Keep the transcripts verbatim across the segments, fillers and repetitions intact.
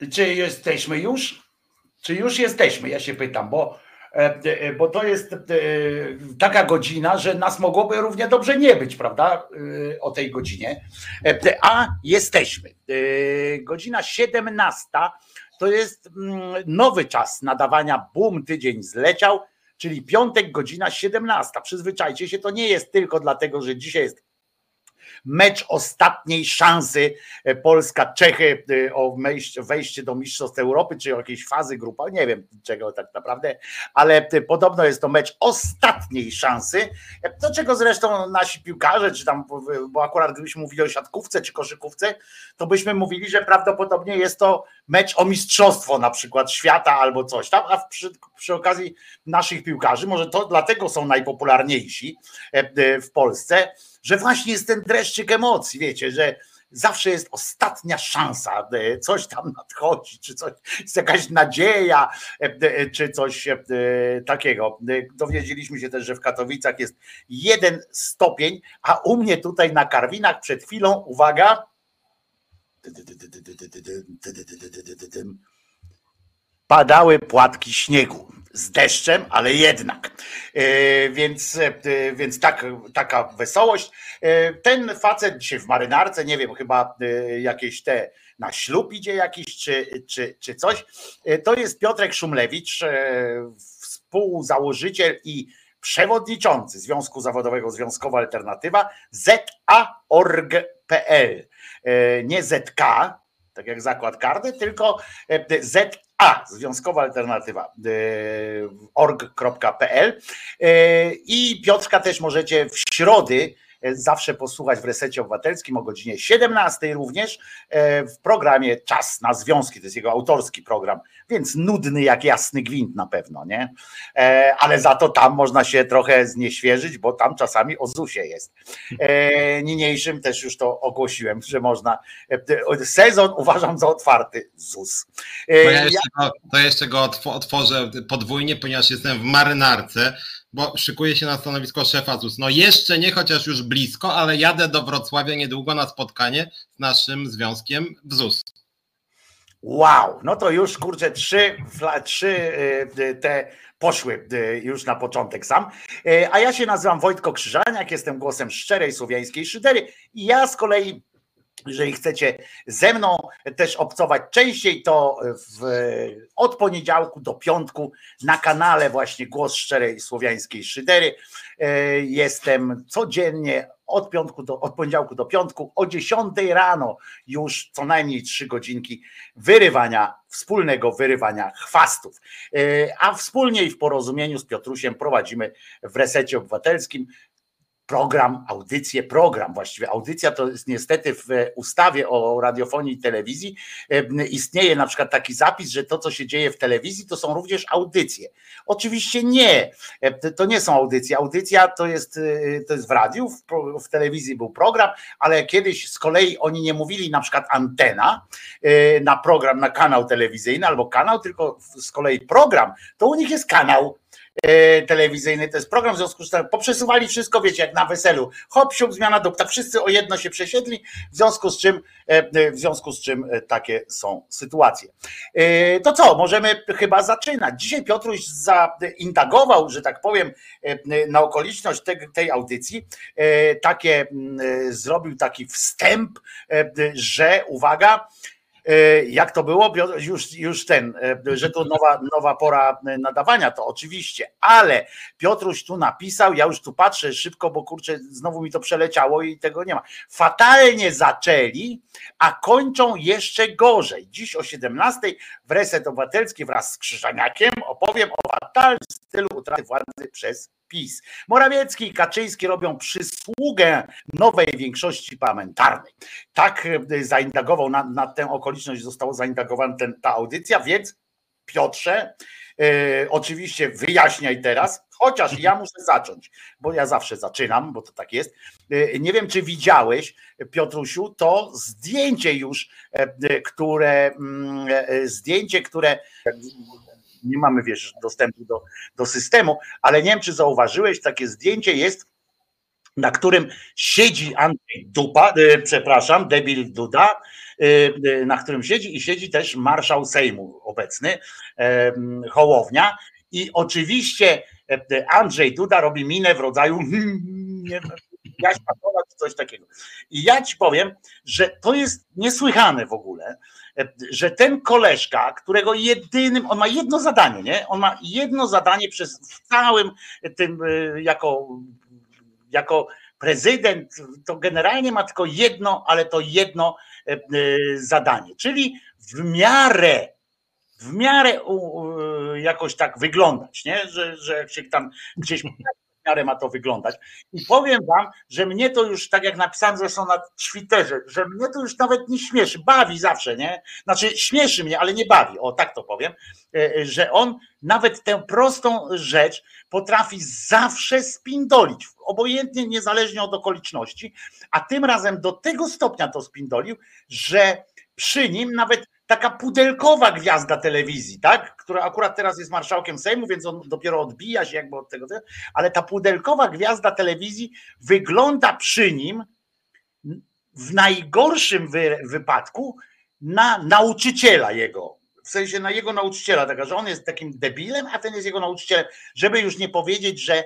Czy jesteśmy już? Czy już jesteśmy? Ja się pytam, bo, bo to jest taka godzina, że nas mogłoby równie dobrze nie być, prawda? O tej godzinie. A jesteśmy. Godzina siedemnasta to jest nowy czas nadawania. Bum, tydzień zleciał, czyli piątek, godzina siedemnasta. Przyzwyczajcie się, to nie jest tylko dlatego, że dzisiaj jest mecz ostatniej szansy Polska-Czechy o wejście do Mistrzostw Europy, czy o jakiejś fazy grupowej, nie wiem czego tak naprawdę, ale podobno jest to mecz ostatniej szansy, do czego zresztą nasi piłkarze, czy tam, bo akurat gdybyśmy mówili o siatkówce czy koszykówce, to byśmy mówili, że prawdopodobnie jest to mecz o mistrzostwo na przykład świata albo coś tam, a przy, przy okazji naszych piłkarzy, może to dlatego są najpopularniejsi w Polsce, że właśnie jest ten dreszczyk emocji, wiecie, że zawsze jest ostatnia szansa, coś tam nadchodzi, czy coś, jest jakaś nadzieja, czy coś takiego. Dowiedzieliśmy się też, że w Katowicach jest jeden stopień, a u mnie tutaj na Karwinach przed chwilą, uwaga, padały płatki śniegu. Z deszczem, ale jednak. Więc, więc tak, taka wesołość. Ten facet dzisiaj w marynarce, nie wiem, chyba jakieś te na ślub idzie jakiś, czy, czy, czy coś. To jest Piotrek Szumlewicz, współzałożyciel i przewodniczący Związku Zawodowego Związkowa Alternatywa Z A kropka org kropka p l. Nie Z K, tak jak zakład karny, tylko Z A, Związkowa Alternatywa org kropka p l. I Piotrka też możecie w środy zawsze posłuchać w Resecie Obywatelskim o godzinie siedemnastej również w programie Czas na Związki. To jest jego autorski program, więc nudny jak jasny gwint na pewno, nie? Ale za to tam można się trochę znieświeżyć, bo tam czasami o zusie jest. Niniejszym też już to ogłosiłem, że można. Sezon uważam za otwarty ZUS. To ja jeszcze go, to jeszcze go otworzę podwójnie, ponieważ jestem w marynarce, bo szykuję się na stanowisko szefa ZUS. No jeszcze nie, chociaż już blisko, ale jadę do Wrocławia niedługo na spotkanie z naszym związkiem w ZUS. Wow, no to już kurczę, trzy, trzy te poszły już na początek sam. A ja się nazywam Wojtko Krzyżaniak, jestem głosem szczerej słowiańskiej szydery i ja z kolei, jeżeli chcecie ze mną też obcować częściej, to w, od poniedziałku do piątku na kanale właśnie Głos Szczerej Słowiańskiej Szydery jestem codziennie od, piątku do, od poniedziałku do piątku o dziesiątej rano już co najmniej trzy godzinki wyrywania, wspólnego wyrywania chwastów. A wspólnie i w porozumieniu z Piotrusiem prowadzimy w Resecie Obywatelskim program, audycję, program właściwie. Audycja to jest niestety w ustawie o radiofonii i telewizji istnieje na przykład taki zapis, że to, co się dzieje w telewizji, to są również audycje. Oczywiście nie. To nie są audycje. Audycja to jest, to jest w radiu, w, w telewizji był program, ale kiedyś z kolei oni nie mówili na przykład antena na program, na kanał telewizyjny albo kanał, tylko z kolei program, to u nich jest kanał telewizyjny, to jest program, w związku z tym poprzesuwali wszystko, wiecie, jak na weselu, hop, siup, zmiana dup, tak wszyscy o jedno się przesiedli, w związku z czym w związku z czym takie są sytuacje. To co, możemy chyba zaczynać. Dzisiaj Piotruś zaindagował, że tak powiem, na okoliczność tej, tej audycji, takie zrobił taki wstęp, że uwaga, jak to było? Już, już ten, że to nowa, nowa pora nadawania, to oczywiście, ale Piotruś tu napisał, ja już tu patrzę szybko, bo kurczę, znowu mi to przeleciało i tego nie ma. Fatalnie zaczęli, a kończą jeszcze gorzej. Dziś o siedemnastej w Reset Obywatelski wraz z Krzyżaniakiem opowiem o fatalnym stylu utraty władzy przez PiS. Morawiecki i Kaczyński robią przysługę nowej większości parlamentarnej. Tak zaindagował, na, na tę okoliczność została zaindagowana ten, ta audycja, więc Piotrze, e, oczywiście wyjaśniaj teraz, chociaż ja muszę zacząć, bo ja zawsze zaczynam, bo to tak jest. E, nie wiem, czy widziałeś, Piotrusiu, to zdjęcie już, e, które e, zdjęcie, które nie mamy, wiesz, dostępu do, do systemu, ale nie wiem, czy zauważyłeś, takie zdjęcie jest, na którym siedzi Andrzej Dupa, e, przepraszam, debil Duda, na którym siedzi i siedzi też marszał Sejmu obecny, Hołownia i oczywiście Andrzej Duda robi minę w rodzaju nie, Jaś Patowa czy coś takiego. I ja ci powiem, że to jest niesłychane w ogóle, że ten koleżka, którego jedynym, on ma jedno zadanie, nie? On ma jedno zadanie przez w całym tym jako, jako prezydent, to generalnie ma tylko jedno, ale to jedno zadanie, czyli w miarę w miarę jakoś tak wyglądać, nie? Że, że jak się tam gdzieś w miarę ma to wyglądać. I powiem wam, że mnie to już, tak jak napisałem zresztą na Twitterze, że mnie to już nawet nie śmieszy, bawi zawsze, nie? Znaczy śmieszy mnie, ale nie bawi, o tak to powiem, że on nawet tę prostą rzecz potrafi zawsze spindolić, obojętnie, niezależnie od okoliczności, a tym razem do tego stopnia to spindolił, że przy nim nawet taka pudelkowa gwiazda telewizji, tak, która akurat teraz jest marszałkiem Sejmu, więc on dopiero odbija się jakby od tego, ale ta pudelkowa gwiazda telewizji wygląda przy nim w najgorszym wy, wypadku na nauczyciela jego, w sensie na jego nauczyciela, taka, że on jest takim debilem, a ten jest jego nauczycielem, żeby już nie powiedzieć, że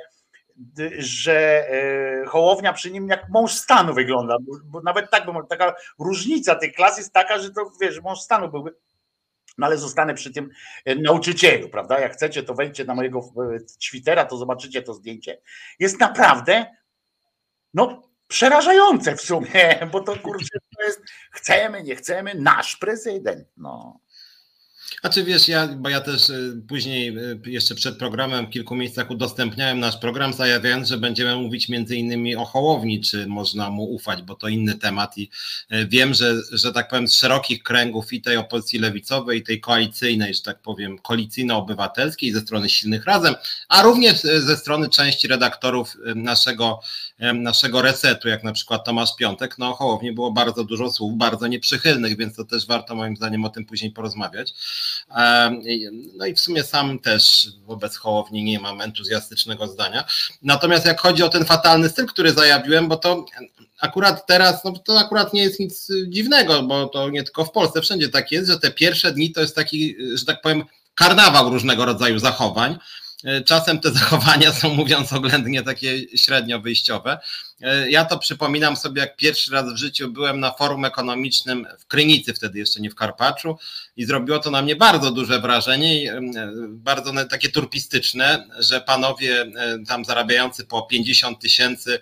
że Hołownia przy nim jak mąż stanu wygląda, bo, bo nawet tak, bo taka różnica tych klas jest taka, że to wiesz, mąż stanu byłby, no ale zostanę przy tym nauczycielu, prawda? Jak chcecie, to wejdźcie na mojego Twittera, to zobaczycie to zdjęcie. Jest naprawdę no przerażające w sumie, bo to kurczę, to jest chcemy, nie chcemy, nasz prezydent, no. Znaczy wiesz, ja, bo ja też później jeszcze przed programem w kilku miejscach udostępniałem nasz program, zajawiając, że będziemy mówić między innymi o Hołowni, czy można mu ufać, bo to inny temat i wiem, że, że tak powiem z szerokich kręgów i tej opozycji lewicowej, i tej koalicyjnej, że tak powiem koalicyjno-obywatelskiej ze strony Silnych Razem, a również ze strony części redaktorów naszego, naszego Resetu, jak na przykład Tomasz Piątek, no o Hołowni było bardzo dużo słów, bardzo nieprzychylnych, więc to też warto moim zdaniem o tym później porozmawiać. No i w sumie sam też wobec Hołowni nie mam entuzjastycznego zdania. Natomiast jak chodzi o ten fatalny styl, który zajawiłem, bo to akurat teraz, no to akurat nie jest nic dziwnego, bo to nie tylko w Polsce, wszędzie tak jest, że te pierwsze dni to jest taki, że tak powiem, karnawał różnego rodzaju zachowań. Czasem te zachowania są, mówiąc oględnie, takie średnio wyjściowe. Ja to przypominam sobie, jak pierwszy raz w życiu byłem na forum ekonomicznym w Krynicy, wtedy jeszcze nie w Karpaczu, i zrobiło to na mnie bardzo duże wrażenie, bardzo takie turpistyczne, że panowie tam zarabiający po pięćdziesiąt tysięcy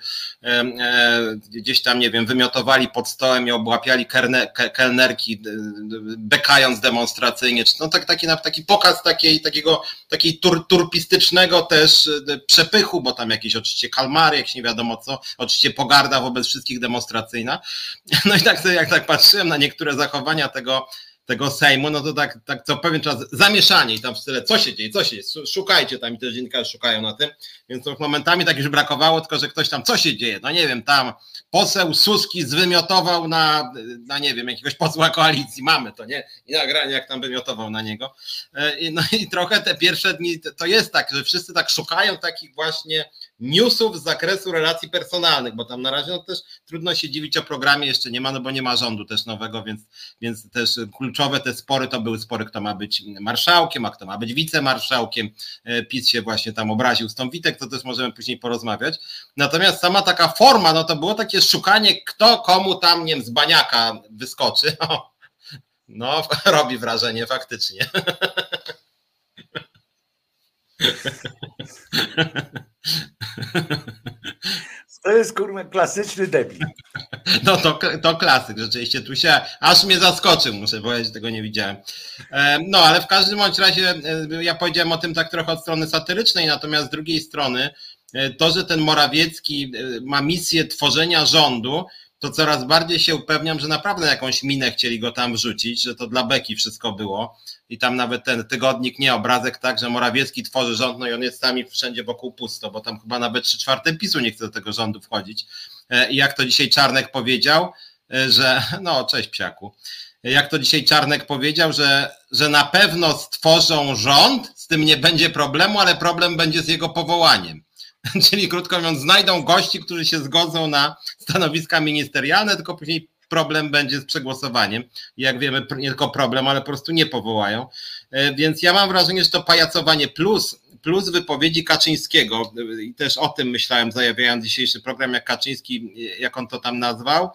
gdzieś tam, nie wiem, wymiotowali pod stołem i obłapiali kelnerki, bekając demonstracyjnie. No tak, taki, taki pokaz takiej, takiego, takiej tur, turpistycznego też przepychu, bo tam jakieś oczywiście kalmary, jakieś nie wiadomo co, oczywiście pogarda wobec wszystkich demonstracyjna. No i tak sobie, jak tak patrzyłem na niektóre zachowania tego, tego Sejmu, no to tak, tak co pewien czas zamieszanie i tam w style, co się dzieje, co się dzieje, szukajcie tam i też dziennikarze szukają na tym, więc to momentami tak już brakowało, tylko że ktoś tam, co się dzieje, no nie wiem, tam poseł Suski zwymiotował na, na nie wiem, jakiegoś posła koalicji, mamy to, nie? I nagranie, jak tam wymiotował na niego. No i trochę te pierwsze dni to jest tak, że wszyscy tak szukają takich właśnie newsów z zakresu relacji personalnych, bo tam na razie no też trudno się dziwić, o programie jeszcze nie ma, no bo nie ma rządu też nowego, więc, więc też kluczowe te spory to były spory, kto ma być marszałkiem, a kto ma być wicemarszałkiem. PiS się właśnie tam obraził z tą Witek, to też możemy później porozmawiać. Natomiast sama taka forma, no to było takie szukanie, kto komu tam, nie wiem, z baniaka wyskoczy. No, robi wrażenie faktycznie. To jest kurwa klasyczny debil. No to, to klasyk, rzeczywiście tu się aż mnie zaskoczył, muszę powiedzieć, tego nie widziałem. No ale w każdym bądź razie ja powiedziałem o tym tak trochę od strony satyrycznej, natomiast z drugiej strony to, że ten Morawiecki ma misję tworzenia rządu, to coraz bardziej się upewniam, że naprawdę jakąś minę chcieli go tam wrzucić, że to dla beki wszystko było i tam nawet ten tygodnik, nie obrazek, tak, że Morawiecki tworzy rząd, no i on jest sami wszędzie wokół pusto, bo tam chyba nawet trzy czwarte PiSu nie chce do tego rządu wchodzić. I jak to dzisiaj Czarnek powiedział, że, no cześć psiaku, jak to dzisiaj Czarnek powiedział, że, że na pewno stworzą rząd, z tym nie będzie problemu, ale problem będzie z jego powołaniem. Czyli krótko mówiąc, znajdą gości, którzy się zgodzą na stanowiska ministerialne, tylko później problem będzie z przegłosowaniem. Jak wiemy, nie tylko problem, ale po prostu nie powołają. Więc ja mam wrażenie, że to pajacowanie plus, plus wypowiedzi Kaczyńskiego, i też o tym myślałem, zajawiając dzisiejszy program, jak Kaczyński, jak on to tam nazwał,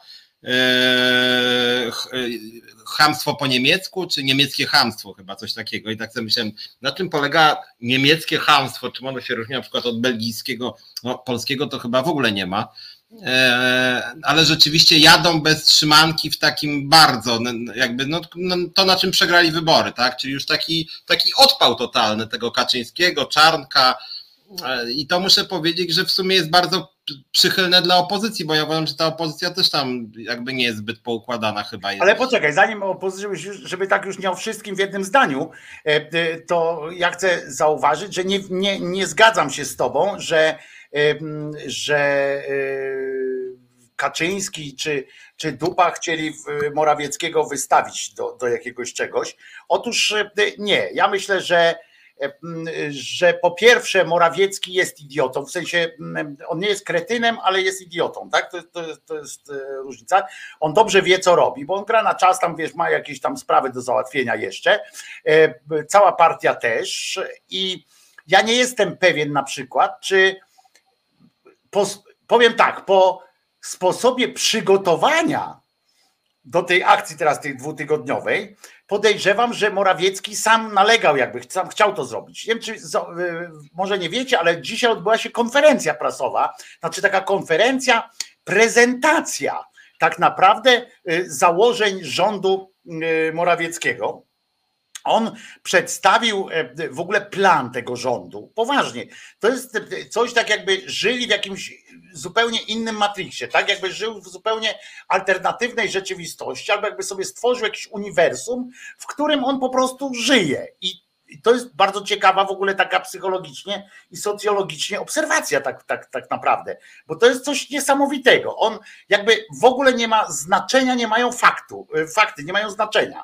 chamstwo po niemiecku, czy niemieckie chamstwo, chyba coś takiego. I tak sobie myślałem, na czym polega niemieckie chamstwo, czym ono się różni na przykład od belgijskiego, no polskiego to chyba w ogóle nie ma. Ale rzeczywiście jadą bez trzymanki w takim bardzo, jakby no, to na czym przegrali wybory, tak? Czyli już taki, taki odpał totalny tego Kaczyńskiego, Czarnka, i to muszę powiedzieć, że w sumie jest bardzo przychylne dla opozycji, bo ja uważam, że ta opozycja też tam jakby nie jest zbyt poukładana chyba. Jest. Ale poczekaj, zanim opozycja, żeby tak już nie o wszystkim w jednym zdaniu, to ja chcę zauważyć, że nie, nie, nie zgadzam się z tobą, że że Kaczyński czy, czy Dupa chcieli Morawieckiego wystawić do, do jakiegoś czegoś. Otóż nie, ja myślę, że, że po pierwsze Morawiecki jest idiotą, w sensie on nie jest kretynem, ale jest idiotą, tak? To, to, to jest różnica. On dobrze wie, co robi, bo on gra na czas, tam wiesz, ma jakieś tam sprawy do załatwienia jeszcze. Cała partia też i ja nie jestem pewien na przykład, czy Po, powiem tak, po sposobie przygotowania do tej akcji teraz tej dwutygodniowej podejrzewam, że Morawiecki sam nalegał, jakby sam chciał to zrobić. Nie wiem, czy może nie wiecie, ale dzisiaj odbyła się konferencja prasowa, znaczy taka konferencja, prezentacja tak naprawdę założeń rządu Morawieckiego. On przedstawił w ogóle plan tego rządu. Poważnie. To jest coś tak, jakby żyli w jakimś zupełnie innym matrixie, tak? Jakby żył w zupełnie alternatywnej rzeczywistości, albo jakby sobie stworzył jakieś uniwersum, w którym on po prostu żyje. I I to jest bardzo ciekawa w ogóle taka psychologicznie i socjologicznie obserwacja tak, tak, tak naprawdę, bo to jest coś niesamowitego. On jakby w ogóle nie ma znaczenia, nie mają faktu, fakty nie mają znaczenia.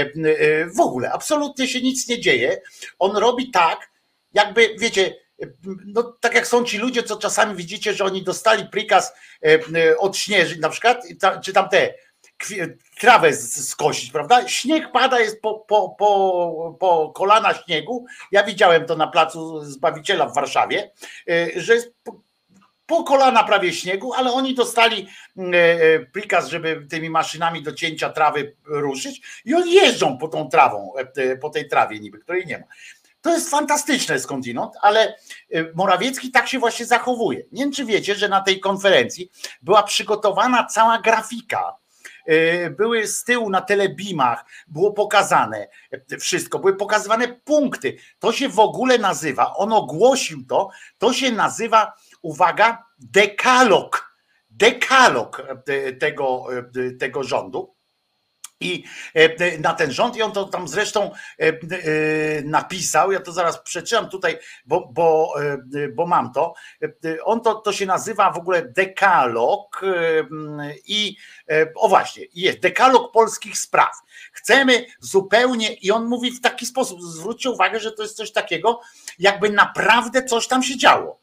W ogóle absolutnie się nic nie dzieje. On robi tak, jakby wiecie, no tak jak są ci ludzie, co czasami widzicie, że oni dostali prikaz od śnieży na przykład, czy tam te trawę skosić, prawda? Śnieg pada, jest po, po, po, po kolana śniegu. Ja widziałem to na placu Zbawiciela w Warszawie, że jest po, po kolana prawie śniegu, ale oni dostali prikaz, żeby tymi maszynami do cięcia trawy ruszyć i oni jeżdżą po tą trawą, po tej trawie niby, której nie ma. To jest fantastyczne skądinąd, ale Morawiecki tak się właśnie zachowuje. Nie wiem, czy wiecie, że na tej konferencji była przygotowana cała grafika. Były z tyłu na telebimach, było pokazane wszystko, były pokazywane punkty. To się w ogóle nazywa, on ogłosił to, to się nazywa, uwaga, dekalog, dekalog tego, tego rządu. I na ten rząd, i on to tam zresztą napisał, ja to zaraz przeczytam tutaj, bo, bo, bo mam to, on to, to się nazywa w ogóle dekalog i o właśnie, jest dekalog polskich spraw. Chcemy zupełnie, i on mówi w taki sposób, zwróćcie uwagę, że to jest coś takiego, jakby naprawdę coś tam się działo.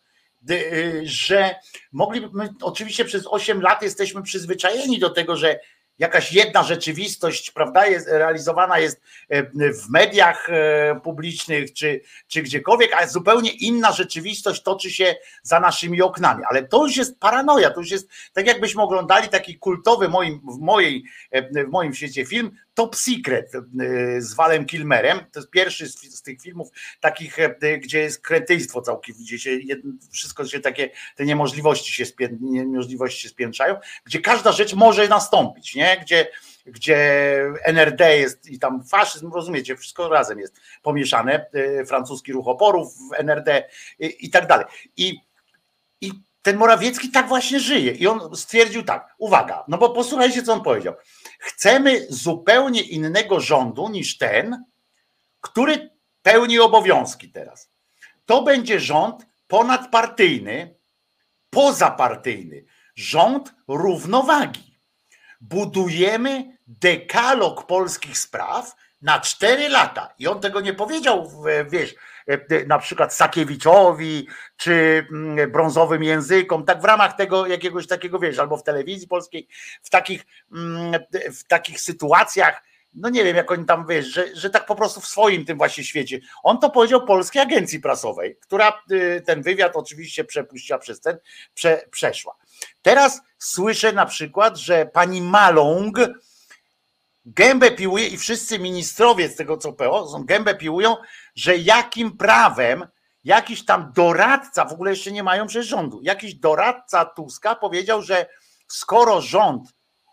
Że mogliby, oczywiście przez osiem lat jesteśmy przyzwyczajeni do tego, że jakaś jedna rzeczywistość, prawda, jest realizowana jest w mediach publicznych czy, czy gdziekolwiek, a zupełnie inna rzeczywistość toczy się za naszymi oknami. Ale to już jest paranoja, to już jest tak, jakbyśmy oglądali taki kultowy moim, w, mojej, w moim świecie film Top Secret z Valem Kilmerem. To jest pierwszy z, z tych filmów takich, gdzie jest kretyństwo całkowicie, gdzie się wszystko się takie, te niemożliwości się, spię, niemożliwości się spiętrzają, gdzie każda rzecz może nastąpić, nie? Gdzie, gdzie N R D jest i tam faszyzm, rozumiecie, wszystko razem jest pomieszane, francuski ruch oporów w N R D i, i tak dalej. I, i ten Morawiecki tak właśnie żyje i on stwierdził tak, uwaga, no bo posłuchajcie, co on powiedział. Chcemy zupełnie innego rządu niż ten, który pełni obowiązki teraz. To będzie rząd ponadpartyjny, pozapartyjny, rząd równowagi. Budujemy dekalog polskich spraw, Na cztery lata. I on tego nie powiedział, wiesz, na przykład Sakiewiczowi, czy brązowym językom, tak w ramach tego jakiegoś takiego, wiesz, albo w telewizji polskiej, w takich, w takich sytuacjach, no nie wiem, jak oni tam, wiesz, że, że tak po prostu w swoim tym właśnie świecie. On to powiedział Polskiej Agencji Prasowej, która ten wywiad oczywiście przepuściła przez ten, prze, przeszła. Teraz słyszę na przykład, że pani Maląg gębę piłuje i wszyscy ministrowie z tego co P O są gębę piłują, że jakim prawem jakiś tam doradca, w ogóle jeszcze nie mają przez rządu, jakiś doradca Tuska powiedział, że skoro rząd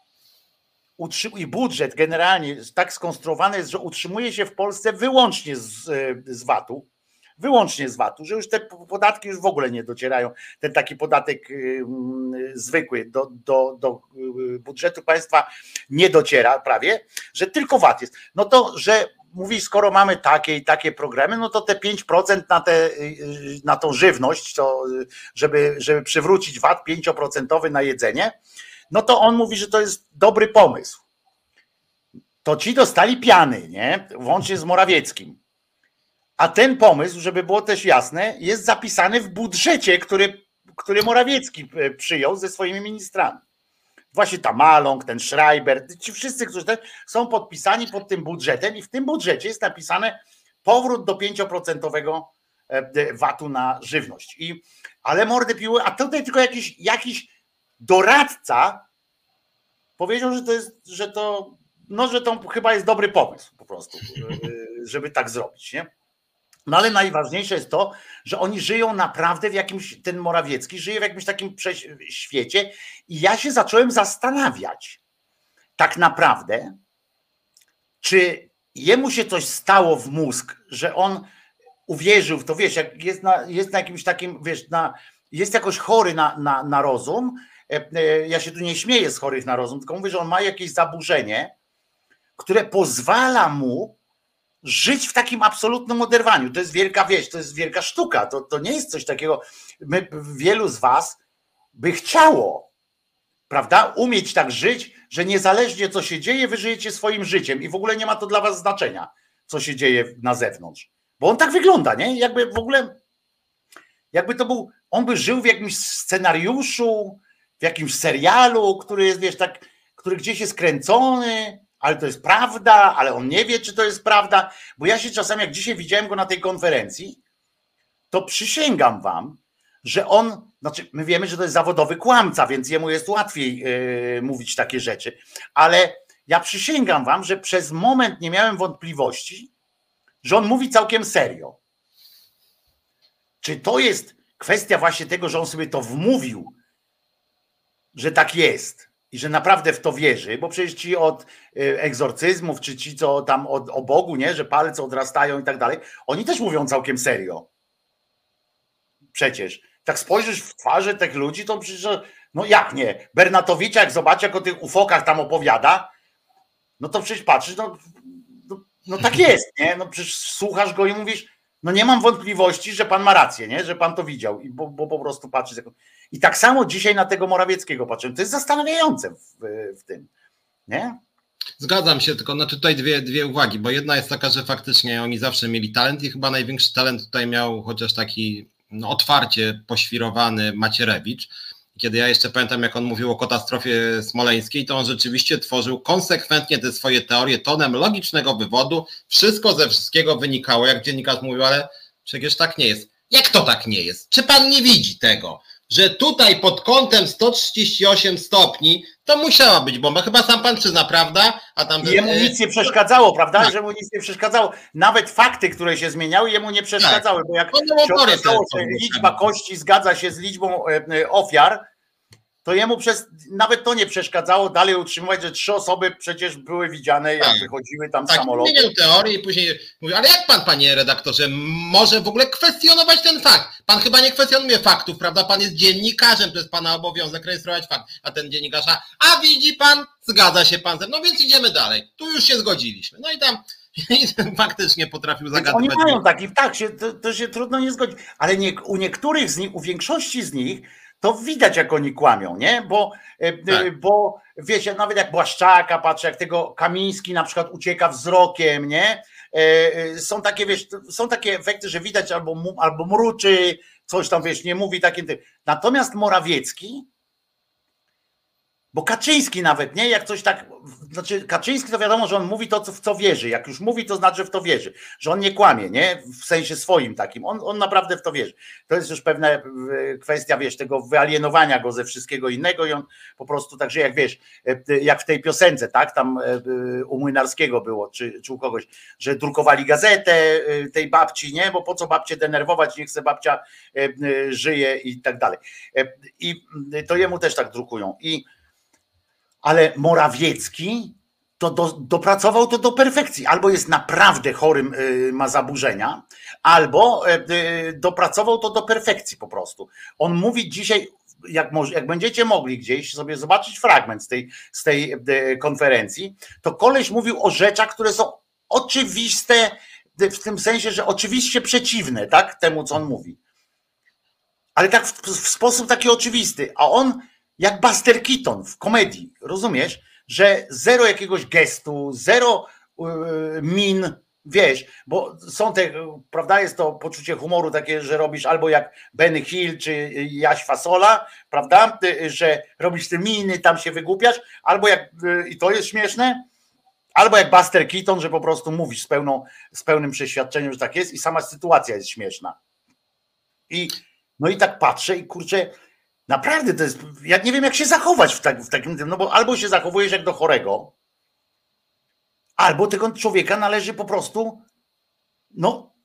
i budżet generalnie tak skonstruowany jest, że utrzymuje się w Polsce wyłącznie z, z vatu, wyłącznie z vatu, że już te podatki już w ogóle nie docierają, ten taki podatek zwykły do, do, do budżetu państwa nie dociera prawie, że tylko V A T jest. No to, że mówi, skoro mamy takie i takie programy, no to te pięć procent na, te, na tą żywność, to żeby, żeby przywrócić V A T pięć procent na jedzenie, no to on mówi, że to jest dobry pomysł. To ci dostali piany, nie? Włącznie z Morawieckim. A ten pomysł, żeby było też jasne, jest zapisany w budżecie, który, który Morawiecki przyjął ze swoimi ministrami. Właśnie ta Maląg, ten Schreiber, ci wszyscy, którzy też są podpisani pod tym budżetem i w tym budżecie jest napisane powrót do pięć procent V A T u na żywność. I, ale mordy piły, a tutaj tylko jakiś, jakiś doradca powiedział, że to jest, że to, no, że to chyba jest dobry pomysł po prostu, żeby tak zrobić, nie? No ale najważniejsze jest to, że oni żyją naprawdę w jakimś, ten Morawiecki żyje w jakimś takim świecie i ja się zacząłem zastanawiać tak naprawdę, czy jemu się coś stało w mózg, że on uwierzył w to, wiesz, jak jest na, jest na jakimś takim, wiesz, na, jest jakoś chory na, na, na rozum. Ja się tu nie śmieję z chorych na rozum, tylko mówię, że on ma jakieś zaburzenie, które pozwala mu żyć w takim absolutnym oderwaniu. To jest wielka wieś, to jest wielka sztuka. To, to nie jest coś takiego. My, wielu z was by chciało, prawda, umieć tak żyć, że niezależnie co się dzieje, wy żyjecie swoim życiem i w ogóle nie ma to dla was znaczenia, co się dzieje na zewnątrz. Bo on tak wygląda, nie? Jakby w ogóle, jakby to był, on by żył w jakimś scenariuszu, w jakimś serialu, który jest, wiesz, tak, który gdzieś jest kręcony, ale to jest prawda, ale on nie wie, czy to jest prawda, bo ja się czasami, jak dzisiaj widziałem go na tej konferencji, to przysięgam wam, że on, znaczy my wiemy, że to jest zawodowy kłamca, więc jemu jest łatwiej yy, mówić takie rzeczy, ale ja przysięgam wam, że przez moment nie miałem wątpliwości, że on mówi całkiem serio. Czy to jest kwestia właśnie tego, że on sobie to wmówił, że tak jest i że naprawdę w to wierzy, bo przecież ci od egzorcyzmów, czy ci, co tam od, o Bogu, nie, że palce odrastają i tak dalej, oni też mówią całkiem serio. Przecież. Tak spojrzysz w twarze tych ludzi, to przecież, no jak nie? Bernatowicza, jak zobaczy, jak o tych ufokach tam opowiada, no to przecież patrzysz, no, no, no tak jest, nie? No przecież słuchasz go i mówisz, no nie mam wątpliwości, że pan ma rację, nie? Że pan to widział, bo, bo po prostu patrzysz. I tak samo dzisiaj na tego Morawieckiego patrzę. To jest zastanawiające w, w tym, nie? Zgadzam się, tylko znaczy tutaj dwie, dwie uwagi, bo jedna jest taka, że faktycznie oni zawsze mieli talent i chyba największy talent tutaj miał chociaż taki no, otwarcie poświrowany Macierewicz. Kiedy ja jeszcze pamiętam, jak on mówił o katastrofie smoleńskiej, to on rzeczywiście tworzył konsekwentnie te swoje teorie tonem logicznego wywodu. Wszystko ze wszystkiego wynikało, jak dziennikarz mówił, ale przecież tak nie jest. Jak to tak nie jest? Czy pan nie widzi tego, że tutaj pod kątem sto trzydzieści osiem stopni to musiała być bomba? Chyba sam pan przyzna, prawda? A tam jemu nic nie przeszkadzało, prawda? Tak. Że mu nic nie przeszkadzało. Nawet fakty, które się zmieniały, jemu nie przeszkadzały, tak. Bo jak się okazało, że liczba kości zgadza się z liczbą ofiar, to jemu przez, nawet to nie przeszkadzało dalej utrzymywać, że trzy osoby przecież były widziane, jak tak. wychodziły tam tak, z samolotu. Zmieniał teorię i później mówił, ale jak pan, panie redaktorze, może w ogóle kwestionować ten fakt? Pan chyba nie kwestionuje faktów, prawda? Pan jest dziennikarzem, to jest pana obowiązek rejestrować fakt. A ten dziennikarz, a, a widzi pan, zgadza się pan ze mną, no więc idziemy dalej. Tu już się zgodziliśmy. No i tam i faktycznie potrafił zagadywać. Oni mają taki, tak, się, to, to się trudno nie zgodzić. Ale nie, u niektórych z nich, u większości z nich, to widać, jak oni kłamią, nie? Bo, tak. bo wiecie, nawet jak Błaszczaka patrzę, jak tego Kamiński na przykład ucieka wzrokiem, nie? Są takie, wiesz, są takie efekty, że widać albo, albo mruczy, coś tam, wiesz, nie mówi takim tym. Natomiast Morawiecki, bo Kaczyński nawet, nie? Jak coś tak, znaczy Kaczyński to wiadomo, że on mówi to, w co wierzy. Jak już mówi, to znaczy, że w to wierzy. Że on nie kłamie, nie? W sensie swoim takim. On, on naprawdę w to wierzy. To jest już pewna kwestia, wiesz, tego wyalienowania go ze wszystkiego innego i on po prostu, także jak wiesz, jak w tej piosence, tak? Tam u Młynarskiego było, czy, czy u kogoś, że drukowali gazetę tej babci, nie? Bo po co babcię denerwować, niech se babcia żyje i tak dalej. I to jemu też tak drukują. I ale Morawiecki to do, dopracował to do perfekcji. Albo jest naprawdę chorym, ma zaburzenia, albo dopracował to do perfekcji po prostu. On mówi dzisiaj, jak, może, jak będziecie mogli gdzieś sobie zobaczyć fragment z tej, z tej konferencji, to koleś mówił o rzeczach, które są oczywiste, w tym sensie, że oczywiście przeciwne, tak, temu, co on mówi. Ale tak w, w sposób taki oczywisty. A on jak Buster Keaton w komedii, rozumiesz, że zero jakiegoś gestu, zero yy, min, wiesz, bo są te, prawda, jest to poczucie humoru takie, że robisz albo jak Benny Hill czy Jaś Fasola, prawda, że robisz te miny, tam się wygłupiasz, albo jak, yy, i to jest śmieszne, albo jak Buster Keaton, że po prostu mówisz z, pełną, z pełnym przeświadczeniem, że tak jest i sama sytuacja jest śmieszna. I no i tak patrzę i kurczę, naprawdę to jest, ja nie wiem jak się zachować w, tak, w takim tym, no bo albo się zachowujesz jak do chorego, albo tego człowieka należy po prostu no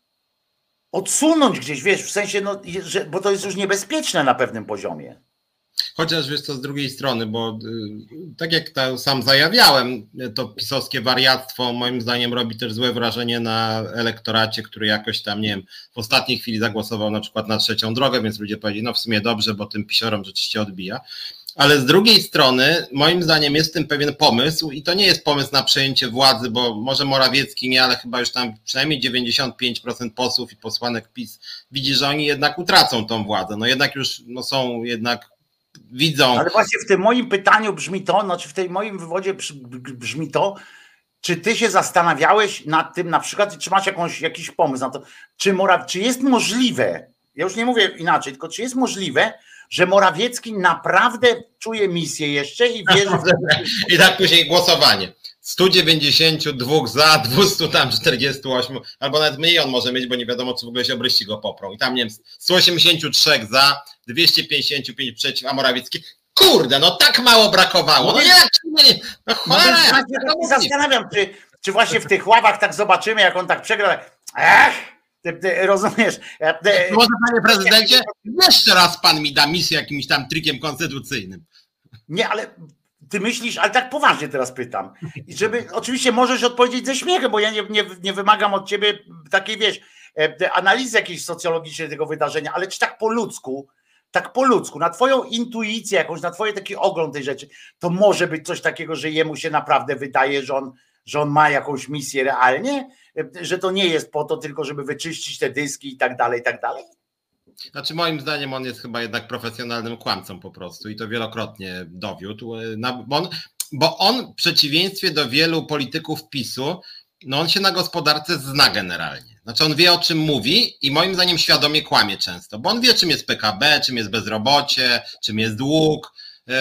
odsunąć gdzieś, wiesz, w sensie, no, że, bo to jest już niebezpieczne na pewnym poziomie. Chociaż wiesz co, z drugiej strony, bo tak jak to sam zajawiałem, to pisowskie wariactwo moim zdaniem robi też złe wrażenie na elektoracie, który jakoś tam, nie wiem, w ostatniej chwili zagłosował na przykład na trzecią drogę, więc ludzie powiedzieli, no w sumie dobrze, bo tym pisiorom rzeczywiście odbija. Ale z drugiej strony, moim zdaniem jest w tym pewien pomysł i to nie jest pomysł na przejęcie władzy, bo może Morawiecki nie, ale chyba już tam przynajmniej dziewięćdziesiąt pięć procent posłów i posłanek PiS widzi, że oni jednak utracą tą władzę. No jednak już no są jednak widzą. Ale właśnie w tym moim pytaniu brzmi to, znaczy w tej moim wywodzie brzmi to, czy ty się zastanawiałeś nad tym na przykład, czy masz jakąś, jakiś pomysł na to, czy, Moraw, czy jest możliwe, ja już nie mówię inaczej, tylko czy jest możliwe, że Morawiecki naprawdę czuje misję jeszcze i wierzy w to. I tak później głosowanie. sto dziewięćdziesiąt dwa za, dwieście czterdzieści osiem, albo nawet mniej on może mieć, bo nie wiadomo, czy w ogóle się obryści go poprą. I tam, nie wiem, sto osiemdziesiąt trzy za, dwieście pięćdziesiąt pięć przeciw, a Morawiecki, kurde, no tak mało brakowało. No jak? No cholera, ja no, zastanawiam, czy, czy właśnie w tych ławach tak zobaczymy, jak on tak przegra. Ech! Ty, ty, rozumiesz? Ty, może panie prezydencie, jeszcze raz pan mi da misję jakimś tam trikiem konstytucyjnym. Nie, ale ty myślisz, ale tak poważnie teraz pytam. I żeby, oczywiście możesz odpowiedzieć ze śmiechem, bo ja nie, nie, nie wymagam od ciebie takiej, wiesz, analizy jakiejś socjologicznej tego wydarzenia, ale czy tak po ludzku, tak po ludzku, na twoją intuicję jakąś, na twoje taki ogląd tej rzeczy, to może być coś takiego, że jemu się naprawdę wydaje, że on, że on ma jakąś misję realnie, że to nie jest po to tylko, żeby wyczyścić te dyski i tak dalej, i tak dalej? Znaczy moim zdaniem on jest chyba jednak profesjonalnym kłamcą po prostu i to wielokrotnie dowiódł, bo on, bo on w przeciwieństwie do wielu polityków PiSu, no on się na gospodarce zna generalnie. Znaczy on wie, o czym mówi i moim zdaniem świadomie kłamie często, bo on wie, czym jest P K B, czym jest bezrobocie, czym jest dług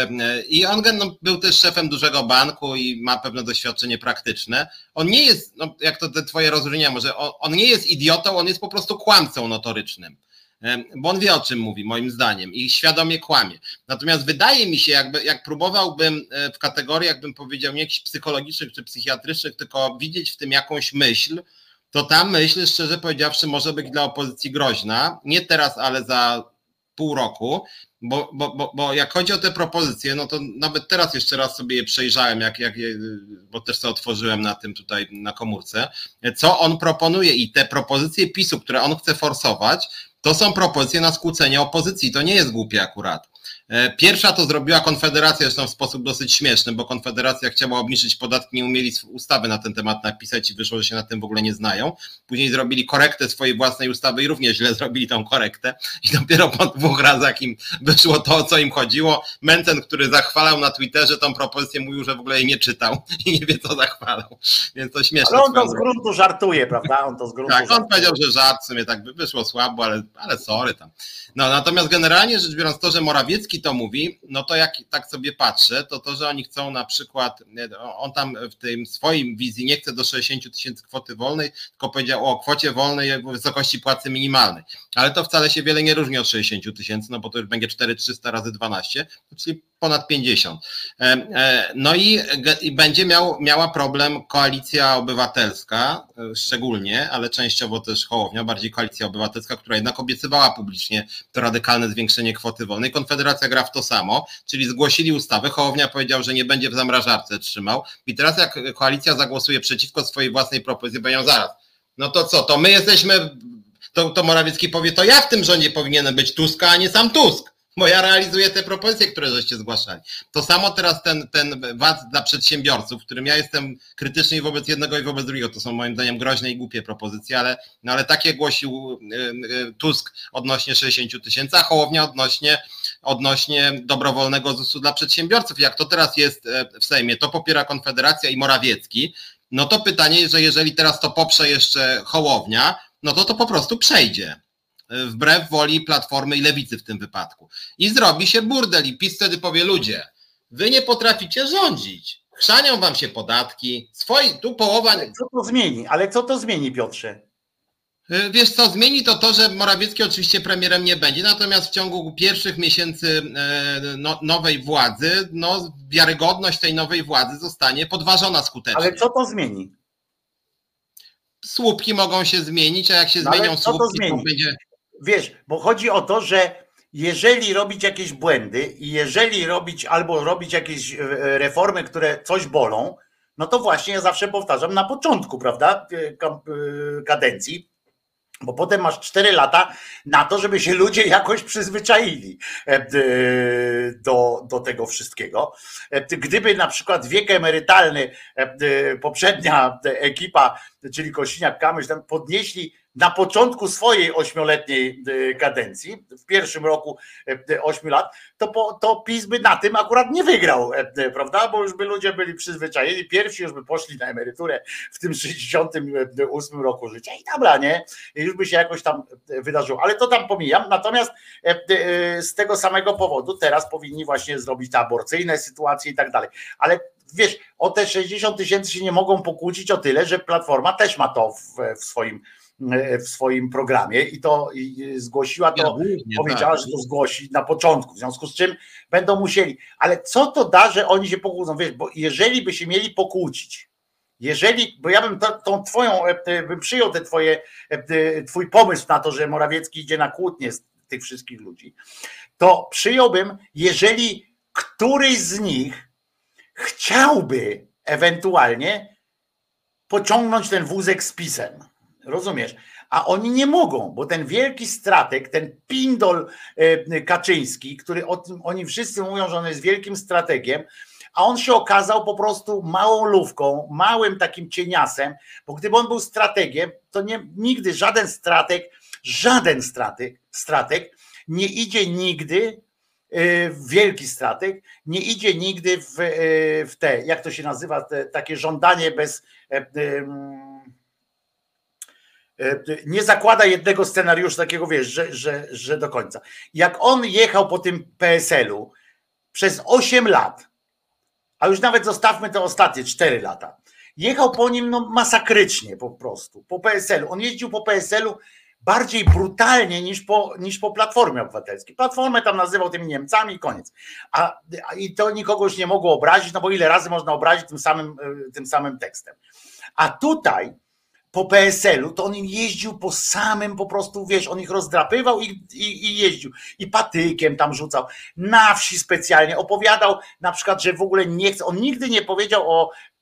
i on no, był też szefem dużego banku i ma pewne doświadczenie praktyczne. On nie jest, no, jak to te twoje rozróżnienia, może on, on nie jest idiotą, on jest po prostu kłamcą notorycznym. Bo on wie, o czym mówi, moim zdaniem, i świadomie kłamie. Natomiast wydaje mi się, jakby, jak próbowałbym w kategoriach, jakbym powiedział, nie jakichś psychologicznych czy psychiatrycznych, tylko widzieć w tym jakąś myśl, to ta myśl, szczerze powiedziawszy, może być dla opozycji groźna. Nie teraz, ale za pół roku, bo, bo, bo, bo jak chodzi o te propozycje, no to nawet teraz jeszcze raz sobie je przejrzałem, jak, jak je, bo też to otworzyłem na tym tutaj na komórce, co on proponuje i te propozycje PiSu, które on chce forsować, to są propozycje na skłócenie opozycji, to nie jest głupie akurat. Pierwsza to zrobiła Konfederacja, zresztą w sposób dosyć śmieszny, bo Konfederacja chciała obniżyć podatki, nie umieli ustawy na ten temat napisać i wyszło, że się na tym w ogóle nie znają. Później zrobili korektę swojej własnej ustawy i również źle zrobili tą korektę i dopiero po dwóch razach im wyszło to, o co im chodziło. Mencen, który zachwalał na Twitterze tą propozycję, mówił, że w ogóle jej nie czytał i nie wie, co zachwalał. Więc to śmieszne. Ale on to z gruntu żartuje, prawda? On to z gruntu Tak, on żartuje. powiedział, że żart w sumie tak by wyszło słabo, ale, ale sorry tam. No natomiast generalnie rzecz biorąc to, że Morawiecki to mówi, no to jak tak sobie patrzę, to to, że oni chcą na przykład, on tam w tym swoim wizji nie chce do sześćdziesiąt tysięcy kwoty wolnej, tylko powiedział o kwocie wolnej w wysokości płacy minimalnej. Ale to wcale się wiele nie różni od sześćdziesiąt tysięcy, no bo to już będzie cztery tysiące trzysta razy dwanaście, czyli ponad pięćdziesiąt. No i, i będzie miał, miała problem Koalicja Obywatelska, szczególnie, ale częściowo też Hołownia, bardziej Koalicja Obywatelska, która jednak obiecywała publicznie to radykalne zwiększenie kwoty wolnej. Konfederacja gra w to samo, czyli zgłosili ustawę, Hołownia powiedział, że nie będzie w zamrażarce trzymał i teraz jak koalicja zagłosuje przeciwko swojej własnej propozycji, będą zaraz, no to co, to my jesteśmy, to, to Morawiecki powie, to ja w tym rządzie powinienem być Tusk, a nie sam Tusk, bo ja realizuję te propozycje, które żeście zgłaszali. To samo teraz ten, ten V A T dla przedsiębiorców, w którym ja jestem krytyczny i wobec jednego i wobec drugiego, to są moim zdaniem groźne i głupie propozycje, ale, no ale takie głosił Tusk odnośnie sześćdziesiąt tysięcy, a Hołownia odnośnie, odnośnie dobrowolnego zusu dla przedsiębiorców. Jak to teraz jest w Sejmie, to popiera Konfederacja i Morawiecki, no to pytanie, że jeżeli teraz to poprze jeszcze Hołownia, no to to po prostu przejdzie. Wbrew woli Platformy i Lewicy w tym wypadku. I zrobi się burdel i PiS wtedy powie, ludzie, wy nie potraficie rządzić. Chrzanią wam się podatki, swoi, tu połowa... Ale co to zmieni? Ale co to zmieni, Piotrze? Wiesz co, zmieni to to, że Morawiecki oczywiście premierem nie będzie, natomiast w ciągu pierwszych miesięcy no, nowej władzy, no wiarygodność tej nowej władzy zostanie podważona skutecznie. Ale co to zmieni? Słupki mogą się zmienić, a jak się no zmienią co słupki, to, zmieni? to będzie... Wiesz, bo chodzi o to, że jeżeli robić jakieś błędy i jeżeli robić albo robić jakieś reformy, które coś bolą, no to właśnie ja zawsze powtarzam na początku, prawda, kadencji, bo potem masz cztery lata na to, żeby się ludzie jakoś przyzwyczaili do, do tego wszystkiego. Gdyby na przykład wiek emerytalny poprzednia ekipa, czyli Kosiniak-Kamysz, tam podnieśli na początku swojej ośmioletniej kadencji, w pierwszym roku ośmiu lat, to, po, to PiS by na tym akurat nie wygrał, prawda? Bo już by ludzie byli przyzwyczajeni, pierwsi już by poszli na emeryturę w tym sześćdziesiątym ósmym roku życia i dobra, nie? Już by się jakoś tam wydarzyło, ale to tam pomijam. Natomiast z tego samego powodu teraz powinni właśnie zrobić te aborcyjne sytuacje i tak dalej. Ale wiesz, o te sześćdziesiąt tysięcy się nie mogą pokłócić o tyle, że Platforma też ma to w, w swoim w swoim programie i to i zgłosiła to, ja, powiedziała, tak, że to zgłosi na początku, w związku z czym będą musieli, ale co to da, że oni się pokłócą, wiesz, bo jeżeli by się mieli pokłócić, jeżeli, bo ja bym to, tą twoją, bym przyjął te twoje, twój pomysł na to, że Morawiecki idzie na kłótnię z tych wszystkich ludzi, to przyjąłbym, jeżeli któryś z nich chciałby ewentualnie pociągnąć ten wózek z PiS-em. Rozumiesz? A oni nie mogą, bo ten wielki strateg, ten pindol Kaczyński, który o tym oni wszyscy mówią, że on jest wielkim strategiem, a on się okazał po prostu małą lówką, małym takim cieniasem, bo gdyby on był strategiem, to nie, nigdy żaden strateg, żaden strateg, strateg nie idzie nigdy, wielki strateg, nie idzie nigdy w, w te, jak to się nazywa, te, takie żądanie bez... nie zakłada jednego scenariusza takiego, wiesz, że, że, że do końca. Jak on jechał po tym P S L-u przez osiem lat, a już nawet zostawmy te ostatnie cztery lata, jechał po nim no, masakrycznie po prostu, po P S L-u. On jeździł po P S L-u bardziej brutalnie niż po, niż po Platformie Obywatelskiej. Platformę tam nazywał tymi Niemcami i koniec. A, a, I to nikogo już nie mogło obrazić, no bo ile razy można obrazić tym samym, tym samym tekstem. A tutaj po P S L-u, to on jeździł po samym po prostu, wiesz, on ich rozdrapywał i, i, i jeździł. I patykiem tam rzucał. Na wsi specjalnie opowiadał na przykład, że w ogóle nie chce, on nigdy nie powiedział o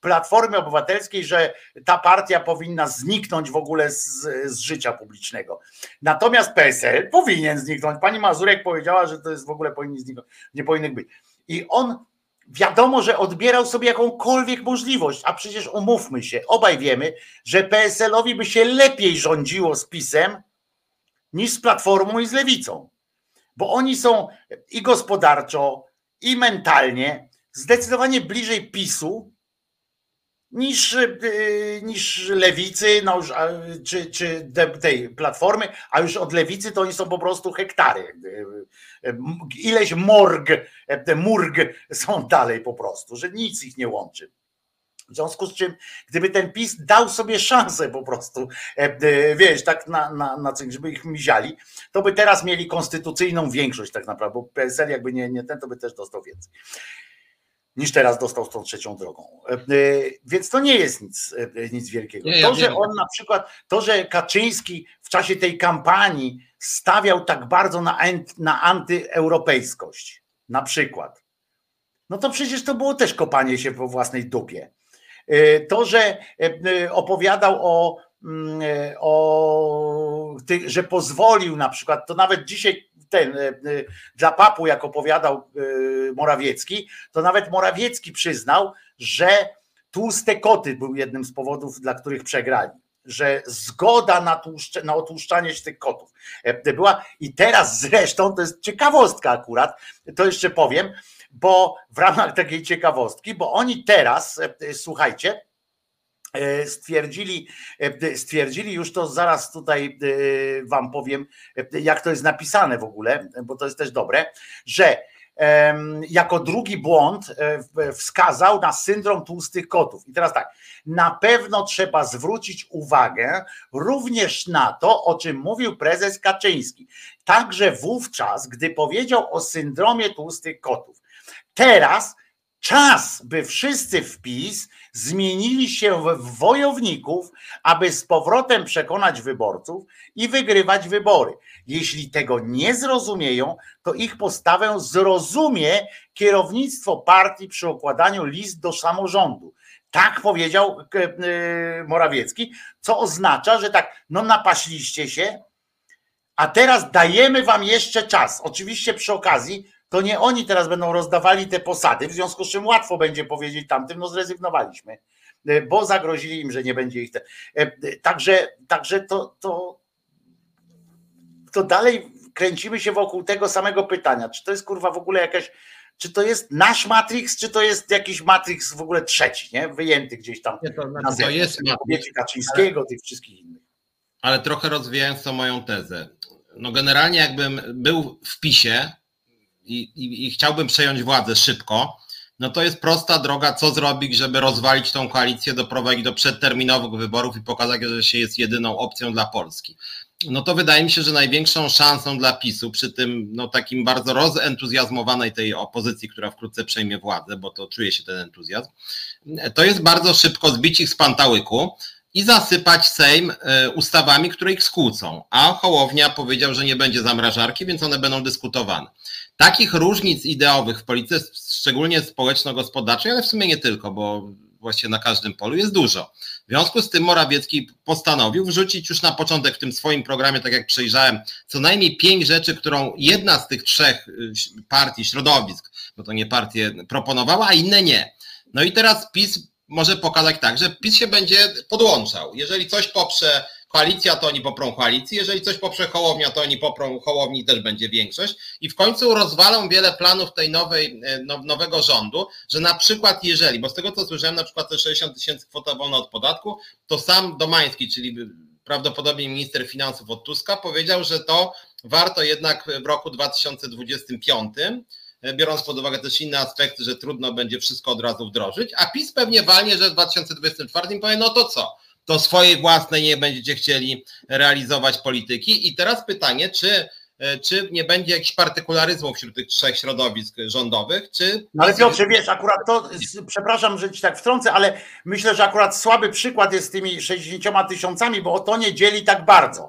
Platformy Obywatelskiej, że ta partia powinna zniknąć w ogóle z, z życia publicznego. Natomiast P S L powinien zniknąć. Pani Mazurek powiedziała, że to jest w ogóle powinien zniknąć, nie powinien być. I on wiadomo, że odbierał sobie jakąkolwiek możliwość, a przecież umówmy się, obaj wiemy, że P S L-owi by się lepiej rządziło z PiS-em niż z Platformą i z Lewicą. Bo oni są i gospodarczo, i mentalnie zdecydowanie bliżej PiS-u niż, niż Lewicy, no już, czy, czy tej Platformy, a już od Lewicy to oni są po prostu hektary. Ileś morg, murg są dalej po prostu, że nic ich nie łączy. W związku z czym, gdyby ten PiS dał sobie szansę po prostu, wiesz, tak na, na, na coś, żeby ich miziali, to by teraz mieli konstytucyjną większość tak naprawdę, bo P S L jakby nie, nie ten, to by też dostał więcej niż teraz dostał z tą trzecią drogą. Więc to nie jest nic, nic wielkiego. Nie, ja to, że wiem. on na przykład, to, że Kaczyński w czasie tej kampanii stawiał tak bardzo na, na antyeuropejskość, na przykład, no to przecież to było też kopanie się po własnej dupie. To, że opowiadał o, o że pozwolił na przykład, to nawet dzisiaj ten dla papu, jak opowiadał Morawiecki, to nawet Morawiecki przyznał, że tłuste koty był jednym z powodów, dla których przegrali. Że zgoda na, tłuszcze, na otłuszczanie się tych kotów była. I teraz zresztą, to jest ciekawostka akurat, to jeszcze powiem, bo w ramach takiej ciekawostki, bo oni teraz, słuchajcie, stwierdzili, stwierdzili już to, zaraz tutaj wam powiem, jak to jest napisane w ogóle, bo to jest też dobre, że jako drugi błąd wskazał na syndrom tłustych kotów. I teraz tak, na pewno trzeba zwrócić uwagę również na to, o czym mówił prezes Kaczyński. Także wówczas, gdy powiedział o syndromie tłustych kotów. Teraz czas, by wszyscy w PiS zmienili się w wojowników, aby z powrotem przekonać wyborców i wygrywać wybory. Jeśli tego nie zrozumieją, to ich postawę zrozumie kierownictwo partii przy układaniu list do samorządu. Tak powiedział Morawiecki, co oznacza, że tak, no napaśliście się, a teraz dajemy wam jeszcze czas. Oczywiście przy okazji to nie oni teraz będą rozdawali te posady, w związku z czym łatwo będzie powiedzieć tamtym, no zrezygnowaliśmy, bo zagrozili im, że nie będzie ich. Te... Także, także to, to, to dalej kręcimy się wokół tego samego pytania, czy to jest kurwa w ogóle jakaś, czy to jest nasz Matrix, czy to jest jakiś Matrix w ogóle trzeci, nie? Wyjęty gdzieś tam nie, to, znaczy, na zewnątrz, to jest Matrix Kaczyńskiego, ale, tych wszystkich innych. Ale trochę rozwijając tą moją tezę, no generalnie jakbym był w PiSie, I, i, i chciałbym przejąć władzę szybko, no to jest prosta droga, co zrobić, żeby rozwalić tą koalicję, doprowadzić do przedterminowych wyborów i pokazać, że się jest jedyną opcją dla Polski. No to wydaje mi się, że największą szansą dla PiSu przy tym no takim bardzo rozentuzjazmowanej tej opozycji, która wkrótce przejmie władzę, bo to czuje się ten entuzjazm, to jest bardzo szybko zbić ich z pantałyku i zasypać Sejm ustawami, które ich skłócą. A Hołownia powiedział, że nie będzie zamrażarki, więc one będą dyskutowane. Takich różnic ideowych w polityce, szczególnie społeczno-gospodarczej, ale w sumie nie tylko, bo właściwie na każdym polu jest dużo. W związku z tym Morawiecki postanowił wrzucić już na początek w tym swoim programie, tak jak przejrzałem, co najmniej pięć rzeczy, którą jedna z tych trzech partii, środowisk, bo to nie partie, proponowała, a inne nie. No i teraz PiS może pokazać tak, że PiS się będzie podłączał. Jeżeli coś poprze koalicja, to oni poprą koalicji, jeżeli coś poprze Hołownia, to oni poprą Hołowni i też będzie większość i w końcu rozwalą wiele planów tej nowej, now, nowego rządu, że na przykład jeżeli, bo z tego co słyszałem, na przykład te sześćdziesiąt tysięcy kwota wolna od podatku, to sam Domański, czyli prawdopodobnie minister finansów od Tuska, powiedział, że to warto jednak w roku dwa tysiące dwudziestym piątym, biorąc pod uwagę też inne aspekty, że trudno będzie wszystko od razu wdrożyć, a PiS pewnie walnie, że w dwa tysiące dwudziestym czwartym powie, no to co? To swojej własnej nie będziecie chcieli realizować polityki. I teraz pytanie, czy, czy nie będzie jakichś partykularyzmów wśród tych trzech środowisk rządowych, czy... Ale Piotrze, wiesz, akurat to, przepraszam, że ci tak wtrącę, ale myślę, że akurat słaby przykład jest z tymi sześćdziesięcioma tysiącami, bo o to nie dzieli tak bardzo.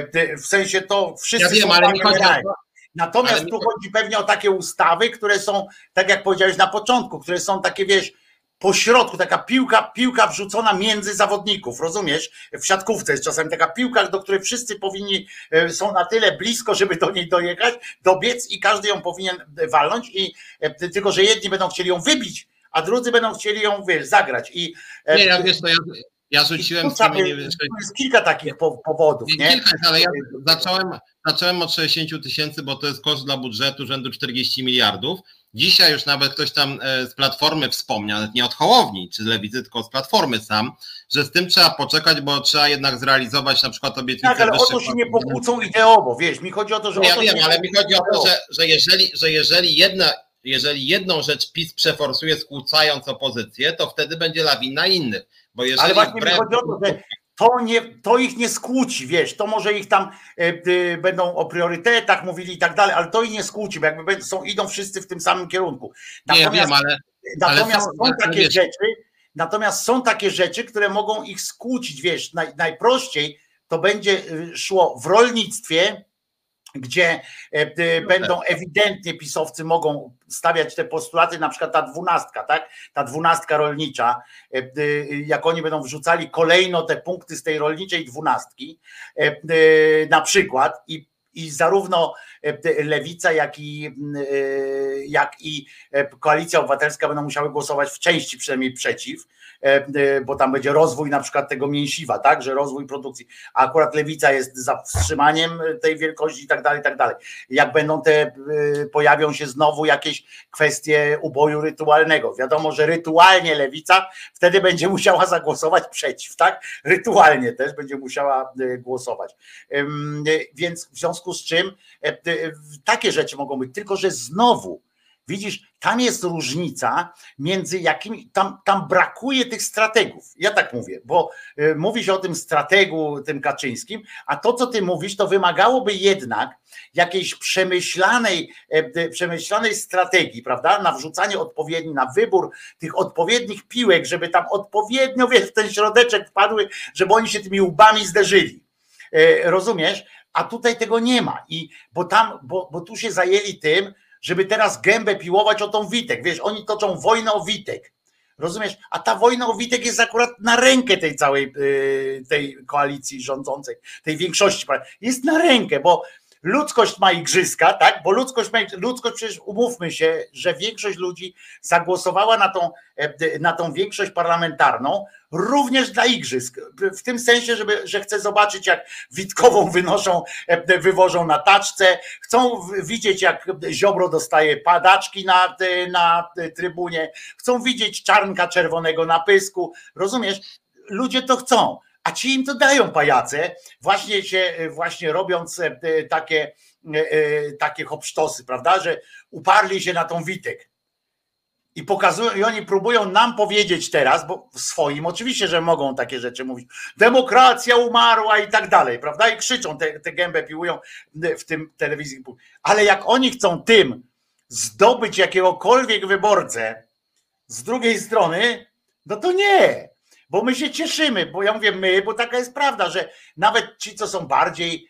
W sensie to wszyscy ja wiem, są ale tak nie chodzi o to. Natomiast ale tu nie... chodzi pewnie o takie ustawy, które są, tak jak powiedziałeś na początku, które są takie, wiesz, po środku, taka piłka, piłka wrzucona między zawodników, rozumiesz? W siatkówce jest czasami taka piłka, do której wszyscy powinni, są na tyle blisko, żeby do niej dojechać, dobiec i każdy ją powinien walnąć, i tylko że jedni będą chcieli ją wybić, a drudzy będą chcieli ją, wiesz, zagrać. I, nie, ja wiesz, to ja, ja rzuciłem tu jest kilka takich powodów. Nie, nie? Kilka, ale ja zacząłem, zacząłem od sześćdziesiąt tysięcy, bo to jest koszt dla budżetu rzędu czterdzieści miliardów. Dzisiaj już nawet ktoś tam z Platformy wspomniał, nawet nie od Hołowni czy Lewicy, tylko z Platformy sam, że z tym trzeba poczekać, bo trzeba jednak zrealizować na przykład obietnicę. Tak, ale o to się nie pokłócą ideowo, wiesz, mi chodzi o to, że... Ja o to wiem, nie ale mi chodzi o to, że, że jeżeli, że jeżeli jedna... Jeżeli jedną rzecz PiS przeforsuje, skłócając opozycję, to wtedy będzie lawina innych. Bo jeżeli ale właśnie wbrew... mi chodzi o to, że to, nie, to ich nie skłóci, wiesz, to może ich tam y, y, będą o priorytetach mówili i tak dalej, ale to ich nie skłóci, bo jakby są, idą wszyscy w tym samym kierunku. Natomiast, nie wiem, ale, natomiast ale są, są takie wiesz, rzeczy, natomiast są takie rzeczy, które mogą ich skłócić, wiesz, naj, najprościej to będzie szło w rolnictwie, gdzie no będą tak. ewidentnie pisowcy mogą stawiać te postulaty, na przykład ta dwunastka, tak? Ta dwunastka rolnicza, jak oni będą wrzucali kolejno te punkty z tej rolniczej dwunastki, na przykład, i, i zarówno Lewica, jak i, jak i Koalicja Obywatelska będą musiały głosować w części przynajmniej przeciw, bo tam będzie rozwój na przykład tego mięsiwa, tak, że rozwój produkcji, a akurat Lewica jest za wstrzymaniem tej wielkości i tak dalej, i tak dalej. Jak będą te, pojawią się znowu jakieś kwestie uboju rytualnego. Wiadomo, że rytualnie Lewica wtedy będzie musiała zagłosować przeciw, tak? Rytualnie też będzie musiała głosować. Więc w związku z czym takie rzeczy mogą być, tylko że znowu widzisz, tam jest różnica między jakimi, tam, tam brakuje tych strategów. Ja tak mówię, bo y, mówi się o tym strategu, tym Kaczyńskim, a to, co ty mówisz, to wymagałoby jednak jakiejś przemyślanej, y, przemyślanej strategii, prawda? Na wrzucanie odpowiedni, na wybór tych odpowiednich piłek, żeby tam odpowiednio, wiesz, w ten środeczek wpadły, żeby oni się tymi łbami zderzyli. Y, rozumiesz? A tutaj tego nie ma. I bo tam, bo, bo tu się zajęli tym, żeby teraz gębę piłować o tą Witek. Wiesz, oni toczą wojnę o Witek. Rozumiesz? A ta wojna o Witek jest akurat na rękę tej całej tej koalicji rządzącej, tej większości. Jest na rękę, bo ludzkość ma igrzyska, tak? Bo ludzkość ma, ludzkość przecież umówmy się, że większość ludzi zagłosowała na tą, na tą większość parlamentarną również dla igrzysk. W tym sensie, żeby, że chce zobaczyć, jak Witkową wynoszą, wywożą na taczce, chcą widzieć, jak Ziobro dostaje padaczki na, na trybunie, chcą widzieć Czarnka czerwonego na pysku. Rozumiesz? Ludzie to chcą. A ci im to dają pajace, właśnie się, właśnie robiąc takie, takie hopsztosy, prawda, że uparli się na tą Witek. I pokazują, i oni próbują nam powiedzieć teraz, bo swoim oczywiście, że mogą takie rzeczy mówić, demokracja umarła i tak dalej, prawda, i krzyczą, te, te gębę piłują w tym telewizji. Ale jak oni chcą tym zdobyć jakiegokolwiek wyborcę z drugiej strony, no to nie. Bo my się cieszymy, bo ja mówię my, bo taka jest prawda, że nawet ci, co są bardziej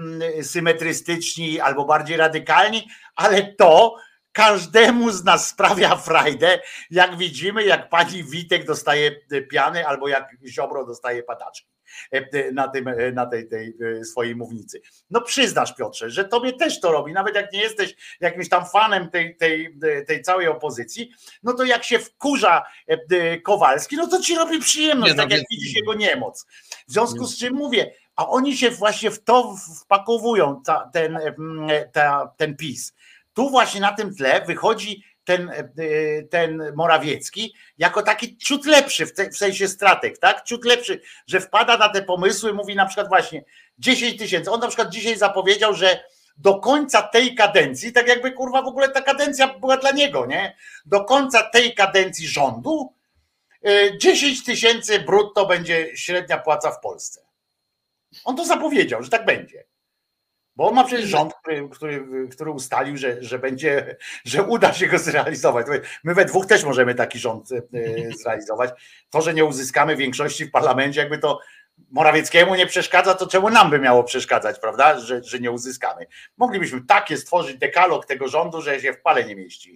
symetrystyczni albo bardziej radykalni, ale to każdemu z nas sprawia frajdę, jak widzimy, jak pani Witek dostaje piany albo jak Ziobro dostaje padaczki na, tym, na tej, tej swojej mównicy. No przyznasz, Piotrze, że tobie też to robi, nawet jak nie jesteś jakimś tam fanem tej, tej, tej całej opozycji, no to jak się wkurza Kowalski, no to ci robi przyjemność, nie, tak no, jak widzisz jego niemoc. W związku z czym mówię, a oni się właśnie w to wpakowują, ta, ten, ta, ten PiS. Tu właśnie na tym tle wychodzi ten, ten Morawiecki jako taki ciut lepszy, w, te, w sensie strateg, tak? Ciut lepszy, że wpada na te pomysły, mówi na przykład właśnie dziesięć tysięcy. On na przykład dzisiaj zapowiedział, że do końca tej kadencji, tak jakby kurwa w ogóle ta kadencja była dla niego, nie? Do końca tej kadencji rządu dziesięć tysięcy brutto będzie średnia płaca w Polsce. On to zapowiedział, że tak będzie. Bo on ma przecież rząd, który, który, który ustalił, że, że będzie, że uda się go zrealizować. My we dwóch też możemy taki rząd zrealizować. To, że nie uzyskamy większości w parlamencie, jakby to Morawieckiemu nie przeszkadza, to czemu nam by miało przeszkadzać, prawda? Że, że nie uzyskamy. Moglibyśmy takie stworzyć dekalog tego rządu, że się w pale nie mieści.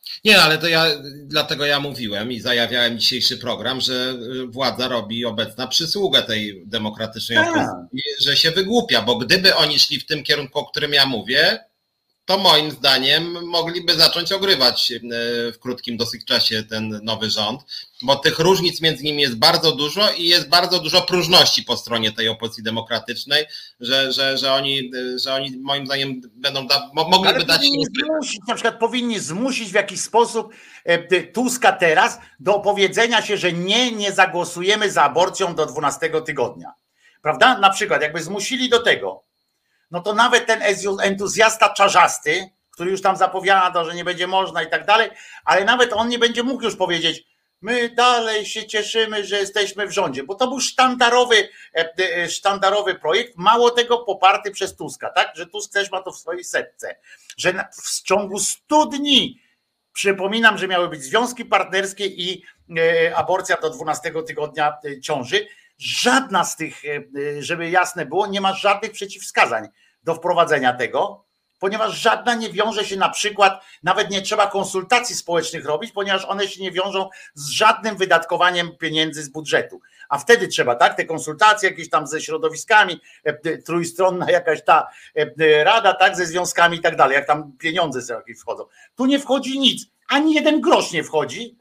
Nie, ale to ja, dlatego ja mówiłem i zajawiałem dzisiejszy program, że władza robi obecna przysługę tej demokratycznej opozycji, że się wygłupia, bo gdyby oni szli w tym kierunku, o którym ja mówię, to moim zdaniem mogliby zacząć ogrywać w krótkim dosyć czasie ten nowy rząd, bo tych różnic między nimi jest bardzo dużo i jest bardzo dużo próżności po stronie tej opozycji demokratycznej, że, że, że, oni, że oni moim zdaniem będą da, mogliby Ale dać... Zmusić, na przykład powinni zmusić w jakiś sposób Tuska teraz do opowiedzenia się, że nie, nie zagłosujemy za aborcją do dwunastego tygodnia. Prawda? Na przykład jakby zmusili do tego, no to nawet ten entuzjasta czarzasty, który już tam zapowiada, że nie będzie można i tak dalej, ale nawet on nie będzie mógł już powiedzieć, my dalej się cieszymy, że jesteśmy w rządzie, bo to był sztandarowy, sztandarowy projekt, mało tego poparty przez Tuska, tak, że Tusk też ma to w swojej setce, że w ciągu stu dni, przypominam, że miały być związki partnerskie i aborcja do dwunastego tygodnia ciąży, żadna z tych, żeby jasne było, nie ma żadnych przeciwwskazań do wprowadzenia tego, ponieważ żadna nie wiąże się na przykład, nawet nie trzeba konsultacji społecznych robić, ponieważ one się nie wiążą z żadnym wydatkowaniem pieniędzy z budżetu. A wtedy trzeba, tak, te konsultacje jakieś tam ze środowiskami, trójstronna jakaś ta rada, tak, ze związkami i tak dalej, jak tam pieniądze jakieś wchodzą. Tu nie wchodzi nic, ani jeden grosz nie wchodzi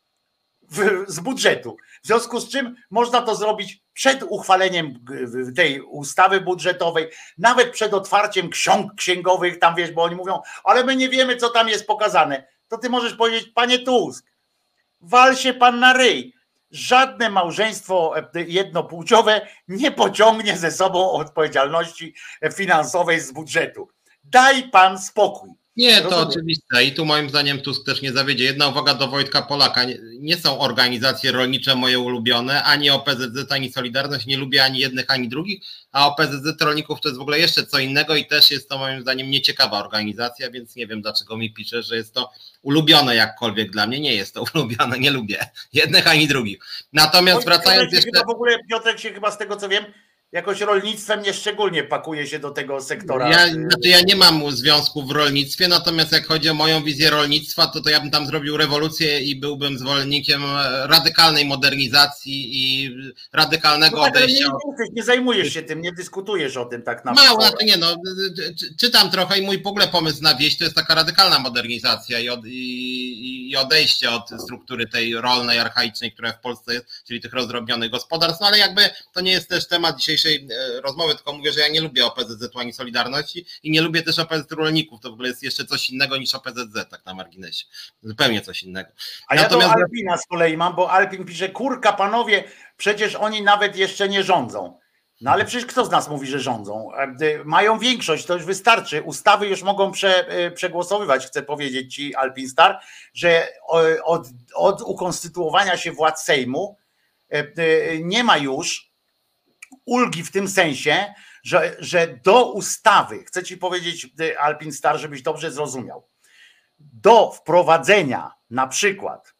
w, z budżetu. W związku z czym można to zrobić przed uchwaleniem tej ustawy budżetowej, nawet przed otwarciem ksiąg księgowych, tam wiesz, bo oni mówią, ale my nie wiemy, co tam jest pokazane. To ty możesz powiedzieć, panie Tusk, wal się pan na ryj. Żadne małżeństwo jednopłciowe nie pociągnie ze sobą odpowiedzialności finansowej z budżetu. Daj pan spokój. Nie, to Rozumiem. Oczywiste i tu moim zdaniem Tusk też nie zawiedzie. Jedna uwaga do Wojtka Polaka. Nie, nie są organizacje rolnicze moje ulubione, ani O P Z Z, ani Solidarność. Nie lubię ani jednych, ani drugich, a O P Z Z rolników to jest w ogóle jeszcze co innego i też jest to moim zdaniem nieciekawa organizacja, więc nie wiem dlaczego mi pisze, że jest to ulubione jakkolwiek dla mnie. Nie jest to ulubione, nie lubię jednych ani drugich. Natomiast Wojtek wracając jeszcze... Chyba w ogóle Piotrek się chyba z tego co wiem, jakoś rolnictwem nieszczególnie pakuje się do tego sektora. Ja, znaczy ja nie mam związku w rolnictwie, natomiast jak chodzi o moją wizję rolnictwa, to, to ja bym tam zrobił rewolucję i byłbym zwolennikiem radykalnej modernizacji i radykalnego no tak, odejścia. Nie, nie zajmujesz się tym, nie dyskutujesz o tym tak naprawdę. Mało, znaczy nie no, czytam trochę i mój w ogóle pomysł na wieś to jest taka radykalna modernizacja i, od, i, i odejście od struktury tej rolnej, archaicznej, która w Polsce jest, czyli tych rozdrobnionych gospodarstw, no ale jakby to nie jest też temat dzisiejszej rozmowy, tylko mówię, że ja nie lubię O P Z Z ani Solidarności i nie lubię też O P Z Z rolników, to w ogóle jest jeszcze coś innego niż O P Z Z, tak na marginesie, zupełnie coś innego. A Natomiast... ja do Alpina z kolei mam, bo Alpin pisze, kurka panowie, przecież oni nawet jeszcze nie rządzą. No ale przecież kto z nas mówi, że rządzą? Mają większość, to już wystarczy, ustawy już mogą prze, przegłosowywać, chcę powiedzieć ci Alpin Star, że od, od ukonstytuowania się władz Sejmu nie ma już ulgi w tym sensie, że, że do ustawy, chcę ci powiedzieć Alpin Star, żebyś dobrze zrozumiał, do wprowadzenia na przykład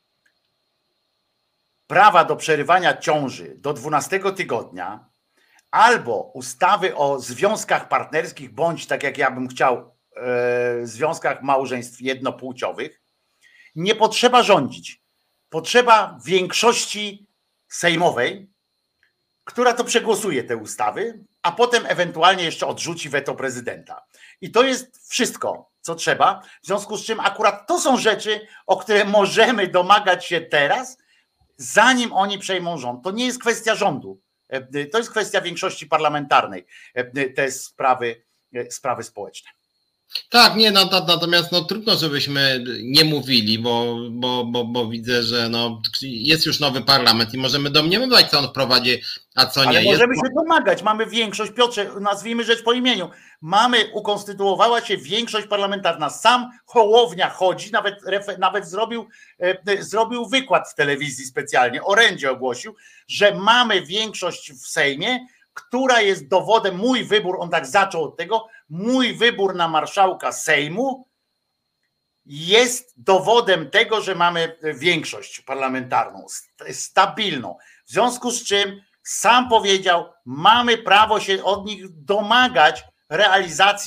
prawa do przerywania ciąży do dwunastego tygodnia albo ustawy o związkach partnerskich, bądź tak jak ja bym chciał, e, związkach małżeństw jednopłciowych, nie potrzeba rządzić. Potrzeba większości sejmowej, która to przegłosuje te ustawy, a potem ewentualnie jeszcze odrzuci weto prezydenta. I to jest wszystko, co trzeba, w związku z czym akurat to są rzeczy, o które możemy domagać się teraz, zanim oni przejmą rząd. To nie jest kwestia rządu, to jest kwestia większości parlamentarnej, te sprawy, sprawy społeczne. Tak, nie, no, natomiast no, trudno, żebyśmy nie mówili, bo, bo, bo, bo widzę, że no, jest już nowy parlament i możemy domniemywać, co on wprowadzi, a co nie. Ale możemy jest... się domagać, mamy większość, Piotrze, nazwijmy rzecz po imieniu, mamy, ukonstytuowała się większość parlamentarna, sam Hołownia chodzi, nawet, nawet zrobił, e, zrobił wykład w telewizji specjalnie, orędzie ogłosił, że mamy większość w Sejmie, która jest dowodem, mój wybór, on tak zaczął od tego, mój wybór na marszałka Sejmu jest dowodem tego, że mamy większość parlamentarną, stabilną. W związku z czym sam powiedział, mamy prawo się od nich domagać realizacji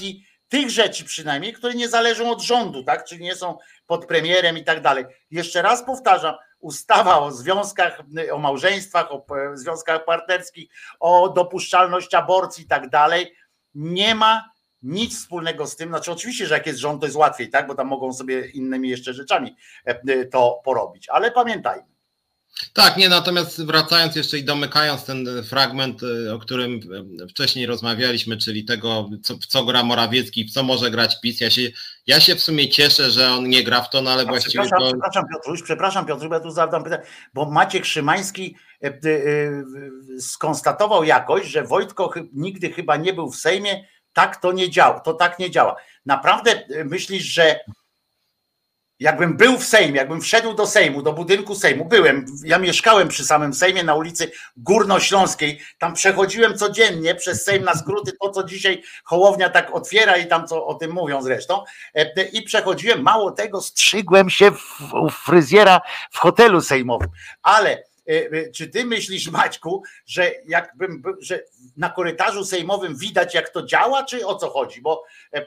tych rzeczy przynajmniej, które nie zależą od rządu, tak? Czyli nie są pod premierem i tak dalej. Jeszcze raz powtarzam, ustawa o związkach, o małżeństwach, o związkach partnerskich, o dopuszczalności aborcji i tak dalej, nie ma nic wspólnego z tym. Znaczy oczywiście, że jak jest rząd, to jest łatwiej, tak? Bo tam mogą sobie innymi jeszcze rzeczami to porobić, ale pamiętajmy. Tak, nie, natomiast wracając jeszcze i domykając ten fragment, o którym wcześniej rozmawialiśmy, czyli tego, co, w co gra Morawiecki, w co może grać PiS, ja się, ja się w sumie cieszę, że on nie gra w to, no ale A właściwie przepraszam, to... Przepraszam Piotruś, przepraszam Piotruś, bo ja tu zadam pytanie, bo Maciek Szymański skonstatował jakoś, że Wojtko nigdy chyba nie był w Sejmie, tak to nie działa, to tak nie działa. Naprawdę myślisz, że jakbym był w Sejmie, jakbym wszedł do Sejmu, do budynku Sejmu, byłem, ja mieszkałem przy samym Sejmie na ulicy Górnośląskiej, tam przechodziłem codziennie przez Sejm na skróty, to co dzisiaj Hołownia tak otwiera i tam co o tym mówią zresztą, i przechodziłem, mało tego, strzygłem się u fryzjera w hotelu sejmowym, ale czy ty myślisz, Maćku, że jakbym, że na korytarzu sejmowym widać jak to działa, czy o co chodzi, bo,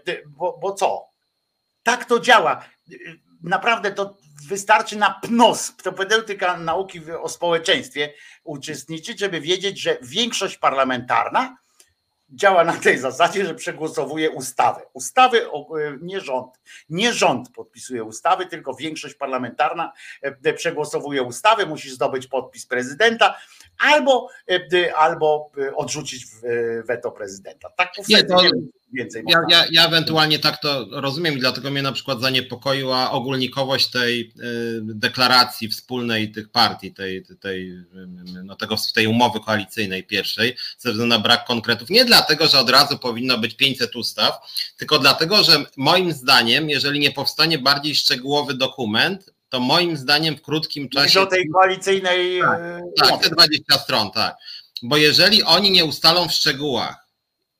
bo, bo co? Tak to działa. Naprawdę to wystarczy na P N O S, propedeutyka nauki o społeczeństwie, uczestniczyć, żeby wiedzieć, że większość parlamentarna działa na tej zasadzie, że przegłosowuje ustawy. Ustawy, nie rząd. Nie rząd podpisuje ustawy, tylko większość parlamentarna przegłosowuje ustawy, musi zdobyć podpis prezydenta albo, albo odrzucić weto prezydenta. Tak nie, to... Więcej ja, ja, ja ewentualnie tak to rozumiem i dlatego mnie na przykład zaniepokoiła ogólnikowość tej y, deklaracji wspólnej tych partii, tej, tej, no tego, tej umowy koalicyjnej pierwszej, ze względu na brak konkretów. Nie dlatego, że od razu powinno być pięćset ustaw, tylko dlatego, że moim zdaniem, jeżeli nie powstanie bardziej szczegółowy dokument, to moim zdaniem w krótkim czasie... Mówisz o tej koalicyjnej... Tak, tak, te dwadzieścia stron, tak. Bo jeżeli oni nie ustalą w szczegółach,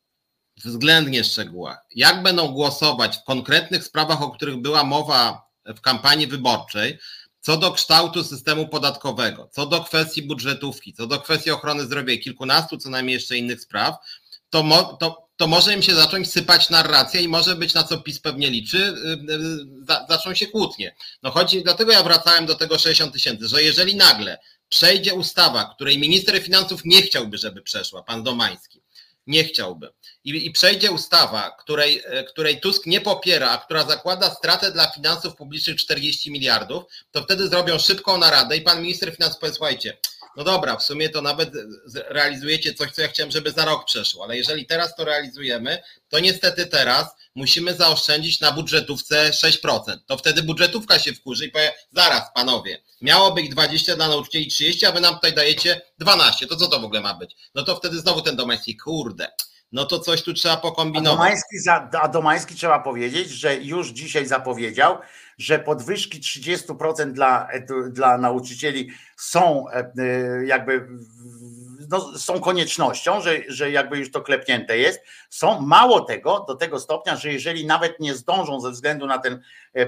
względnie szczegółach, jak będą głosować w konkretnych sprawach, o których była mowa w kampanii wyborczej, co do kształtu systemu podatkowego, co do kwestii budżetówki, co do kwestii ochrony zdrowia i kilkunastu co najmniej jeszcze innych spraw, to, mo, to, to może im się zacząć sypać narracja i może być, na co PiS pewnie liczy, yy, yy, za, zaczną się kłótnie. No chodzi, dlatego ja wracałem do tego sześćdziesiąt tysięcy, że jeżeli nagle przejdzie ustawa, której minister finansów nie chciałby, żeby przeszła, pan Domański, nie chciałby. I, I przejdzie ustawa, której, której Tusk nie popiera, a która zakłada stratę dla finansów publicznych czterdzieści miliardów, to wtedy zrobią szybką naradę i pan minister finansów powie, słuchajcie, no dobra, w sumie to nawet realizujecie coś, co ja chciałem, żeby za rok przeszło, ale jeżeli teraz to realizujemy, to niestety teraz musimy zaoszczędzić na budżetówce sześć procent. To wtedy budżetówka się wkurzy i powie, zaraz panowie, miało być dwadzieścia dla nauczycieli, trzydzieści, a wy nam tutaj dajecie dwanaście, to co to w ogóle ma być? No to wtedy znowu ten Domański, kurde, no to coś tu trzeba pokombinować. A Domański, a Domański trzeba powiedzieć, że już dzisiaj zapowiedział, że podwyżki trzydzieści procent dla, dla nauczycieli są jakby no, są koniecznością, że, że jakby już to klepnięte jest. Są mało tego, do tego stopnia, że jeżeli nawet nie zdążą ze względu na ten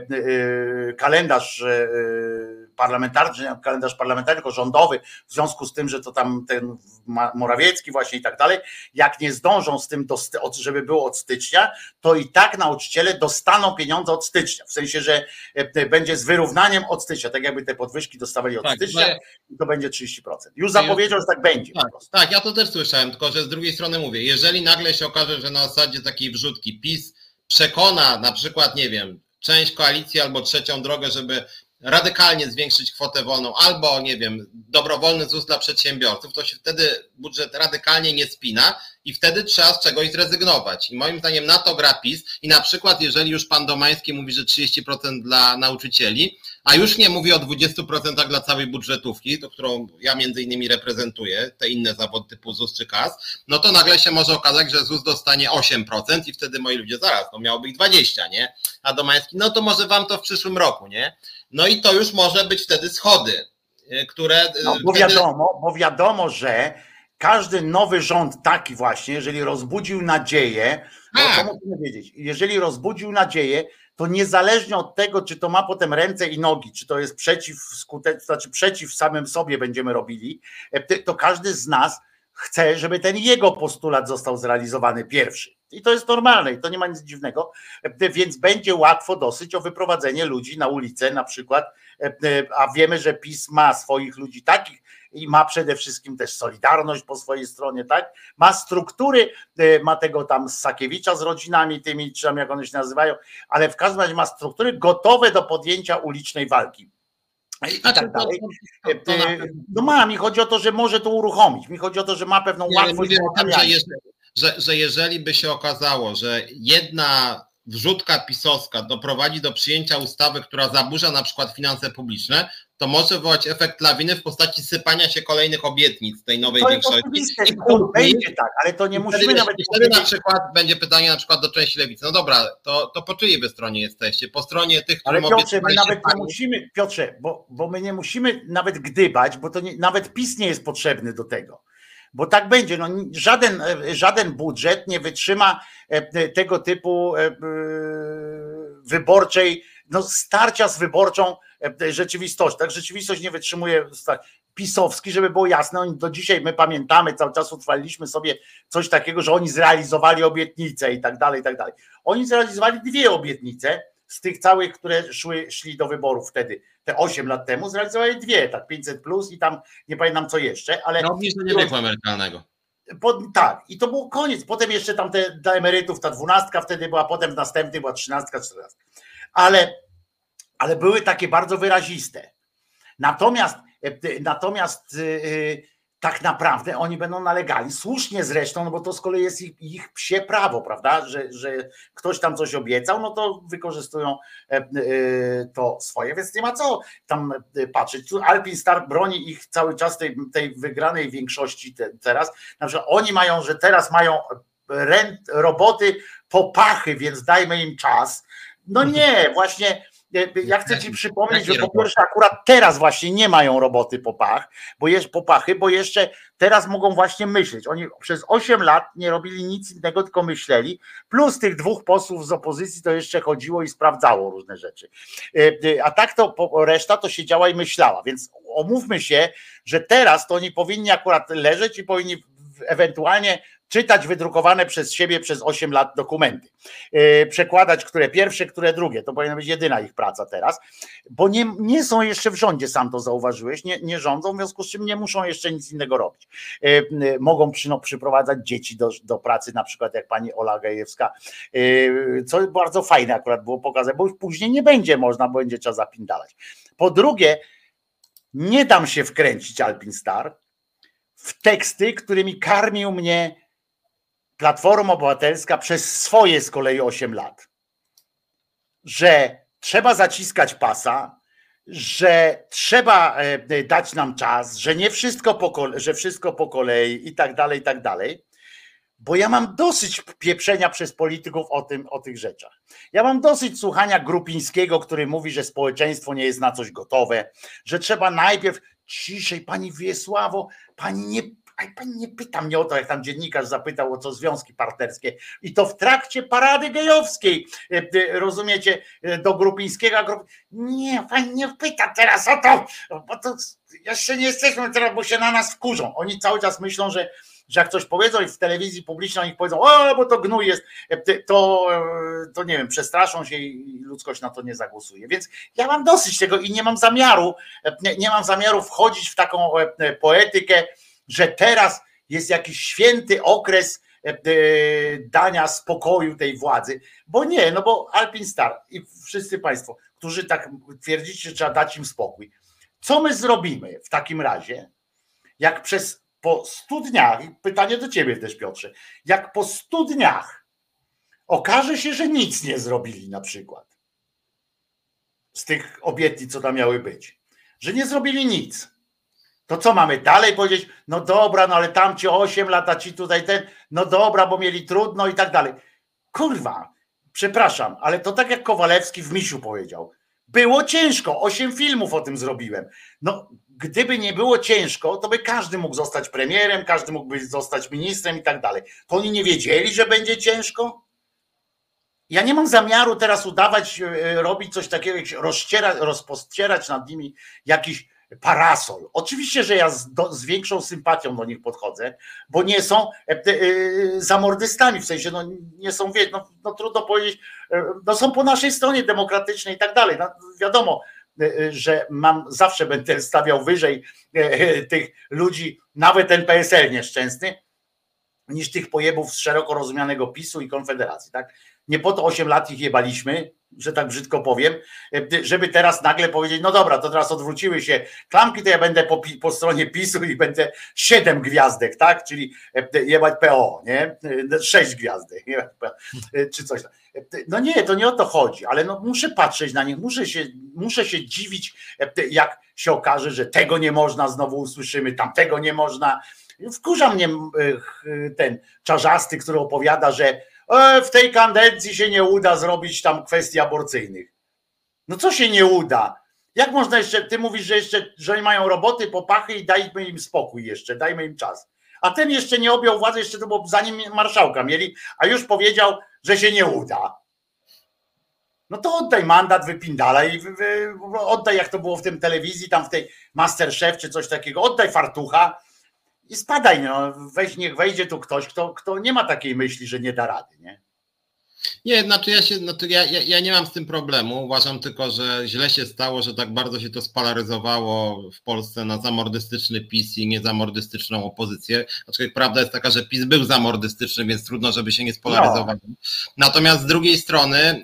kalendarz parlamentarny, kalendarz parlamentarny, tylko rządowy, w związku z tym, że to tam ten Morawiecki właśnie i tak dalej, jak nie zdążą z tym, żeby było od stycznia, to i tak nauczyciele dostaną pieniądze od stycznia, w sensie, że będzie z wyrównaniem od stycznia, tak jakby te podwyżki dostawali od tak, stycznia ja... i to będzie trzydzieści procent. Już zapowiedział, że tak będzie. Tak, tak, ja to też słyszałem, tylko że z drugiej strony mówię, jeżeli nagle się okaże, że na zasadzie takiej wrzutki PiS przekona na przykład, nie wiem, część koalicji albo trzecią drogę, żeby radykalnie zwiększyć kwotę wolną albo, nie wiem, dobrowolny ZUS dla przedsiębiorców, to się wtedy budżet radykalnie nie spina i wtedy trzeba z czegoś zrezygnować. I moim zdaniem na to gra PiS i na przykład jeżeli już pan Domański mówi, że trzydzieści procent dla nauczycieli, a już nie mówi o dwudziestu procentach dla całej budżetówki, to którą ja między innymi reprezentuję, te inne zawody typu ZUS czy K A S, no to nagle się może okazać, że ZUS dostanie osiem procent i wtedy moi ludzie zaraz, no miałoby ich dwadzieścia, nie? A Domański, no to może wam to w przyszłym roku, nie? No i to już może być wtedy schody, które... No, bo, wtedy... wiadomo, bo wiadomo, że każdy nowy rząd taki właśnie, jeżeli rozbudził nadzieję, bo co musimy wiedzieć, jeżeli rozbudził nadzieję, to niezależnie od tego, czy to ma potem ręce i nogi, czy to jest przeciw skutecz, znaczy przeciw samym sobie będziemy robili, to każdy z nas chce, żeby ten jego postulat został zrealizowany pierwszy. I to jest normalne i to nie ma nic dziwnego, więc będzie łatwo dosyć o wyprowadzenie ludzi na ulicę na przykład, a wiemy, że PiS ma swoich ludzi takich i ma przede wszystkim też Solidarność po swojej stronie, tak? Ma struktury, ma tego tam Sakiewicza z rodzinami tymi, czy tam jak one się nazywają, ale w każdym razie ma struktury gotowe do podjęcia ulicznej walki. I tak dalej. No ma, mi chodzi o to, że może to uruchomić. Mi chodzi o to, że ma pewną nie, łatwość. Mówię o tym, że, jest, że, że jeżeli by się okazało, że jedna wrzutka pisowska doprowadzi do przyjęcia ustawy, która zaburza na przykład finanse publiczne, to może wywołać efekt lawiny w postaci sypania się kolejnych obietnic tej nowej to większości. I to będzie tak, ale to nie I musimy wtedy, nawet... I wtedy na przykład będzie pytanie na przykład do części lewicy. No dobra, to, to po czyjej wy stronie jesteście? Po stronie tych, którym Ale Piotrze, my nawet pani... nie musimy, Piotrze, bo, bo my nie musimy nawet gdybać, bo to nie, nawet PiS nie jest potrzebny do tego. Bo tak będzie, no, żaden, żaden budżet nie wytrzyma tego typu wyborczej, no, starcia z wyborczą rzeczywistością. Tak, rzeczywistość nie wytrzymuje pisowski, żeby było jasne, oni do dzisiaj my pamiętamy, cały czas utrwaliliśmy sobie coś takiego, że oni zrealizowali obietnice i tak dalej, i tak dalej. Oni zrealizowali dwie obietnice z tych całych, które szły, szli do wyborów wtedy, te osiem lat temu, zrealizowali dwie, tak pięćset plus i tam nie pamiętam co jeszcze, ale... No obniżenie wieku emerytalnego. Po, tak, i to był koniec. Potem jeszcze tam te, dla emerytów ta dwunastka wtedy była, potem następny była trzynastka, czternastka. Ale, ale były takie bardzo wyraziste. Natomiast, natomiast yy, tak naprawdę oni będą nalegali, słusznie zresztą, no bo to z kolei jest ich, ich psie prawo, prawda, że, że ktoś tam coś obiecał, no to wykorzystują yy, to swoje, więc nie ma co tam patrzeć. Tu Alpin Star broni ich cały czas tej, tej wygranej większości te, teraz, na przykład oni mają, że teraz mają rent, roboty po pachy, więc dajmy im czas. No nie, właśnie ja chcę ci przypomnieć, że po pierwsze akurat teraz właśnie nie mają roboty po pach, bo jest po pachy, bo jeszcze teraz mogą właśnie myśleć. Oni przez osiem lat nie robili nic innego, tylko myśleli, plus tych dwóch posłów z opozycji to jeszcze chodziło i sprawdzało różne rzeczy. A tak to reszta to siedziała i myślała, więc omówmy się, że teraz to oni powinni akurat leżeć i powinni ewentualnie czytać wydrukowane przez siebie przez osiem lat dokumenty, yy, przekładać które pierwsze, które drugie, to powinna być jedyna ich praca teraz, bo nie, nie są jeszcze w rządzie, sam to zauważyłeś, nie, nie rządzą, w związku z czym nie muszą jeszcze nic innego robić. Yy, yy, mogą przy, no, przyprowadzać dzieci do, do pracy, na przykład jak pani Ola Gajewska, yy, co bardzo fajne akurat było pokazane, bo już później nie będzie można, bo będzie trzeba zapindalać. Po drugie, nie dam się wkręcić Alpin Star w teksty, którymi karmił mnie Platforma Obywatelska przez swoje z kolei osiem lat, że trzeba zaciskać pasa, że trzeba dać nam czas, że nie wszystko po kolei, że wszystko po kolei i tak dalej, i tak dalej, bo ja mam dosyć pieprzenia przez polityków o tym, o tych rzeczach. Ja mam dosyć słuchania Grupińskiego, który mówi, że społeczeństwo nie jest na coś gotowe, że trzeba najpierw ciszej, pani Wiesławo, pani nie A pani nie pyta mnie o to, jak tam dziennikarz zapytał o co związki partnerskie. I to w trakcie parady gejowskiej, rozumiecie, do Grupińskiego. Nie, pani nie pyta teraz o to, bo to jeszcze nie jesteśmy teraz, bo się na nas wkurzą. Oni cały czas myślą, że, że jak coś powiedzą i w telewizji publicznej oni powiedzą, o, bo to gnój jest, to, to nie wiem, przestraszą się i ludzkość na to nie zagłosuje. Więc ja mam dosyć tego i nie mam zamiaru, nie, nie mam zamiaru wchodzić w taką poetykę, że teraz jest jakiś święty okres dania spokoju tej władzy, bo nie, no bo Alpin Star i wszyscy państwo, którzy tak twierdzicie, że trzeba dać im spokój. Co my zrobimy w takim razie, jak przez po stu dniach, i pytanie do ciebie też, Piotrze, jak po stu dniach okaże się, że nic nie zrobili na przykład z tych obietnic, co tam miały być, że nie zrobili nic. To co mamy dalej powiedzieć? No dobra, no ale tamci osiem lat, a ci tutaj ten, no dobra, bo mieli trudno i tak dalej. Kurwa, przepraszam, ale to tak jak Kowalewski w Misiu powiedział. Było ciężko, osiem filmów o tym zrobiłem. No gdyby nie było ciężko, to by każdy mógł zostać premierem, każdy mógłby zostać ministrem i tak dalej. To oni nie wiedzieli, że będzie ciężko? Ja nie mam zamiaru teraz udawać, robić coś takiego, rozścierać, rozpościerać nad nimi jakiś parasol. Oczywiście, że ja z, do, z większą sympatią do nich podchodzę, bo nie są e, e, zamordystami, w sensie no, nie są, wie, no, no trudno powiedzieć, e, no są po naszej stronie demokratycznej i tak dalej. No, wiadomo, e, że mam, zawsze będę stawiał wyżej e, tych ludzi, nawet ten P S L nieszczęsny, niż tych pojebów z szeroko rozumianego PiSu i Konfederacji. Tak? Nie po to osiem lat ich jebaliśmy, że tak brzydko powiem, żeby teraz nagle powiedzieć, no dobra, to teraz odwróciły się klamki, to ja będę po, po stronie PiSu i będę siedem gwiazdek, tak? Czyli jebać P O, nie? Sześć gwiazdek, czy coś tam. No nie, to nie o to chodzi, ale no muszę patrzeć na nich, muszę się, muszę się dziwić, jak się okaże, że tego nie można, znowu usłyszymy, tamtego nie można. Wkurza mnie ten Czarzasty, który opowiada, że w tej kadencji się nie uda zrobić tam kwestii aborcyjnych. No co się nie uda? Jak można jeszcze, ty mówisz, że jeszcze, że oni mają roboty, popachy i dajmy im spokój jeszcze, dajmy im czas. A ten jeszcze nie objął władzy, jeszcze to było zanim marszałka mieli, a już powiedział, że się nie uda. No to oddaj mandat, wypindalaj i wy, wy, oddaj, jak to było w tym telewizji, tam w tej Masterchef czy coś takiego, oddaj fartucha i spadaj, no, weź, niech wejdzie tu ktoś, kto, kto nie ma takiej myśli, że nie da rady, nie? Nie, znaczy ja się, znaczy ja, ja, ja nie mam z tym problemu, uważam tylko, że źle się stało, że tak bardzo się to spolaryzowało w Polsce na zamordystyczny PiS i niezamordystyczną opozycję, aczkolwiek prawda jest taka, że PiS był zamordystyczny, więc trudno, żeby się nie spolaryzował. No. Natomiast z drugiej strony,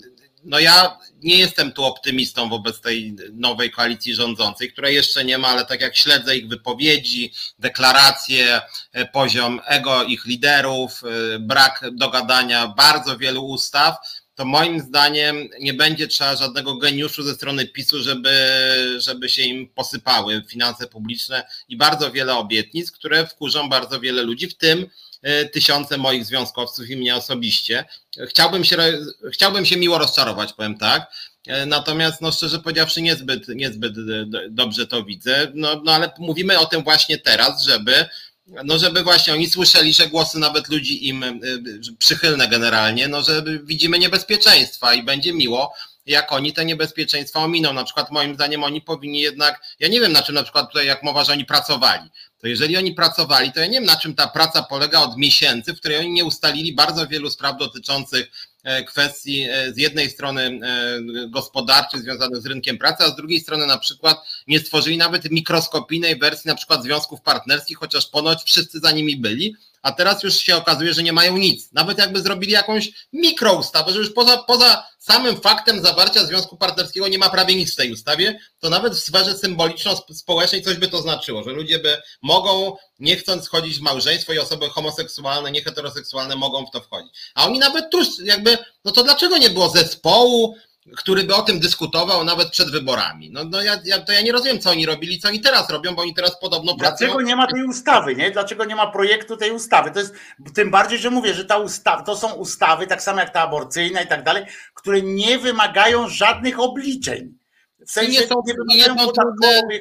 no ja nie jestem tu optymistą wobec tej nowej koalicji rządzącej, której jeszcze nie ma, ale tak jak śledzę ich wypowiedzi, deklaracje, poziom ego ich liderów, brak dogadania bardzo wielu ustaw, to moim zdaniem nie będzie trzeba żadnego geniuszu ze strony PiSu, żeby, żeby się im posypały finanse publiczne i bardzo wiele obietnic, które wkurzą bardzo wiele ludzi, w tym tysiące moich związkowców i mnie osobiście. Chciałbym się, chciałbym się miło rozczarować, powiem tak, natomiast no szczerze powiedziawszy niezbyt, niezbyt dobrze to widzę, no, no ale mówimy o tym właśnie teraz, żeby no żeby właśnie oni słyszeli, że głosy nawet ludzi im przychylne generalnie, no że widzimy niebezpieczeństwa i będzie miło, jak oni te niebezpieczeństwa ominą. Na przykład moim zdaniem oni powinni jednak, ja nie wiem na czym na przykład tutaj jak mowa, że oni pracowali, to jeżeli oni pracowali, to ja nie wiem na czym ta praca polega od miesięcy, w której oni nie ustalili bardzo wielu spraw dotyczących kwestii z jednej strony gospodarczych związanych z rynkiem pracy, a z drugiej strony na przykład nie stworzyli nawet mikroskopijnej wersji na przykład związków partnerskich, chociaż ponoć wszyscy za nimi byli, a teraz już się okazuje, że nie mają nic. Nawet jakby zrobili jakąś mikroustawę, że już poza, poza samym faktem zawarcia związku partnerskiego nie ma prawie nic w tej ustawie, to nawet w sferze symboliczno-społecznej coś by to znaczyło, że ludzie by mogą, nie chcąc wchodzić w małżeństwo i osoby homoseksualne, nieheteroseksualne mogą w to wchodzić. A oni nawet tuż jakby, no to dlaczego nie było zespołu, który by o tym dyskutował nawet przed wyborami? No, no ja, ja, to ja nie rozumiem, co oni robili, co oni teraz robią, bo oni teraz podobno Dlaczego pracują. nie ma tej ustawy, nie? Dlaczego nie ma projektu tej ustawy? To jest, tym bardziej, że mówię, że ta ustawa, to są ustawy, tak samo jak ta aborcyjna i tak dalej, które nie wymagają żadnych obliczeń. W sensie nie, są, nie wymagają nie, są podatkowych,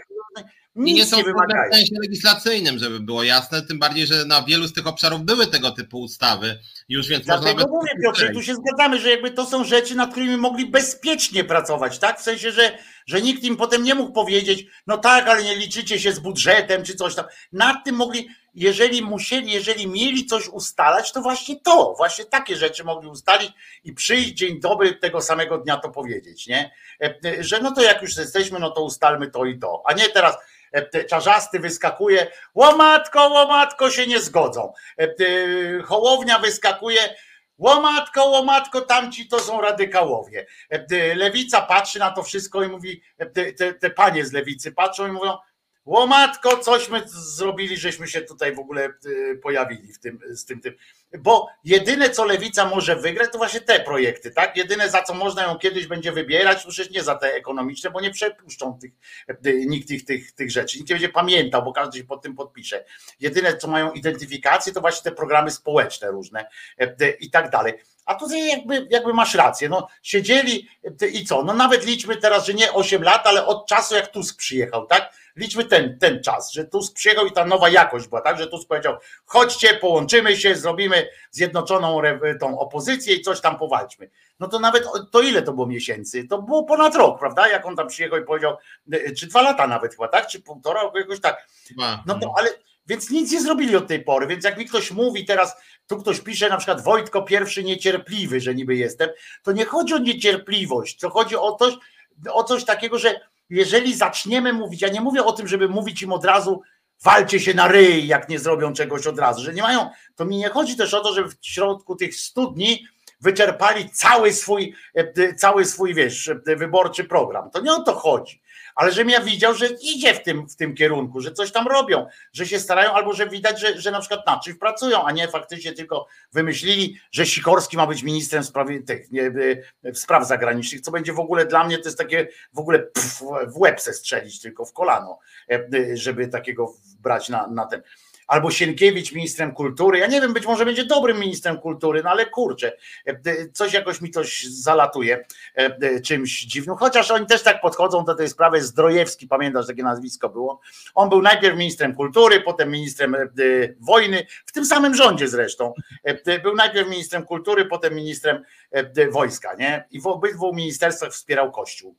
I nie są nie wymagają. w sensie legislacyjnym, żeby było jasne, tym bardziej, że na wielu z tych obszarów były tego typu ustawy już, więc Dlatego można mówię, Piotrze, tu się zgadzamy, że jakby to są rzeczy, nad którymi mogli bezpiecznie pracować, tak? W sensie, że, że nikt im potem nie mógł powiedzieć, no tak, ale nie liczycie się z budżetem czy coś tam. Nad tym mogli, jeżeli musieli, jeżeli mieli coś ustalać, to właśnie to, właśnie takie rzeczy mogli ustalić i przyjść dzień dobry tego samego dnia to powiedzieć, nie? Że no to jak już jesteśmy, no to ustalmy to i to, a nie teraz Czarzasty wyskakuje, łomatko, łomatko, się nie zgodzą. Hołownia wyskakuje, łomatko, łomatko, tamci to są radykałowie. Lewica patrzy na to wszystko i mówi, te, te, te panie z lewicy patrzą i mówią, łomatko, cośmy zrobili, żeśmy się tutaj w ogóle pojawili w tym, z tym, tym. Bo jedyne, co lewica może wygrać, to właśnie te projekty, tak? Jedyne, za co można ją kiedyś będzie wybierać, to przecież nie za te ekonomiczne, bo nie przepuszczą tych, nikt tych, tych, tych rzeczy. Nikt nie będzie pamiętał, bo każdy się pod tym podpisze. Jedyne, co mają identyfikację, to właśnie te programy społeczne różne i tak dalej. A tutaj jakby, jakby masz rację, no siedzieli i co? No nawet liczmy teraz, że nie osiem lat, ale od czasu jak Tusk przyjechał, tak? liczmy ten, ten czas, że Tusk przyjechał i ta nowa jakość była, tak, że Tusk powiedział, chodźcie, połączymy się, zrobimy zjednoczoną tą opozycję i coś tam powalczmy. No to nawet, to ile to było miesięcy? To było ponad rok, prawda? Jak on tam przyjechał i powiedział, czy dwa lata nawet chyba, tak? Czy półtora, jakoś tak. No to ale, więc nic nie zrobili od tej pory, więc jak mi ktoś mówi teraz, tu ktoś pisze na przykład Wojtko pierwszy niecierpliwy, że niby jestem, to nie chodzi o niecierpliwość, to chodzi o coś, o coś takiego, że jeżeli zaczniemy mówić, ja nie mówię o tym, żeby mówić im od razu, walcie się na ryj, jak nie zrobią czegoś od razu, że nie mają, to mi nie chodzi też o to, żeby w środku tych stu dni wyczerpali cały swój, cały swój, wiesz, wyborczy program. To nie o to chodzi. Ale żebym ja widział, że idzie w tym, w tym kierunku, że coś tam robią, że się starają, albo że widać, że, że na przykład nad czymś pracują, a nie faktycznie tylko wymyślili, że Sikorski ma być ministrem spraw, tych, nie, spraw zagranicznych, co będzie w ogóle dla mnie, to jest takie w ogóle pff, w łeb se strzelić tylko w kolano, żeby takiego brać na, na ten. Albo Sienkiewicz ministrem kultury, ja nie wiem, być może będzie dobrym ministrem kultury, no ale kurczę, coś jakoś mi coś zalatuje czymś dziwnym, chociaż oni też tak podchodzą do tej sprawy. Zdrojewski, pamiętasz, takie nazwisko było, on był najpierw ministrem kultury, potem ministrem wojny, w tym samym rządzie zresztą, był najpierw ministrem kultury, potem ministrem wojska, nie? I w obydwu ministerstwach wspierał Kościół,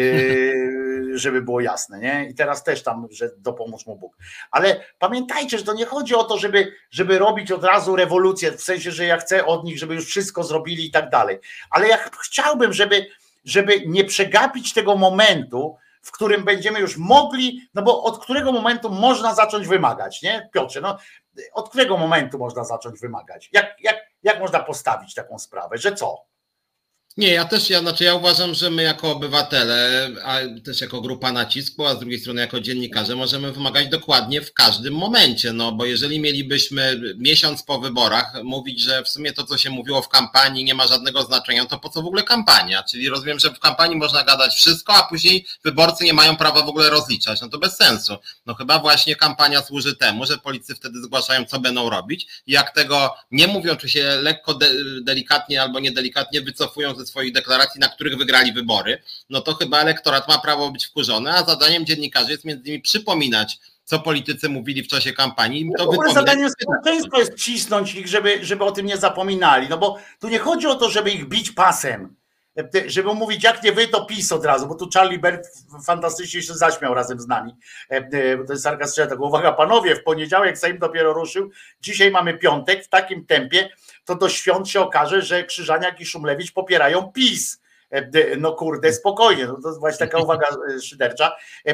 żeby było jasne, nie? I teraz też tam, że dopomóż mu Bóg. Ale pamiętajcie, że to nie chodzi o to, żeby, żeby robić od razu rewolucję, w sensie, że ja chcę od nich, żeby już wszystko zrobili i tak dalej. Ale ja chciałbym, żeby, żeby nie przegapić tego momentu, w którym będziemy już mogli, no bo od którego momentu można zacząć wymagać, nie? Piotrze, no od którego momentu można zacząć wymagać? Jak, jak, jak można postawić taką sprawę, że co? Nie, ja też, ja, znaczy ja uważam, że my jako obywatele, a też jako grupa Nacisku, a z drugiej strony jako dziennikarze możemy wymagać dokładnie w każdym momencie, no bo jeżeli mielibyśmy miesiąc po wyborach mówić, że w sumie to, co się mówiło w kampanii nie ma żadnego znaczenia, to po co w ogóle kampania? Czyli rozumiem, że w kampanii można gadać wszystko, a później wyborcy nie mają prawa w ogóle rozliczać, no to bez sensu. No chyba właśnie kampania służy temu, że politycy wtedy zgłaszają, co będą robić i jak tego nie mówią, czy się lekko de- delikatnie albo niedelikatnie wycofują ze swoich deklaracji, na których wygrali wybory, no to chyba elektorat ma prawo być wkurzony, a zadaniem dziennikarzy jest między innymi przypominać, co politycy mówili w czasie kampanii. To w ogóle zadaniem społeczeństwa jest cisnąć ich, żeby, żeby o tym nie zapominali, no bo tu nie chodzi o to, żeby ich bić pasem, żeby mówić, jak nie wy, to PiS od razu, bo tu Charlie Bert fantastycznie się zaśmiał razem z nami, to jest sarkastyczne, tak, uwaga panowie, w poniedziałek Sejm dopiero ruszył, dzisiaj mamy piątek, w takim tempie to do świąt się okaże, że Krzyżaniak i Szumlewicz popierają PiS. No kurde, spokojnie, no to jest właśnie taka uwaga szydercza.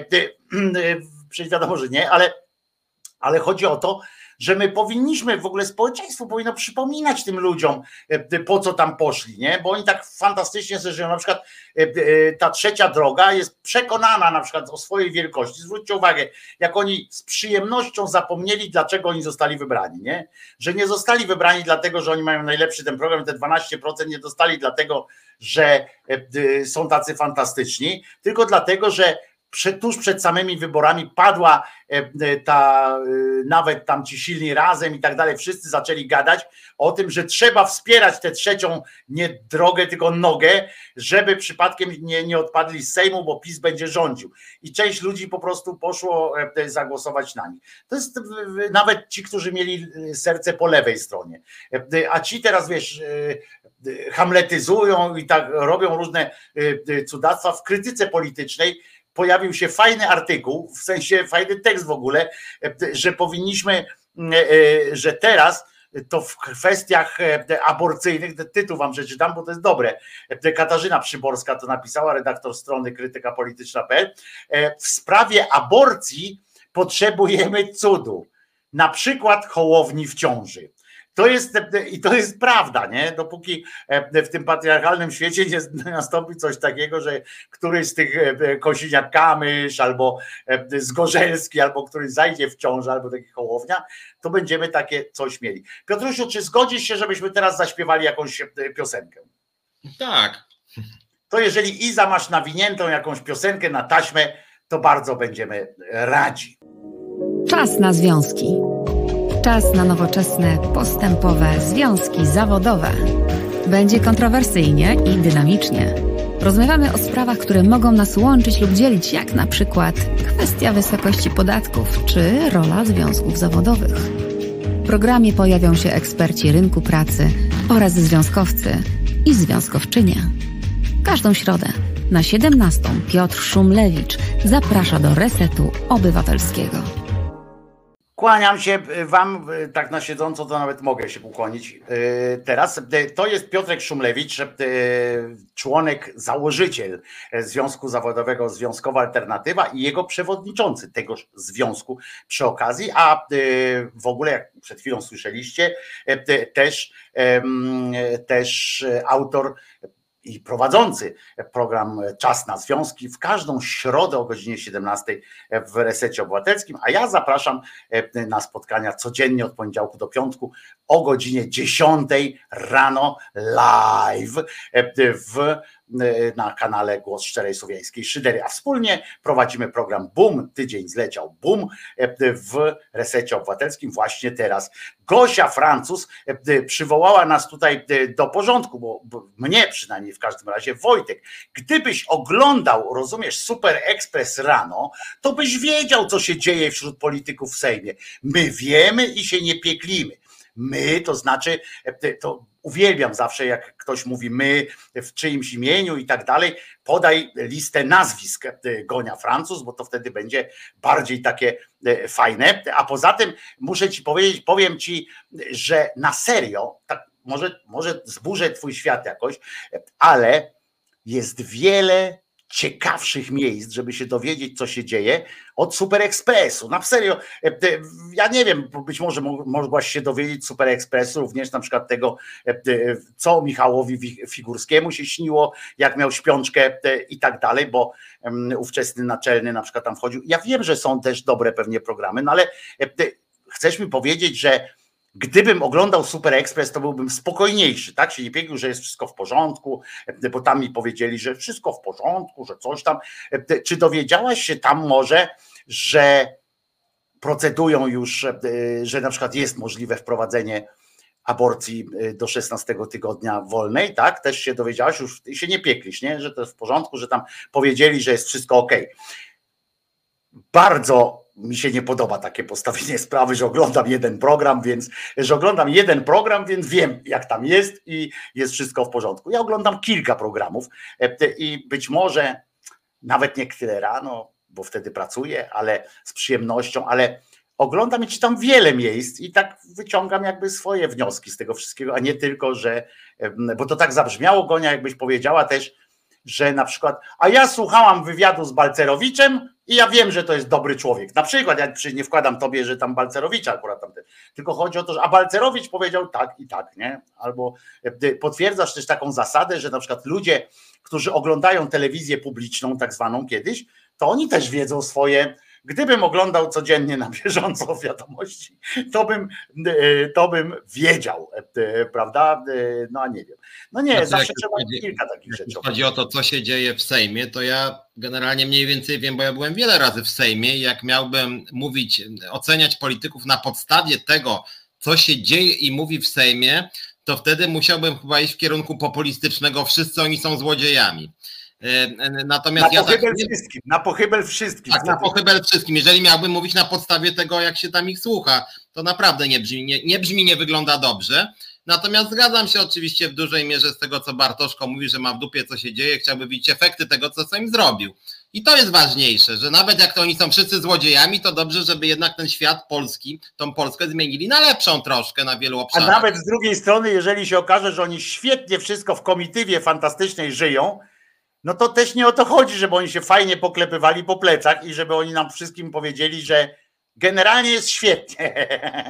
Przecież wiadomo, że nie, ale, ale chodzi o to, że my powinniśmy, w ogóle społeczeństwo powinno przypominać tym ludziom, po co tam poszli, nie? Bo oni tak fantastycznie sobie żyją. Na przykład ta trzecia droga jest przekonana na przykład o swojej wielkości. Zwróćcie uwagę, jak oni z przyjemnością zapomnieli, dlaczego oni zostali wybrani, nie? Że nie zostali wybrani dlatego, że oni mają najlepszy ten program, te dwanaście procent nie dostali dlatego, że są tacy fantastyczni, tylko dlatego, że tuż przed samymi wyborami padła ta, nawet tam ci silni razem i tak dalej, wszyscy zaczęli gadać o tym, że trzeba wspierać tę trzecią nie drogę, tylko nogę, żeby przypadkiem nie, nie odpadli z Sejmu, bo PiS będzie rządził. I część ludzi po prostu poszło zagłosować na nich. To jest nawet ci, którzy mieli serce po lewej stronie. A ci teraz, wiesz, hamletyzują i tak robią różne cudactwa w krytyce politycznej. Pojawił się fajny artykuł, w sensie fajny tekst w ogóle, że powinniśmy, że teraz to w kwestiach aborcyjnych, tytuł wam przeczytam, bo to jest dobre, Katarzyna Przyborska to napisała, redaktor strony krytyka polityczna kropka p l, w sprawie aborcji potrzebujemy cudu, na przykład Hołowni w ciąży. To jest, i to jest prawda, nie? Dopóki w tym patriarchalnym świecie nie nastąpi coś takiego, że któryś z tych Kosiniak-Kamysz albo Zgorzelski, albo któryś zajdzie w ciążę, albo taki Hołownia, to będziemy takie coś mieli. Piotrusiu, czy zgodzisz się, żebyśmy teraz zaśpiewali jakąś piosenkę? Tak. To jeżeli Iza masz nawiniętą jakąś piosenkę na taśmę, to bardzo będziemy radzi. Czas na związki. Czas na nowoczesne, postępowe związki zawodowe. Będzie kontrowersyjnie i dynamicznie. Rozmawiamy o sprawach, które mogą nas łączyć lub dzielić, jak na przykład kwestia wysokości podatków czy rola związków zawodowych. W programie pojawią się eksperci rynku pracy oraz związkowcy i związkowczynie. Każdą środę na siedemnastą Piotr Szumlewicz zaprasza do Resetu Obywatelskiego. Kłaniam się wam tak na siedząco, to nawet mogę się ukłonić teraz. To jest Piotrek Szumlewicz, członek, założyciel Związku Zawodowego Związkowa Alternatywa i jego przewodniczący tegoż związku przy okazji, a w ogóle, jak przed chwilą słyszeliście, też, też autor i prowadzący program Czas na Związki w każdą środę o godzinie siedemnastej w Resecie Obywatelskim, a ja zapraszam na spotkania codziennie od poniedziałku do piątku o godzinie dziesiątej rano live w na kanale Głos Szczerej Słowiańskiej Szydery, a wspólnie prowadzimy program Boom, tydzień zleciał Boom w Resecie Obywatelskim właśnie teraz. Gosia Francuz przywołała nas tutaj do porządku, bo mnie przynajmniej w każdym razie, Wojtek, gdybyś oglądał, rozumiesz, Super Express rano, to byś wiedział, co się dzieje wśród polityków w Sejmie. My wiemy i się nie pieklimy. My, to znaczy, to uwielbiam zawsze, jak ktoś mówi my w czyimś imieniu i tak dalej, podaj listę nazwisk Gonia Francuz, bo to wtedy będzie bardziej takie fajne. A poza tym muszę ci powiedzieć, powiem ci, że na serio, tak może, może zburzę twój świat jakoś, ale jest wiele ciekawszych miejsc, żeby się dowiedzieć, co się dzieje od Super Expressu. Na serio, ja nie wiem, być może mogłaś się dowiedzieć Super Expressu, również na przykład tego, co Michałowi Figurskiemu się śniło, jak miał śpiączkę i tak dalej, bo ówczesny naczelny na przykład tam wchodził. Ja wiem, że są też dobre pewnie programy, no ale chcesz mi powiedzieć, że gdybym oglądał Super Express, to byłbym spokojniejszy, tak? Się nie piekł, że jest wszystko w porządku, bo tam mi powiedzieli, że wszystko w porządku, że coś tam. Czy dowiedziałaś się tam może, że procedują już, że na przykład jest możliwe wprowadzenie aborcji do szesnastego tygodnia wolnej, tak? Też się dowiedziałaś, już się nie piekliś, nie? Że to jest w porządku, że tam powiedzieli, że jest wszystko okej. Bardzo mi się nie podoba takie postawienie sprawy, że oglądam jeden program, więc że oglądam jeden program, więc wiem, jak tam jest i jest wszystko w porządku. Ja oglądam kilka programów i być może nawet nie tyle rano, bo wtedy pracuję, ale z przyjemnością, ale oglądam i czytam wiele miejsc i tak wyciągam jakby swoje wnioski z tego wszystkiego, a nie tylko, że, bo to tak zabrzmiało, Gonia, jakbyś powiedziała też, że na przykład, a ja słuchałam wywiadu z Balcerowiczem i ja wiem, że to jest dobry człowiek. Na przykład, ja nie wkładam tobie, że tam Balcerowicza akurat tam, tylko chodzi o to, że a Balcerowicz powiedział tak i tak, nie? Albo potwierdzasz też taką zasadę, że na przykład ludzie, którzy oglądają telewizję publiczną, tak zwaną kiedyś, to oni też wiedzą swoje. Gdybym oglądał codziennie na bieżąco wiadomości, to bym, to bym wiedział, prawda? No a nie wiem. No nie, znaczy, zawsze trzeba chodzi, kilka takich rzeczy. Jeśli chodzi o to, co się dzieje w Sejmie, to ja generalnie mniej więcej wiem, bo ja byłem wiele razy w Sejmie i jak miałbym mówić, oceniać polityków na podstawie tego, co się dzieje i mówi w Sejmie, to wtedy musiałbym chyba iść w kierunku populistycznego, wszyscy oni są złodziejami. Natomiast na pochybel ja tak, wszystkim, na pochybel wszystkim. Tak, na pochybel wszystkim. Jeżeli miałbym mówić na podstawie tego, jak się tam ich słucha, to naprawdę nie brzmi, nie, nie brzmi, nie wygląda dobrze. Natomiast zgadzam się oczywiście w dużej mierze z tego, co Bartoszko mówi, że ma w dupie, co się dzieje, chciałby widzieć efekty tego, co Sejm zrobił. I to jest ważniejsze, że nawet jak to oni są wszyscy złodziejami, to dobrze, żeby jednak ten świat polski, tą Polskę zmienili na lepszą troszkę na wielu obszarach. A nawet z drugiej strony, jeżeli się okaże, że oni świetnie wszystko w komitywie fantastycznej żyją, no to też nie o to chodzi, żeby oni się fajnie poklepywali po plecach i żeby oni nam wszystkim powiedzieli, że generalnie jest świetnie.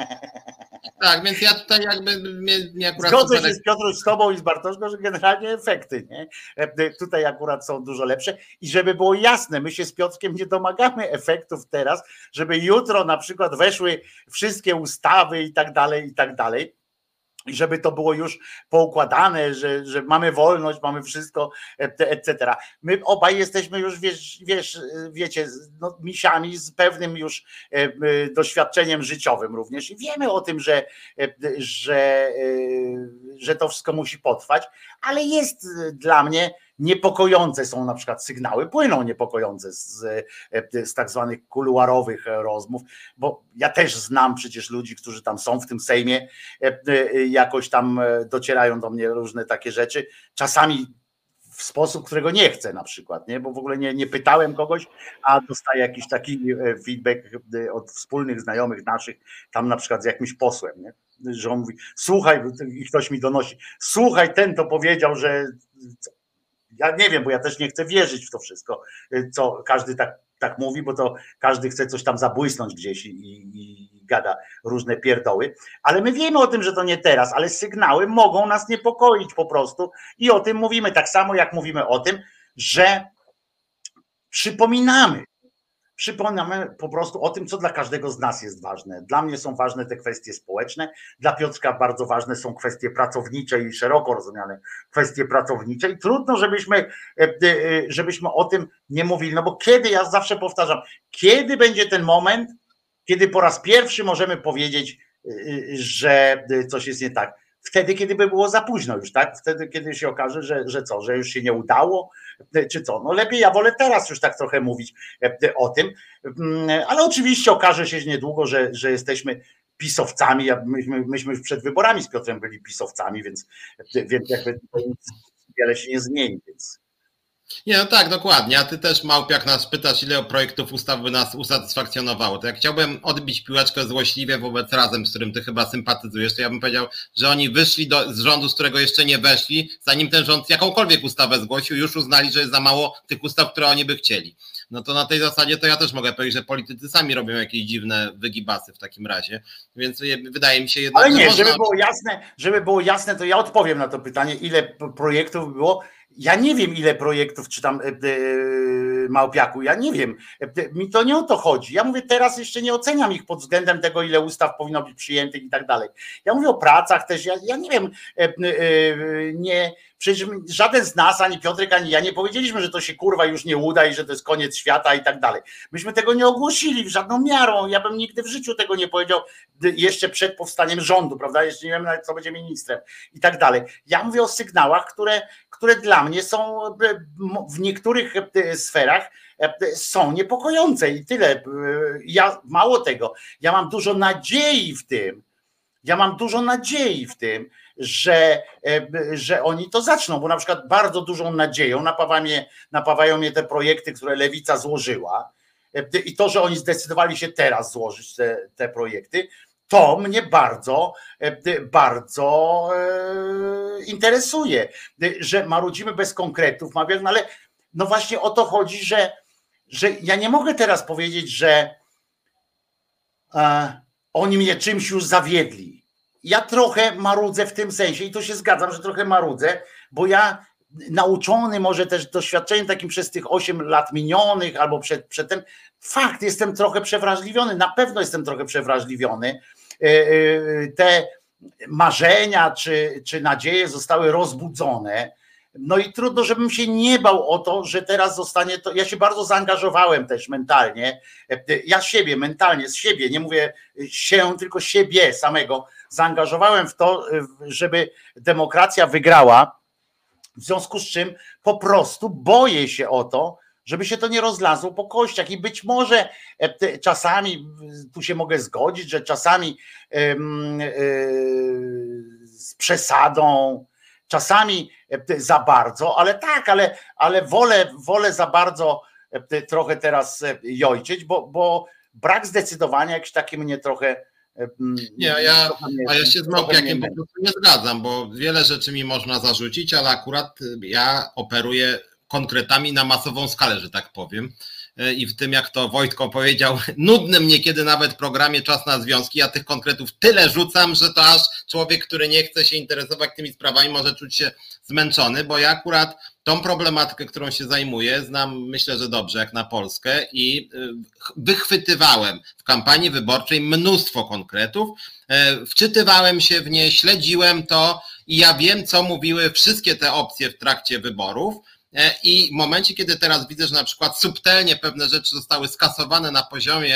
Tak, więc ja tutaj jakby mnie, mnie akurat... Zgodzę super... się z Piotrem, z tobą i z Bartoszką, że generalnie efekty, nie? Tutaj akurat są dużo lepsze i żeby było jasne, my się z Piotrkiem nie domagamy efektów teraz, żeby jutro na przykład weszły wszystkie ustawy i tak dalej, i tak dalej. I żeby to było już poukładane, że, że mamy wolność, mamy wszystko, et cetera. My obaj jesteśmy już, wiesz, wiesz wiecie, no, misiami z pewnym już doświadczeniem życiowym również i wiemy o tym, że, że, że to wszystko musi potrwać, ale jest dla mnie niepokojące są na przykład sygnały, płyną niepokojące z, z tak zwanych kuluarowych rozmów, bo ja też znam przecież ludzi, którzy tam są w tym Sejmie, jakoś tam docierają do mnie różne takie rzeczy, czasami w sposób, którego nie chcę na przykład, nie? Bo w ogóle nie, nie pytałem kogoś, a dostaję jakiś taki feedback od wspólnych znajomych naszych, tam na przykład z jakimś posłem, nie? Że on mówi, słuchaj, i ktoś mi donosi, słuchaj, ten to powiedział, że ja nie wiem, bo ja też nie chcę wierzyć w to wszystko, co każdy tak, tak mówi, bo to każdy chce coś tam zabłysnąć gdzieś i, i, i gada różne pierdoły, ale my wiemy o tym, że to nie teraz, ale sygnały mogą nas niepokoić po prostu i o tym mówimy, tak samo jak mówimy o tym, że przypominamy, Przypominamy po prostu o tym, co dla każdego z nas jest ważne. Dla mnie są ważne te kwestie społeczne, dla Piotrka bardzo ważne są kwestie pracownicze i szeroko rozumiane kwestie pracownicze i trudno, żebyśmy, żebyśmy o tym nie mówili, no bo kiedy, ja zawsze powtarzam, kiedy będzie ten moment, kiedy po raz pierwszy możemy powiedzieć, że coś jest nie tak? Wtedy, kiedy by było za późno już, tak? Wtedy, kiedy się okaże, że, że co, że już się nie udało, czy co? No lepiej, ja wolę teraz już tak trochę mówić o tym, ale oczywiście okaże się niedługo, że, że jesteśmy pisowcami, myśmy, myśmy już przed wyborami z Piotrem byli pisowcami, więc, więc jakby wiele się nie zmieni, więc... Nie, no tak, dokładnie. A ty też, Małpiak, nas pytasz, ile projektów ustaw by nas usatysfakcjonowało. To jak chciałbym odbić piłeczkę złośliwie wobec Razem, z którym ty chyba sympatyzujesz, to ja bym powiedział, że oni wyszli do, z rządu, z którego jeszcze nie weszli, zanim ten rząd jakąkolwiek ustawę zgłosił, już uznali, że jest za mało tych ustaw, które oni by chcieli. No to na tej zasadzie to ja też mogę powiedzieć, że politycy sami robią jakieś dziwne wygibasy w takim razie, więc wydaje mi się jednak... Ale nie, można... żeby było jasne, żeby było jasne, to ja odpowiem na to pytanie, ile projektów było. Ja nie wiem, ile projektów, czy tam yy, Małpiaku, ja nie wiem, mi to nie o to chodzi. Ja mówię, teraz jeszcze nie oceniam ich pod względem tego, ile ustaw powinno być przyjętych i tak dalej. Ja mówię o pracach też, ja, ja nie wiem, yy, yy, nie, przecież żaden z nas, ani Piotrek, ani ja nie powiedzieliśmy, że to się kurwa już nie uda i że to jest koniec świata i tak dalej. Myśmy tego nie ogłosili w żadną miarą, ja bym nigdy w życiu tego nie powiedział jeszcze przed powstaniem rządu, prawda, jeszcze nie wiem nawet, co będzie ministrem i tak dalej. Ja mówię o sygnałach, które, które dla mnie są w niektórych sferach są niepokojące i tyle. Ja mało tego, ja mam dużo nadziei w tym, ja mam dużo nadziei w tym, że, że oni to zaczną, bo na przykład bardzo dużą nadzieją napawa mnie, napawają mnie te projekty, które Lewica złożyła i to, że oni zdecydowali się teraz złożyć te, te projekty, to mnie bardzo, bardzo interesuje, że marudzimy bez konkretów, no ale no właśnie o to chodzi, że, że ja nie mogę teraz powiedzieć, że e, oni mnie czymś już zawiedli. Ja trochę marudzę w tym sensie i to się zgadzam, że trochę marudzę, bo ja nauczony może też doświadczeniem takim przez tych osiem lat minionych albo przed, przedtem, fakt, jestem trochę przewrażliwiony, na pewno jestem trochę przewrażliwiony. Te marzenia czy, czy nadzieje zostały rozbudzone. No i trudno, żebym się nie bał o to, że teraz zostanie to. Ja się bardzo zaangażowałem też mentalnie. Ja siebie, mentalnie, z siebie, nie mówię się, tylko siebie samego, zaangażowałem w to, żeby demokracja wygrała. W związku z czym po prostu boję się o to, żeby się to nie rozlazło po kościach i być może czasami, tu się mogę zgodzić, że czasami z przesadą, czasami za bardzo, ale tak, ale, ale wolę, wolę za bardzo trochę teraz jojczyć, bo, bo brak zdecydowania jakiś taki mnie trochę... Nie, ja, a ja się z Małpiakiem po prostu nie zgadzam, bo wiele rzeczy mi można zarzucić, ale akurat ja operuję konkretami na masową skalę, że tak powiem. I w tym, jak to Wojtko powiedział, nudnym niekiedy nawet programie Czas na Związki, ja tych konkretów tyle rzucam, że to aż człowiek, który nie chce się interesować tymi sprawami, może czuć się zmęczony, bo ja akurat tą problematykę, którą się zajmuję, znam myślę, że dobrze jak na Polskę i wychwytywałem w kampanii wyborczej mnóstwo konkretów, wczytywałem się w nie, śledziłem to i ja wiem, co mówiły wszystkie te opcje w trakcie wyborów. I w momencie, kiedy teraz widzę, że na przykład subtelnie pewne rzeczy zostały skasowane na poziomie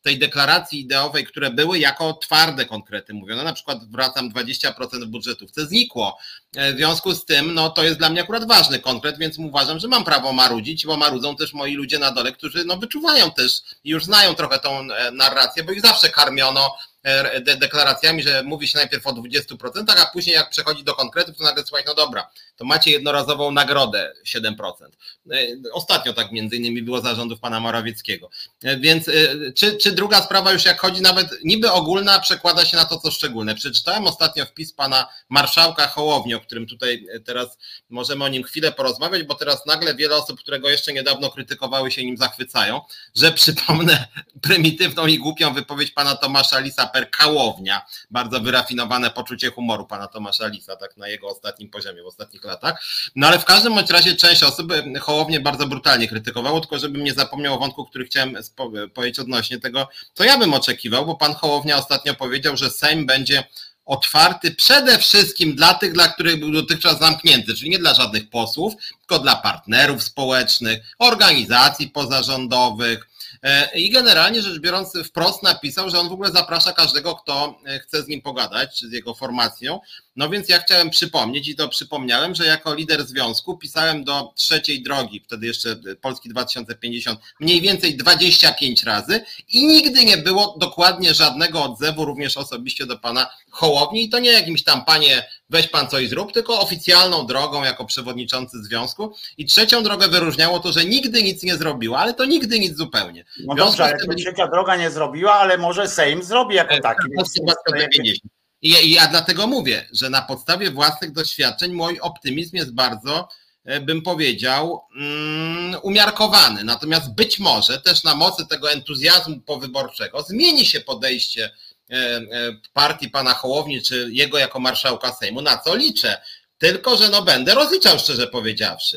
tej deklaracji ideowej, które były jako twarde konkrety mówione, na przykład wracam dwadzieścia procent w budżetówce, znikło. W związku z tym, no to jest dla mnie akurat ważny konkret, więc uważam, że mam prawo marudzić, bo marudzą też moi ludzie na dole, którzy no wyczuwają też i już znają trochę tą narrację, bo ich zawsze karmiono deklaracjami, że mówi się najpierw o dwudziestu procentach, a później jak przechodzi do konkretów, to nagle słuchaj, no dobra, to macie jednorazową nagrodę siedem procent. Ostatnio tak między innymi było za rządów pana Morawieckiego. Więc czy, czy druga sprawa już jak chodzi nawet niby ogólna przekłada się na to, co szczególne. Przeczytałem ostatnio wpis pana marszałka Hołowni, o którym tutaj teraz możemy o nim chwilę porozmawiać, bo teraz nagle wiele osób, które go jeszcze niedawno krytykowały, się nim zachwycają, że przypomnę prymitywną i głupią wypowiedź pana Tomasza Lisa per Kałownia, bardzo wyrafinowane poczucie humoru pana Tomasza Lisa, tak na jego ostatnim poziomie w ostatnich latach. No ale w każdym bądź razie część osób Hołownię bardzo brutalnie krytykowało, tylko żebym nie zapomniał o wątku, który chciałem powiedzieć odnośnie tego, co ja bym oczekiwał, bo pan Hołownia ostatnio powiedział, że Sejm będzie otwarty przede wszystkim dla tych, dla których był dotychczas zamknięty, czyli nie dla żadnych posłów, tylko dla partnerów społecznych, organizacji pozarządowych. I generalnie rzecz biorąc wprost napisał, że on w ogóle zaprasza każdego, kto chce z nim pogadać, czy z jego formacją. No więc ja chciałem przypomnieć i to przypomniałem, że jako lider związku pisałem do Trzeciej Drogi, wtedy jeszcze Polski dwa tysiące pięćdziesiąt, mniej więcej dwadzieścia pięć razy i nigdy nie było dokładnie żadnego odzewu, również osobiście do pana Hołowni i to nie jakimś tam panie weź pan coś zrób, tylko oficjalną drogą jako przewodniczący związku i trzecią drogę wyróżniało to, że nigdy nic nie zrobiła, ale to nigdy nic zupełnie. No dobrze, ale to trzecia droga nie zrobiła, ale może Sejm zrobi jako taki. I ja dlatego mówię, że na podstawie własnych doświadczeń mój optymizm jest bardzo, bym powiedział, um, umiarkowany. Natomiast być może też na mocy tego entuzjazmu powyborczego zmieni się podejście partii pana Hołowni, czy jego jako marszałka Sejmu, na co liczę. Tylko że no będę rozliczał, szczerze powiedziawszy.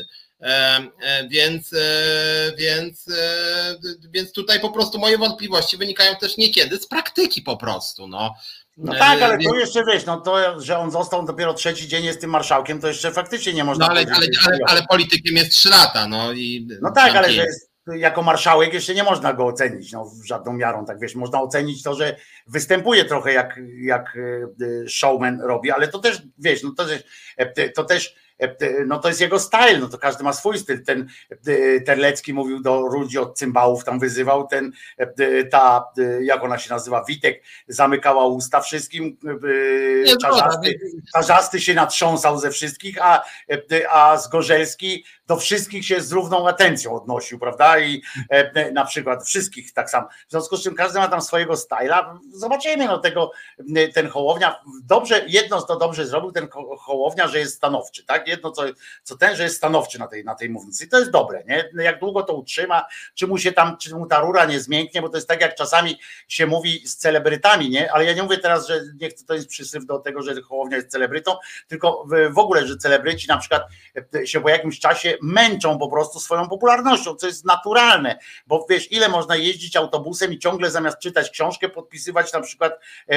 Więc, więc, więc tutaj po prostu moje wątpliwości wynikają też niekiedy z praktyki po prostu. No. No tak, ale to jeszcze wiesz, no to, że on został dopiero trzeci dzień jest tym marszałkiem, to jeszcze faktycznie nie można no ale, powiedzieć. Ale, ale, ale politykiem jest trzy lata, no i. No tak, ale że jest, jako marszałek jeszcze nie można go ocenić, no żadną miarą, tak wiesz, można ocenić to, że występuje trochę jak, jak showman robi, ale to też, wiesz, no to też, to też no to jest jego style, no to każdy ma swój styl. Ten Terlecki mówił do ludzi od cymbałów, tam wyzywał, ten ta, jak ona się nazywa, Witek, zamykała usta wszystkim, Czarzasty, Czarzasty się natrząsał ze wszystkich, a, a Zgorzelski do wszystkich się z równą atencją odnosił, prawda? I na przykład wszystkich tak samo. W związku z czym każdy ma tam swojego styla. Zobaczymy, no tego, ten Hołownia, dobrze, jedno to dobrze zrobił ten Hołownia, że jest stanowczy, tak? Jedno co, co ten, że jest stanowczy na tej, na tej mównicy i to jest dobre, nie? Jak długo to utrzyma, czy mu się tam, czy mu ta rura nie zmięknie, bo to jest tak jak czasami się mówi z celebrytami, nie? Ale ja nie mówię teraz, że nie chcę, to jest przysyp do tego, że Hołownia jest celebrytą, tylko w ogóle, że celebryci na przykład się po jakimś czasie męczą po prostu swoją popularnością, co jest naturalne, bo wiesz, ile można jeździć autobusem i ciągle zamiast czytać książkę, podpisywać na przykład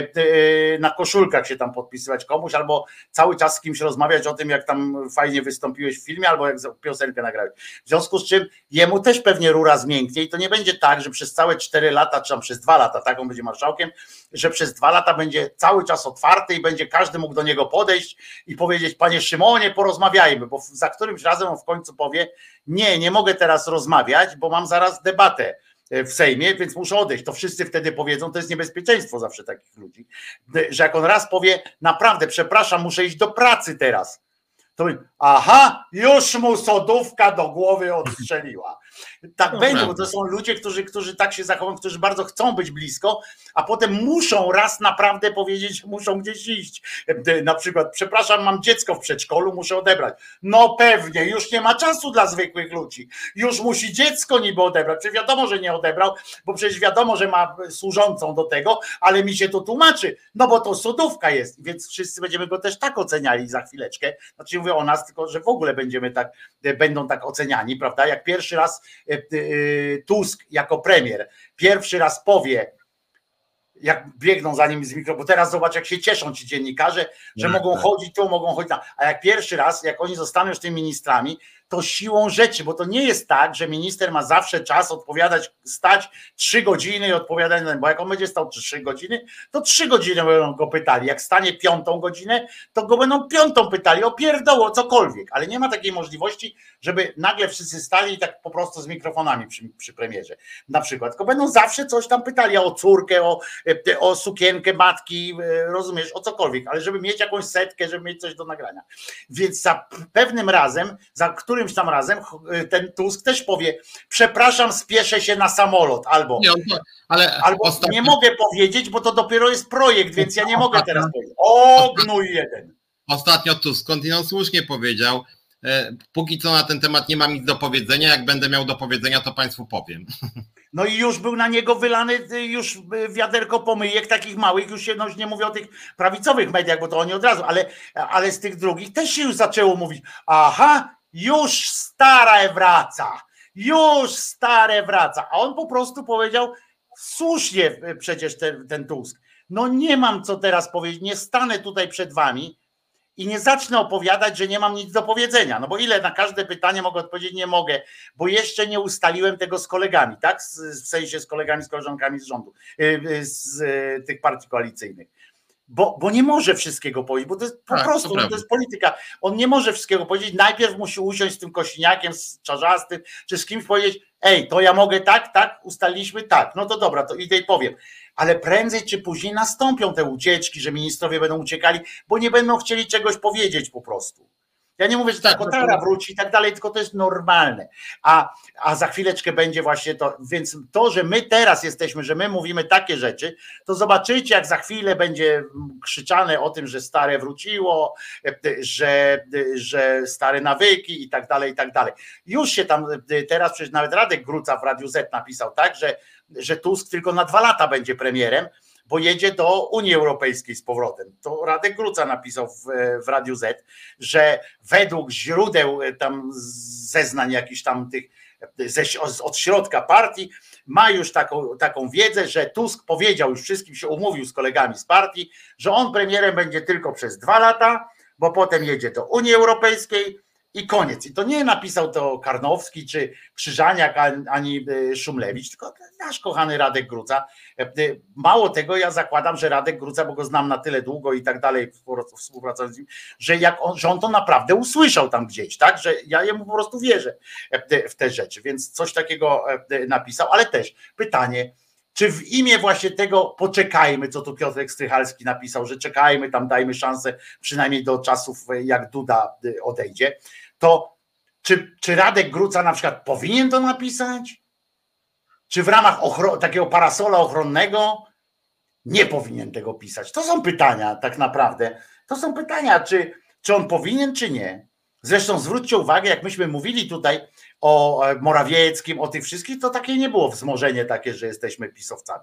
na koszulkach się tam podpisywać komuś, albo cały czas z kimś rozmawiać o tym, jak tam fajnie wystąpiłeś w filmie, albo jak piosenkę nagrałeś. W związku z czym jemu też pewnie rura zmięknie i to nie będzie tak, że przez całe cztery lata, czy tam przez dwa lata, tak, on będzie marszałkiem, że przez dwa lata będzie cały czas otwarty i będzie każdy mógł do niego podejść i powiedzieć, panie Szymonie, porozmawiajmy, bo za którymś razem on w końcu powie, nie, nie mogę teraz rozmawiać, bo mam zaraz debatę w Sejmie, więc muszę odejść. To wszyscy wtedy powiedzą, to jest niebezpieczeństwo zawsze takich ludzi, że jak on raz powie, naprawdę, przepraszam, muszę iść do pracy teraz, to aha, już mu sodówka do głowy odstrzeliła. Tak no będzie, prawda. Bo to są ludzie, którzy, którzy tak się zachowują, którzy bardzo chcą być blisko, a potem muszą raz naprawdę powiedzieć, że muszą gdzieś iść. Na przykład, przepraszam, mam dziecko w przedszkolu, muszę odebrać. No pewnie, już nie ma czasu dla zwykłych ludzi. Już musi dziecko niby odebrać. Czy wiadomo, że nie odebrał, bo przecież wiadomo, że ma służącą do tego, ale mi się to tłumaczy, no bo to sodówka jest, więc wszyscy będziemy go też tak oceniali za chwileczkę. Znaczy mówię o nas, tylko że w ogóle będziemy tak, będą tak oceniani, prawda? Jak pierwszy raz Tusk jako premier pierwszy raz powie, jak biegną za nim z mikro, bo teraz zobacz, jak się cieszą ci dziennikarze, że no, mogą tak. chodzić tu, mogą chodzić tam, a jak pierwszy raz, jak oni zostaną już tymi ministrami, to siłą rzeczy, bo to nie jest tak, że minister ma zawsze czas odpowiadać, stać trzy godziny i odpowiadać, bo jak on będzie stał trzy godziny, to trzy godziny będą go pytali. Jak stanie piątą godzinę, to go będą piątą pytali o pierdoło, cokolwiek, ale nie ma takiej możliwości, żeby nagle wszyscy stali tak po prostu z mikrofonami przy, przy premierze. Na przykład, tylko będą zawsze coś tam pytali o córkę, o, o sukienkę matki, rozumiesz, o cokolwiek, ale żeby mieć jakąś setkę, żeby mieć coś do nagrania. Więc za pewnym razem, za którymś tam razem ten Tusk też powie, przepraszam, spieszę się na samolot, albo, nie, ale albo ostatnio... nie mogę powiedzieć, bo to dopiero jest projekt, więc ja nie mogę teraz powiedzieć. O, gnój jeden. Ostatnio Tusk skądinąd słusznie powiedział, póki co na ten temat nie mam nic do powiedzenia, jak będę miał do powiedzenia, to państwu powiem. No i już był na niego wylany już wiaderko pomyjek takich małych, już się no, już nie mówię o tych prawicowych mediach, bo to oni od razu, ale, ale z tych drugich też się już zaczęło mówić, aha, już stare wraca, już stare wraca, a on po prostu powiedział słusznie przecież ten, ten Tusk, no nie mam co teraz powiedzieć, nie stanę tutaj przed wami i nie zacznę opowiadać, że nie mam nic do powiedzenia, no bo ile na każde pytanie mogę odpowiedzieć, nie mogę, bo jeszcze nie ustaliłem tego z kolegami, tak, w sensie z kolegami, z koleżankami z rządu, z tych partii koalicyjnych, bo, bo nie może wszystkiego powiedzieć, bo to jest po tak, prostu, to, no to jest polityka, on nie może wszystkiego powiedzieć, najpierw musi usiąść z tym Kosiniakiem, z Czarzastym, czy z kimś powiedzieć, ej, to ja mogę tak, tak, ustaliliśmy, tak, no to dobra, to idę i powiem. Ale prędzej czy później nastąpią te ucieczki, że ministrowie będą uciekali, bo nie będą chcieli czegoś powiedzieć po prostu. Ja nie mówię, że ta kotara wróci i tak dalej, tylko to jest normalne. A, a za chwileczkę będzie właśnie to, więc to, że my teraz jesteśmy, że my mówimy takie rzeczy, to zobaczycie, jak za chwilę będzie krzyczane o tym, że stare wróciło, że, że stare nawyki i tak dalej, i tak dalej. Już się tam teraz, przecież nawet Radek Gruca w Radiu Z napisał, tak, że, że Tusk tylko na dwa lata będzie premierem, bo jedzie do Unii Europejskiej z powrotem. To Radek Gruca napisał w, w Radiu Z, że według źródeł tam zeznań jakichś tam tych ze, od środka partii ma już taką, taką wiedzę, że Tusk powiedział już wszystkim, się umówił z kolegami z partii, że on premierem będzie tylko przez dwa lata, bo potem jedzie do Unii Europejskiej i koniec. I to nie napisał to Karnowski, czy Krzyżaniak, ani Szumlewicz, tylko nasz kochany Radek Gruca. Mało tego, ja zakładam, że Radek Gruca, bo go znam na tyle długo i tak dalej, współpracując z nim, że, jak on, że on to naprawdę usłyszał tam gdzieś, tak? Że ja jemu po prostu wierzę w te rzeczy, więc coś takiego napisał, ale też pytanie, czy w imię właśnie tego poczekajmy, co tu Piotrek Strychalski napisał, że czekajmy, tam dajmy szansę przynajmniej do czasów, jak Duda odejdzie, to czy, czy Radek Gruca na przykład powinien to napisać? Czy w ramach ochro- takiego parasola ochronnego nie powinien tego pisać? To są pytania tak naprawdę. To są pytania, czy, czy on powinien, czy nie. Zresztą zwróćcie uwagę, jak myśmy mówili tutaj o Morawieckim, o tych wszystkich, to takie nie było wzmożenie takie, że jesteśmy pisowcami,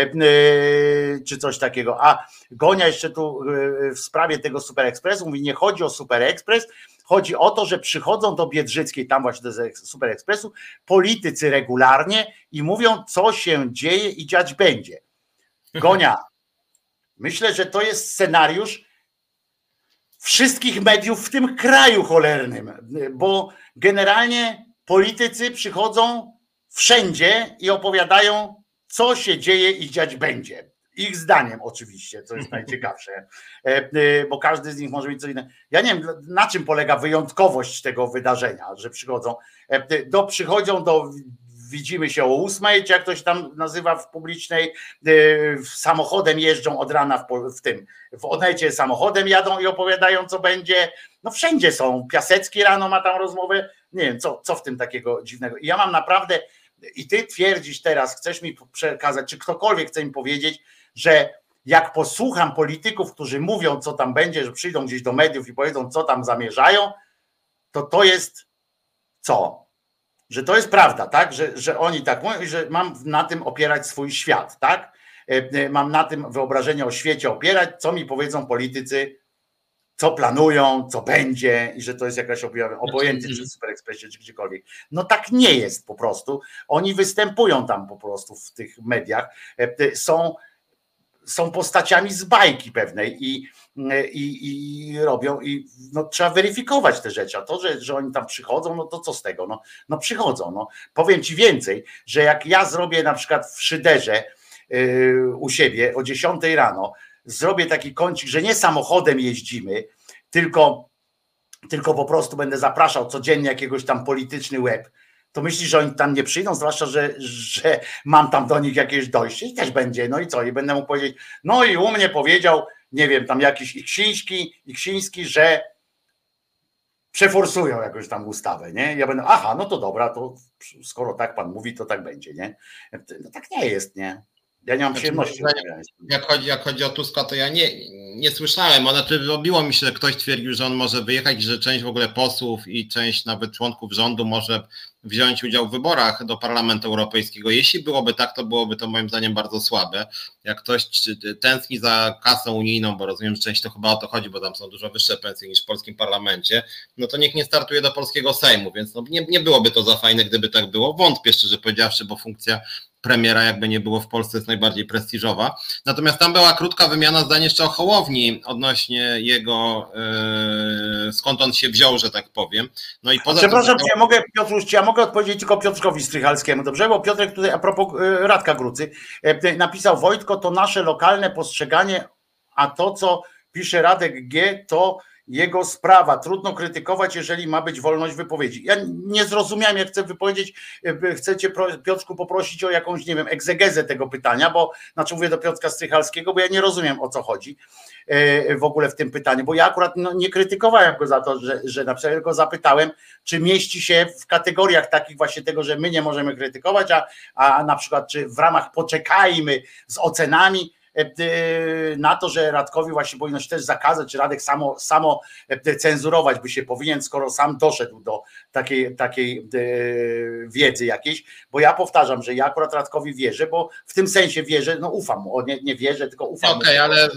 czy coś takiego. A Gonia jeszcze tu w sprawie tego Super Expressu mówi, nie chodzi o Super Express, chodzi o to, że przychodzą do Biedrzyckiej, tam właśnie do Super Expressu, politycy regularnie i mówią, co się dzieje i dziać będzie. Gonia, myślę, że to jest scenariusz wszystkich mediów w tym kraju cholernym, bo generalnie politycy przychodzą wszędzie i opowiadają, co się dzieje i dziać będzie. Ich zdaniem oczywiście, co jest najciekawsze, bo każdy z nich może mieć coś innego. Ja nie wiem, na czym polega wyjątkowość tego wydarzenia, że przychodzą, do, przychodzą do, widzimy się o ósmej, czy jak to się tam nazywa w publicznej, samochodem jeżdżą od rana w, w tym, w Onecie samochodem jadą i opowiadają, co będzie. No wszędzie są. Piasecki rano ma tam rozmowę. Nie wiem, co, co w tym takiego dziwnego. I ja mam naprawdę, i ty twierdzisz teraz, chcesz mi przekazać, czy ktokolwiek chce mi powiedzieć, że jak posłucham polityków, którzy mówią, co tam będzie, że przyjdą gdzieś do mediów i powiedzą, co tam zamierzają, to to jest co? Że to jest prawda, tak? Że, że oni tak mówią i że mam na tym opierać swój świat, tak? Mam na tym wyobrażenie o świecie opierać, co mi powiedzą politycy, co planują, co będzie i że to jest jakaś obojętnie czy w Super Expressie, czy gdziekolwiek. No tak nie jest po prostu. Oni występują tam po prostu w tych mediach. Są są postaciami z bajki pewnej i, i, i robią, i no, trzeba weryfikować te rzeczy, a to, że, że oni tam przychodzą, no to co z tego, no, no przychodzą, no. Powiem ci więcej, że jak ja zrobię na przykład w Szyderze yy, u siebie o dziesiątej rano, zrobię taki kącik, że nie samochodem jeździmy, tylko, tylko po prostu będę zapraszał codziennie jakiegoś tam polityczny łeb, to myślisz, że oni tam nie przyjdą, zwłaszcza, że, że mam tam do nich jakieś dojście i też będzie, no i co, i będę mógł powiedzieć, no i u mnie powiedział, nie wiem, tam jakiś Iksiński, Iksiński, że przeforsują jakąś tam ustawę, nie? Ja będę, aha, no to dobra, to skoro tak pan mówi, to tak będzie, nie? No tak nie jest, nie? Ja nie mam przyjemności. Jak chodzi, jak chodzi o Tuska, to ja nie, nie słyszałem, ale robiło mi się, że ktoś twierdził, że on może wyjechać, że część w ogóle posłów i część nawet członków rządu może wziąć udział w wyborach do Parlamentu Europejskiego. Jeśli byłoby tak, to byłoby to moim zdaniem bardzo słabe. Jak ktoś tęskni za kasą unijną, bo rozumiem, że część to chyba o to chodzi, bo tam są dużo wyższe pensje niż w polskim parlamencie, no to niech nie startuje do polskiego Sejmu, więc no nie, nie byłoby to za fajne, gdyby tak było. Wątpię, szczerze powiedziawszy, bo funkcja premiera, jakby nie było w Polsce, jest najbardziej prestiżowa. Natomiast tam była krótka wymiana zdań jeszcze o Hołowni odnośnie jego, yy, skąd on się wziął, że tak powiem. No i poza Przepraszam, tym, czy ja mogę, Piotruś, czy ja mogę odpowiedzieć tylko Piotrkowi Strychalskiemu, dobrze? Bo Piotrek tutaj a propos Radka Grucy napisał: Wojtko, to nasze lokalne postrzeganie, a to, co pisze Radek G., to jego sprawa. Trudno krytykować, jeżeli ma być wolność wypowiedzi. Ja nie zrozumiałem, jak chcę wypowiedzieć, chcecie, Piotrku, poprosić o jakąś, nie wiem, egzegezę tego pytania, bo, znaczy mówię do Piotrka Strychalskiego, bo ja nie rozumiem, o co chodzi w ogóle w tym pytaniu, bo ja akurat no, nie krytykowałem go za to, że, że na przykład tylko zapytałem, czy mieści się w kategoriach takich właśnie tego, że my nie możemy krytykować, a, a na przykład czy w ramach poczekajmy z ocenami na to, że Radkowi właśnie powinno się też zakazać, czy Radek samo, samo cenzurować by się powinien, skoro sam doszedł do takiej, takiej wiedzy jakiejś, bo ja powtarzam, że ja akurat Radkowi wierzę, bo w tym sensie wierzę, no ufam mu, nie, nie wierzę, tylko ufam. Okej, okay, ale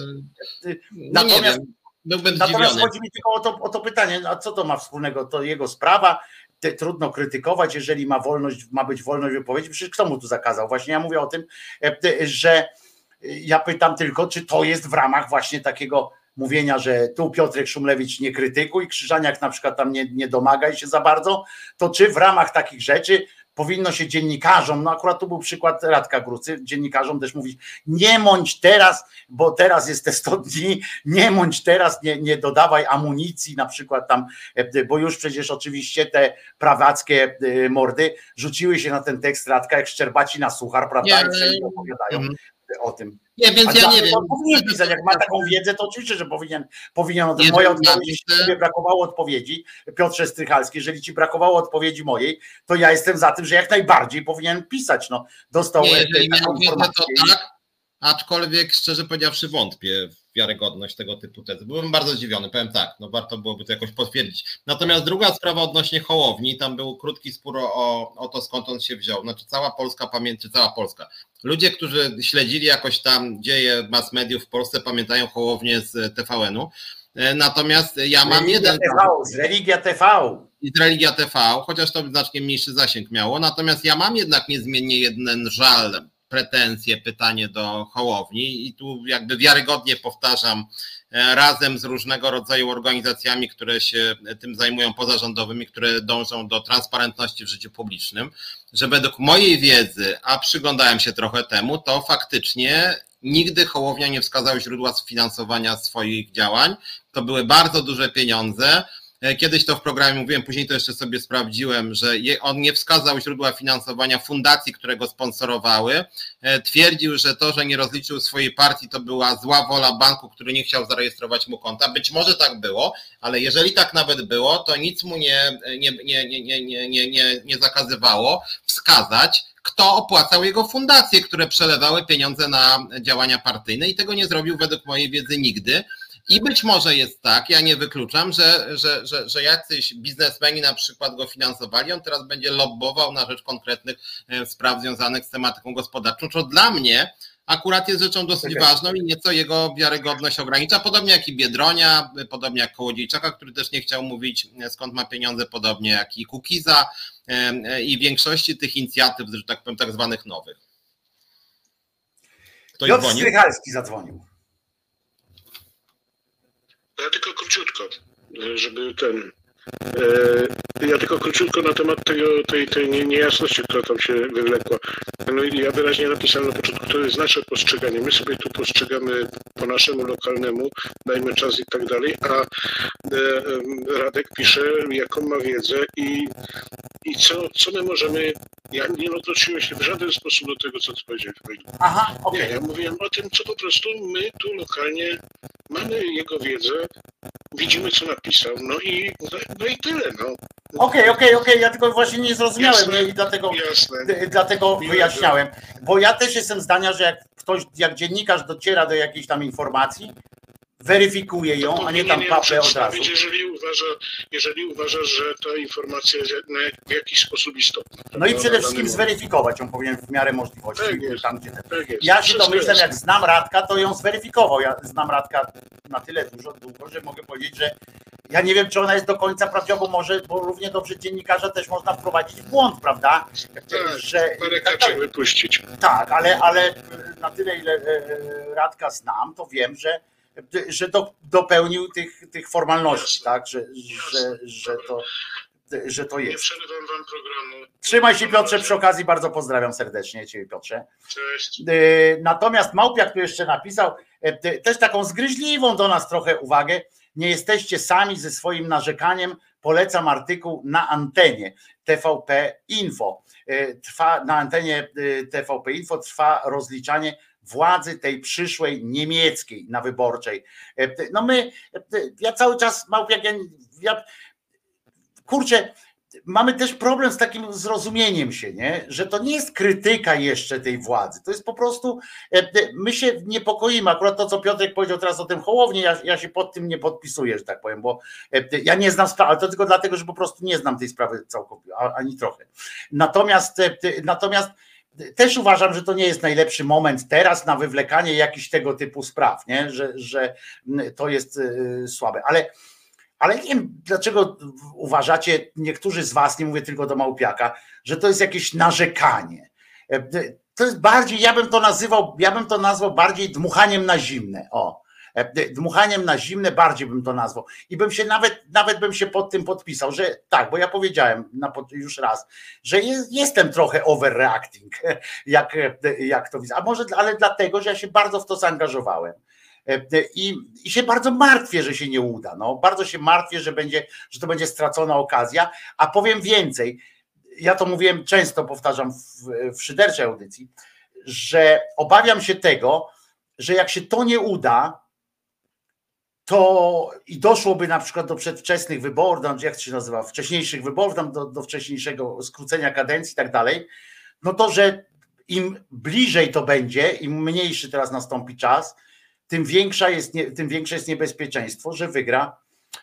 no natomiast, byłbym natomiast chodzi mi tylko o to, o to pytanie, a co to ma wspólnego, to jego sprawa, te, trudno krytykować, jeżeli ma wolność, ma być wolność wypowiedzi, przecież kto mu tu zakazał? Właśnie ja mówię o tym, że ja pytam tylko, czy to jest w ramach właśnie takiego mówienia, że tu Piotrek Szumlewicz nie krytykuj, Krzyżaniak na przykład tam nie, nie domagaj się za bardzo, to czy w ramach takich rzeczy powinno się dziennikarzom, no akurat tu był przykład Radka Grucy, dziennikarzom też mówić, nie mądź teraz, bo teraz jest te sto dni, nie mądź teraz, nie, nie dodawaj amunicji na przykład tam, bo już przecież oczywiście te prawackie mordy rzuciły się na ten tekst Radka jak szczerbaci na suchar, prawda, i i opowiadają mm. o tym. Nie, więc ja nie wiem. Powinien pisać, jak ma taką wiedzę, to oczywiście, że powinien, powinien o tym. Moja odpowiedź, jeśli tobie brakowało odpowiedzi, Piotrze Strychalski, jeżeli ci brakowało odpowiedzi mojej, to ja jestem za tym, że jak najbardziej powinien pisać. No, dostał nie, jeżeli taką informację. To tak, aczkolwiek szczerze powiedziawszy wątpię w wiarygodność tego typu tezy. Byłem bardzo zdziwiony, powiem tak, no warto byłoby to jakoś potwierdzić. Natomiast druga sprawa odnośnie Hołowni, tam był krótki spór o, o to, skąd on się wziął. Znaczy cała Polska pamięci, cała Polska. Ludzie, którzy śledzili jakoś tam dzieje mass mediów w Polsce, pamiętają Hołownię z T V N-u. Natomiast ja mam Religia jeden... T V, z Religia T V. I z Religia T V, chociaż to znacznie mniejszy zasięg miało. Natomiast ja mam jednak niezmiennie jeden żal, pretensje, pytanie do Hołowni i tu jakby wiarygodnie powtarzam, razem z różnego rodzaju organizacjami, które się tym zajmują, pozarządowymi, które dążą do transparentności w życiu publicznym, że według mojej wiedzy, a przyglądałem się trochę temu, to faktycznie nigdy Hołownia nie wskazał źródła sfinansowania swoich działań. To były bardzo duże pieniądze. Kiedyś to w programie mówiłem, później to jeszcze sobie sprawdziłem, że on nie wskazał źródła finansowania fundacji, które go sponsorowały. Twierdził, że to, że nie rozliczył swojej partii, to była zła wola banku, który nie chciał zarejestrować mu konta. Być może tak było, ale jeżeli tak nawet było, to nic mu nie, nie, nie, nie, nie, nie, nie, nie, nie zakazywało wskazać, kto opłacał jego fundacje, które przelewały pieniądze na działania partyjne i tego nie zrobił według mojej wiedzy nigdy. I być może jest tak, ja nie wykluczam, że, że, że, że jacyś biznesmeni na przykład go finansowali, on teraz będzie lobbował na rzecz konkretnych spraw związanych z tematyką gospodarczą, co dla mnie akurat jest rzeczą dosyć ważną i nieco jego wiarygodność ogranicza, podobnie jak i Biedronia, podobnie jak Kołodziejczaka, który też nie chciał mówić skąd ma pieniądze, podobnie jak i Kukiza i większości tych inicjatyw, że tak powiem, tak zwanych nowych. Ktoś Piotr dzwonił? Strychalski zadzwonił. Ja tylko króciutko, żeby ten... Ja tylko króciutko na temat tego, tej, tej niejasności, która tam się wywlekła. No i ja wyraźnie napisałem na początku, to jest nasze postrzeganie. My sobie tu postrzegamy po naszemu lokalnemu, dajmy czas i tak dalej, a Radek pisze, jaką ma wiedzę i, i co, co my możemy... Ja nie odnosiłem się w żaden sposób do tego, co ty powiedziałeś. Aha, okej. Nie, ja mówiłem o tym, co po prostu my tu lokalnie mamy jego wiedzę, widzimy, co napisał, no i, no i tyle, no. Okej, okej, okej, ja tylko właśnie nie zrozumiałem Jasne, nie? I dlatego, jasne. d- dlatego Miłego. wyjaśniałem, bo ja też jestem zdania, że jak ktoś, jak dziennikarz dociera do jakiejś tam informacji, weryfikuje ją, a nie tam Powinien paplę od razu. przedstawić, jeżeli uważa, jeżeli uważa, że ta informacja jest na jak- w jakiś sposób istotna. No i Na- przede na wszystkim dany zweryfikować ją powinien w miarę możliwości. Tak jest. Tam, gdzie moment. Tak jest. ja się Wszystko domyślam, jest. jak znam Radka, to ją zweryfikował. Ja znam Radka na tyle dużo, długo, że mogę powiedzieć, że ja nie wiem, czy ona jest do końca prawdziwa, bo może, bo równie dobrze dziennikarza też można wprowadzić w błąd, prawda? Tak, Że, parę tak, kaczek wypuścić. tak, ale, ale na tyle, ile e, Radka znam, to wiem, że, że do, dopełnił tych, tych formalności, Jasne. tak, że, że, że, to, że to Nie jest. przerywam wam programu. Trzymaj się, Piotrze, przy okazji bardzo pozdrawiam serdecznie Ciebie, Piotrze. Cześć. Yy, Natomiast Małpiak tu jeszcze napisał e, te- też taką zgryźliwą do nas trochę uwagę. Nie jesteście sami ze swoim narzekaniem. Polecam artykuł na antenie T V P Info. E, Trwa na antenie e, T V P Info trwa rozliczanie władzy tej przyszłej niemieckiej na wyborczej. E, te- No my, e, te- ja cały czas Małpiak, ja, ja kurczę, mamy też problem z takim zrozumieniem się, nie? Że to nie jest krytyka jeszcze tej władzy, to jest po prostu, my się niepokoimy, akurat to, co Piotrek powiedział teraz o tym Hołowni, ja, ja się pod tym nie podpisuję, że tak powiem, bo ja nie znam sprawy, ale to tylko dlatego, że po prostu nie znam tej sprawy całkowicie, ani trochę. Natomiast, natomiast też uważam, że to nie jest najlepszy moment teraz na wywlekanie jakichś tego typu spraw, nie? Że, że to jest słabe, ale Ale nie wiem, dlaczego uważacie, niektórzy z was, nie mówię tylko do Małpiaka, że to jest jakieś narzekanie. To jest bardziej, ja bym to nazywał, ja bym to nazwał bardziej dmuchaniem na zimne. O, dmuchaniem na zimne bardziej bym to nazwał. I bym się nawet, nawet bym się pod tym podpisał, że tak, bo ja powiedziałem na, już raz, że jest, jestem trochę overreacting, jak, jak to widzę. A może, ale dlatego, że ja się bardzo w to zaangażowałem. I, I się bardzo martwię, że się nie uda. No, bardzo się martwię, że będzie, że to będzie stracona okazja, a powiem więcej. Ja to mówiłem często, powtarzam w, w szyderczej audycji, że obawiam się tego, że jak się to nie uda, to i doszłoby na przykład do przedwczesnych wyborów, jak to się nazywa, wcześniejszych wyborów, tam do, do wcześniejszego skrócenia kadencji i tak dalej, no to, że im bliżej to będzie, im mniejszy teraz nastąpi czas, tym większa jest, tym większe jest niebezpieczeństwo, że wygra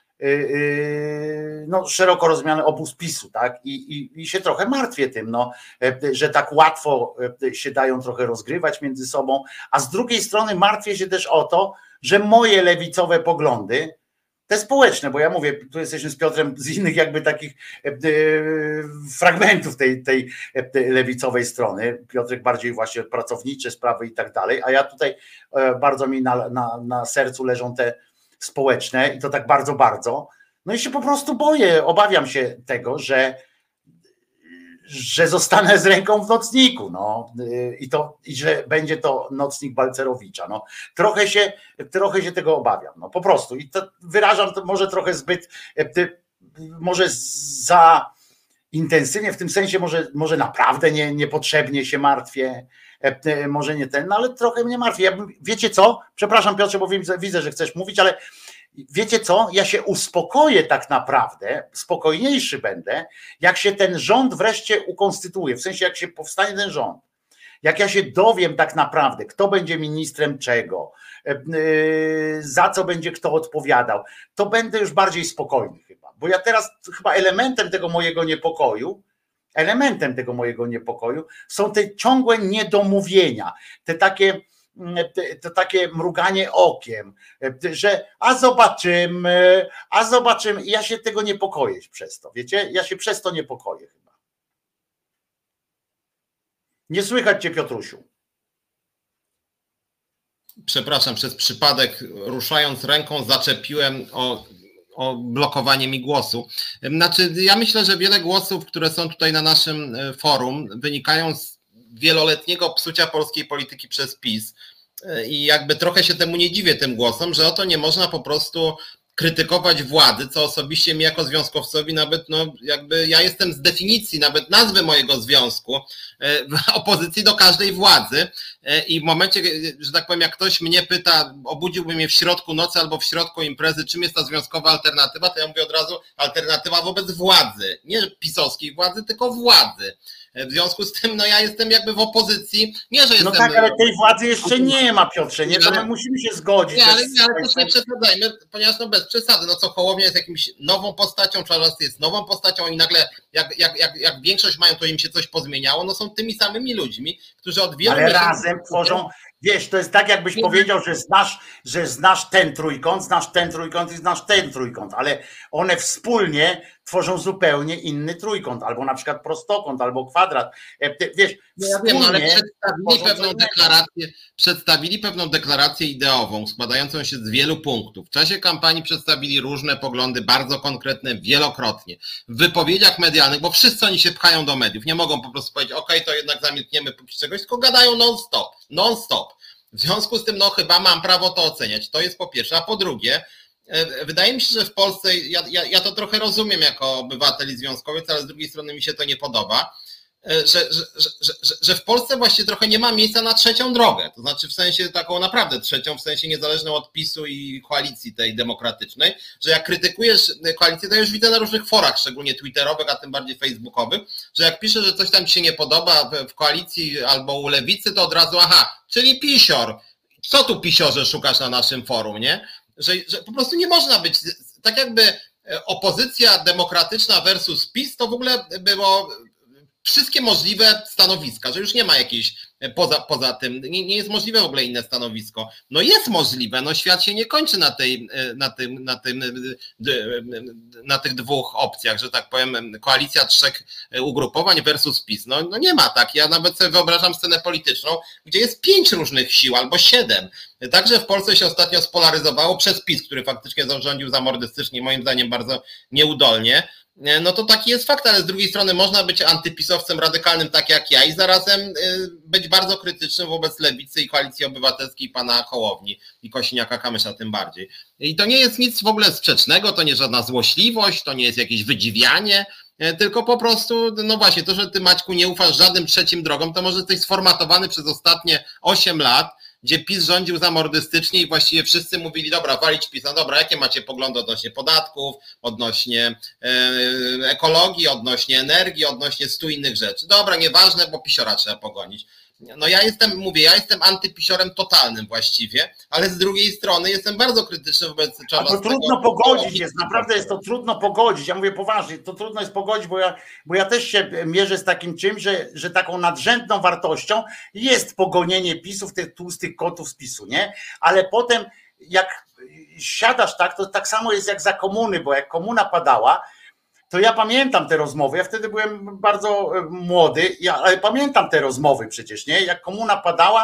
yy, no, szeroko rozumiany obóz PiSu, tak? I, i, i się trochę martwię tym, no, że tak łatwo się dają trochę rozgrywać między sobą, a z drugiej strony martwię się też o to, że moje lewicowe poglądy, te społeczne, bo ja mówię, tu jesteśmy z Piotrem z innych jakby takich fragmentów tej, tej, tej lewicowej strony. Piotrek bardziej właśnie pracownicze sprawy i tak dalej, a ja tutaj bardzo mi na, na, na sercu leżą te społeczne i to tak bardzo, bardzo. No i się po prostu boję, obawiam się tego, że że zostanę z ręką w nocniku, no i to, i że będzie to nocnik Balcerowicza. No, trochę się, trochę się tego obawiam, no po prostu. I to wyrażam to może trochę zbyt, może za intensywnie, w tym sensie może, może naprawdę nie, niepotrzebnie się martwię, może nie ten, no ale trochę mnie martwi. Ja bym, wiecie co? Przepraszam Piotrze, bo widzę, widzę, że chcesz mówić, ale wiecie co, ja się uspokoję tak naprawdę, spokojniejszy będę, jak się ten rząd wreszcie ukonstytuuje, w sensie jak się powstanie ten rząd, jak ja się dowiem tak naprawdę, kto będzie ministrem czego, za co będzie kto odpowiadał, to będę już bardziej spokojny chyba, bo ja teraz chyba elementem tego mojego niepokoju, elementem tego mojego niepokoju są te ciągłe niedomówienia, te takie to takie mruganie okiem, że a zobaczymy, a zobaczymy. Ja się tego niepokoję przez to, wiecie? Ja się przez to niepokoję chyba. Nie słychać cię, Piotrusiu. przepraszam, przez przypadek ruszając ręką zaczepiłem o, o blokowanie mi głosu. Znaczy, ja myślę, że wiele głosów, które są tutaj na naszym forum, wynikają z wieloletniego psucia polskiej polityki przez PiS i jakby trochę się temu nie dziwię tym głosom, że oto nie można po prostu krytykować władzy, co osobiście mi jako związkowcowi nawet, no jakby ja jestem z definicji, nawet nazwy mojego związku, w opozycji do każdej władzy i w momencie, że tak powiem, jak ktoś mnie pyta, obudziłby mnie w środku nocy albo w środku imprezy, czym jest ta związkowa alternatywa, to ja mówię od razu alternatywa wobec władzy, nie pisowskiej władzy, tylko władzy. W związku z tym, no ja jestem jakby w opozycji, nie, że jestem... No tak, ale tej władzy jeszcze nie ma, Piotrze, nie, to my musimy się zgodzić. Nie, ale, ale też nie przesadzajmy, ponieważ no bez przesady, no co Hołownia jest jakimś nową postacią, Czarzasty jest nową postacią i nagle jak, jak, jak, jak większość mają, to im się coś pozmieniało, no są tymi samymi ludźmi, którzy od wielu ale miesięcy... razem tworzą, wiesz, to jest tak jakbyś nie powiedział, że znasz, że znasz ten trójkąt, znasz ten trójkąt i znasz ten trójkąt, ale one wspólnie tworzą zupełnie inny trójkąt, albo na przykład prostokąt, albo kwadrat. Wiesz, no ja wiem, ale przedstawili pewną deklarację, przedstawili pewną deklarację ideową, składającą się z wielu punktów. W czasie kampanii przedstawili różne poglądy, bardzo konkretne, wielokrotnie. W wypowiedziach medialnych, bo wszyscy oni się pchają do mediów, nie mogą po prostu powiedzieć, okej, to jednak zamilkniemy póki czegoś, tylko gadają non-stop, non-stop. W związku z tym, no chyba mam prawo to oceniać. To jest po pierwsze, a po drugie, wydaje mi się, że w Polsce, ja, ja, ja to trochę rozumiem jako obywatel i związkowiec, ale z drugiej strony mi się to nie podoba, że, że, że, że, że w Polsce właśnie trochę nie ma miejsca na trzecią drogę, to znaczy w sensie taką naprawdę trzecią, w sensie niezależną od PiSu i koalicji tej demokratycznej, że jak krytykujesz koalicję, to już widzę na różnych forach, szczególnie twitterowych, a tym bardziej facebookowych, że jak piszesz, że coś tam ci się nie podoba w koalicji albo u lewicy, to od razu aha, czyli pisior, co tu pisiorze szukasz na naszym forum, nie? Że, że po prostu nie można być, tak jakby opozycja demokratyczna versus PiS, to w ogóle było wszystkie możliwe stanowiska, że już nie ma jakiejś poza, poza tym, nie, nie jest możliwe w ogóle inne stanowisko. No jest możliwe, no świat się nie kończy na tej, na tym, na tym, na tych dwóch opcjach, że tak powiem, koalicja trzech ugrupowań versus PiS. No, no nie ma tak. Ja nawet sobie wyobrażam scenę polityczną, gdzie jest pięć różnych sił albo siedem. Także w Polsce się ostatnio spolaryzowało przez PiS, który faktycznie zarządził zamordystycznie, moim zdaniem bardzo nieudolnie. No to taki jest fakt, ale z drugiej strony można być antypisowcem radykalnym tak jak ja i zarazem być bardzo krytycznym wobec Lewicy i Koalicji Obywatelskiej pana Hołowni i Kosiniaka-Kamysza tym bardziej. I to nie jest nic w ogóle sprzecznego, to nie żadna złośliwość, to nie jest jakieś wydziwianie, tylko po prostu, no właśnie, to, że ty Maćku nie ufasz żadnym trzecim drogom, to może jesteś sformatowany przez ostatnie osiem lat, gdzie PiS rządził zamordystycznie i właściwie wszyscy mówili, dobra, walić PiS, no dobra, jakie macie poglądy odnośnie podatków, odnośnie e, ekologii, odnośnie energii, odnośnie stu innych rzeczy. Dobra, nieważne, bo pisiora trzeba pogonić. No ja jestem, mówię, ja jestem antypisiorem totalnym właściwie, ale z drugiej strony jestem bardzo krytyczny wobec Czarzastego. A to trudno pogodzić jest, naprawdę jest to trudno pogodzić, ja mówię poważnie, to trudno jest pogodzić, bo ja, bo ja też się mierzę z takim czymś, że, że taką nadrzędną wartością jest pogonienie PiSów, tych tłustych kotów z PiSu, nie? Ale potem jak siadasz tak, to tak samo jest jak za komuny, bo jak komuna padała, to ja pamiętam te rozmowy, ja wtedy byłem bardzo młody, ja, ale pamiętam te rozmowy przecież, nie? Jak komuna padała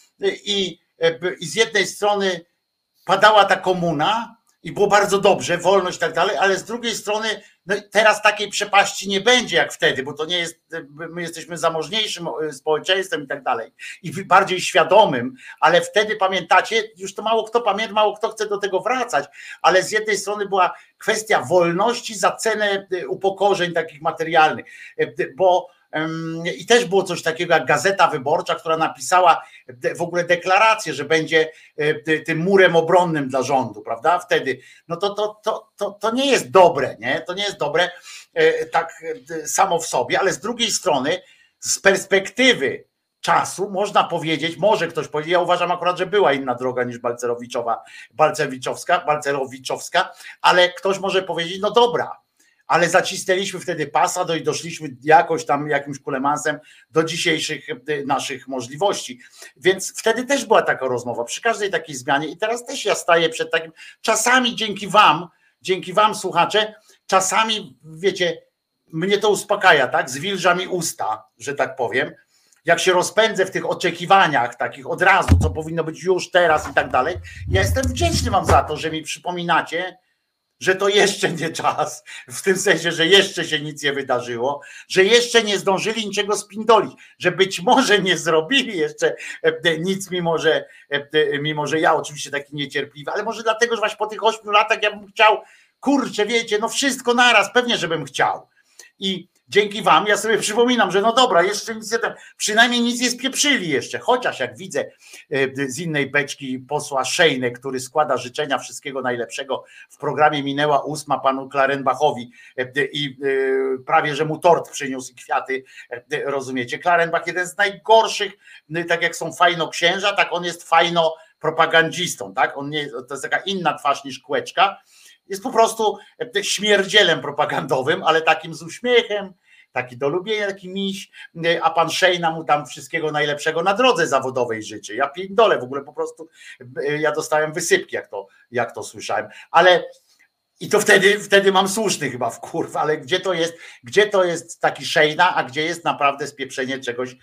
i, i z jednej strony padała ta komuna i było bardzo dobrze, wolność i tak dalej, ale z drugiej strony no teraz takiej przepaści nie będzie jak wtedy, bo to nie jest, my jesteśmy zamożniejszym społeczeństwem i tak dalej i bardziej świadomym, ale wtedy pamiętacie, już to mało kto pamięta, mało kto chce do tego wracać, ale z jednej strony była kwestia wolności za cenę upokorzeń takich materialnych, bo i też było coś takiego jak Gazeta Wyborcza, która napisała w ogóle deklarację, że będzie tym murem obronnym dla rządu, prawda? Wtedy, no to, to, to, to, to nie jest dobre, nie? To nie jest dobre tak samo w sobie, ale z drugiej strony z perspektywy czasu można powiedzieć, może ktoś powiedzieć, ja uważam akurat, że była inna droga niż Balcerowiczowa, Balcerowiczowska, Balcerowiczowska, ale ktoś może powiedzieć, no dobra, ale zacisnęliśmy wtedy pasa do i doszliśmy jakoś tam jakimś kulemansem do dzisiejszych naszych możliwości. Więc wtedy też była taka rozmowa przy każdej takiej zmianie i teraz też ja staję przed takim, czasami dzięki wam, dzięki wam słuchacze, czasami wiecie, mnie to uspokaja, tak, zwilża mi usta, że tak powiem, jak się rozpędzę w tych oczekiwaniach takich od razu, co powinno być już teraz i tak dalej, ja jestem wdzięczny wam za to, że mi przypominacie, że to jeszcze nie czas, w tym sensie, że jeszcze się nic nie wydarzyło, że jeszcze nie zdążyli niczego spindolić, że być może nie zrobili jeszcze nic, mimo że, mimo że ja oczywiście taki niecierpliwy, ale może dlatego, że właśnie po tych ośmiu latach ja bym chciał, kurczę, wiecie, no wszystko naraz, pewnie, żebym chciał. I dzięki wam ja sobie przypominam, że no dobra, jeszcze nic nie, przynajmniej nic nie spieprzyli jeszcze, chociaż jak widzę z innej beczki posła Szejnę, który składa życzenia wszystkiego najlepszego, w programie minęła ósma panu Klarenbachowi i prawie, że mu tort przyniósł i kwiaty, rozumiecie? Klarenbach jeden z najgorszych, tak jak są fajnoksięża, tak on jest fajno propagandzistą, tak? On nie, to jest taka inna twarz niż Kłeczka. Jest po prostu śmierdzielem propagandowym, ale takim z uśmiechem, taki do lubienia, taki miś, a pan Szejna mu tam wszystkiego najlepszego na drodze zawodowej życzy. Ja pierdolę w ogóle po prostu, ja dostałem wysypki, jak to, jak to słyszałem, ale i to wtedy, wtedy mam słuszny chyba wkurw, ale gdzie to jest, gdzie to jest taki Szejna, a gdzie jest naprawdę spieprzenie czegoś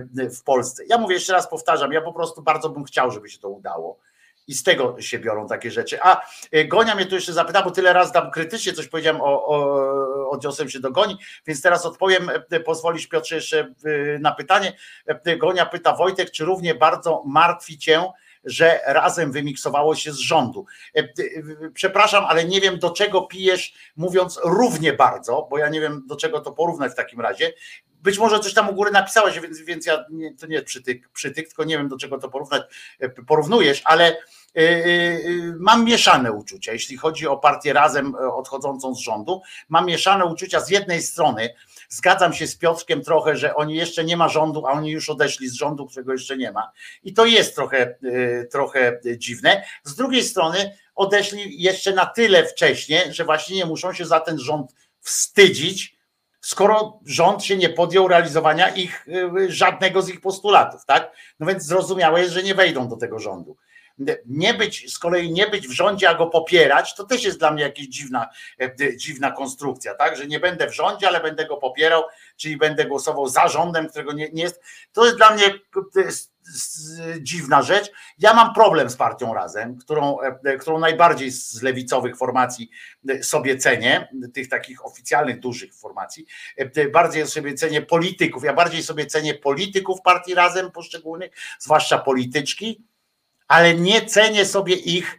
w Polsce. Ja mówię, jeszcze raz powtarzam, ja po prostu bardzo bym chciał, żeby się to udało. I z tego się biorą takie rzeczy. A Gonia mnie tu jeszcze zapyta, bo tyle razy tam krytycznie coś powiedziałem, o, o, odniosłem się do Goni, więc teraz odpowiem, pozwolisz Piotrze jeszcze na pytanie. Gonia pyta, Wojtek, czy równie bardzo martwi cię, że razem wymiksowało się z rządu? Przepraszam, ale nie wiem, do czego pijesz, mówiąc równie bardzo, bo ja nie wiem, do czego to porównać w takim razie. Być może coś tam u góry napisałeś, więc, więc ja nie, to nie jest przytyk, przytyk, tylko nie wiem, do czego to porównać, porównujesz, ale yy, yy, mam mieszane uczucia, jeśli chodzi o partię Razem odchodzącą z rządu. Mam mieszane uczucia z jednej strony, zgadzam się z Piotrkiem trochę, że oni jeszcze nie ma rządu, a oni już odeszli z rządu, którego jeszcze nie ma. I to jest trochę, yy, trochę dziwne. Z drugiej strony odeszli jeszcze na tyle wcześnie, że właśnie nie muszą się za ten rząd wstydzić, skoro rząd się nie podjął realizowania ich, żadnego z ich postulatów, tak? No więc zrozumiałe jest, że nie wejdą do tego rządu. Nie być, z kolei nie być w rządzie, a go popierać, to też jest dla mnie jakaś dziwna, dziwna konstrukcja, tak? Że nie będę w rządzie, ale będę go popierał, czyli będę głosował za rządem, którego nie, nie jest. To jest dla mnie dziwna rzecz. Ja mam problem z partią Razem, którą, którą najbardziej z lewicowych formacji sobie cenię, tych takich oficjalnych, dużych formacji. Bardziej sobie cenię polityków. Ja bardziej sobie cenię polityków partii Razem poszczególnych, zwłaszcza polityczki, ale nie cenię sobie ich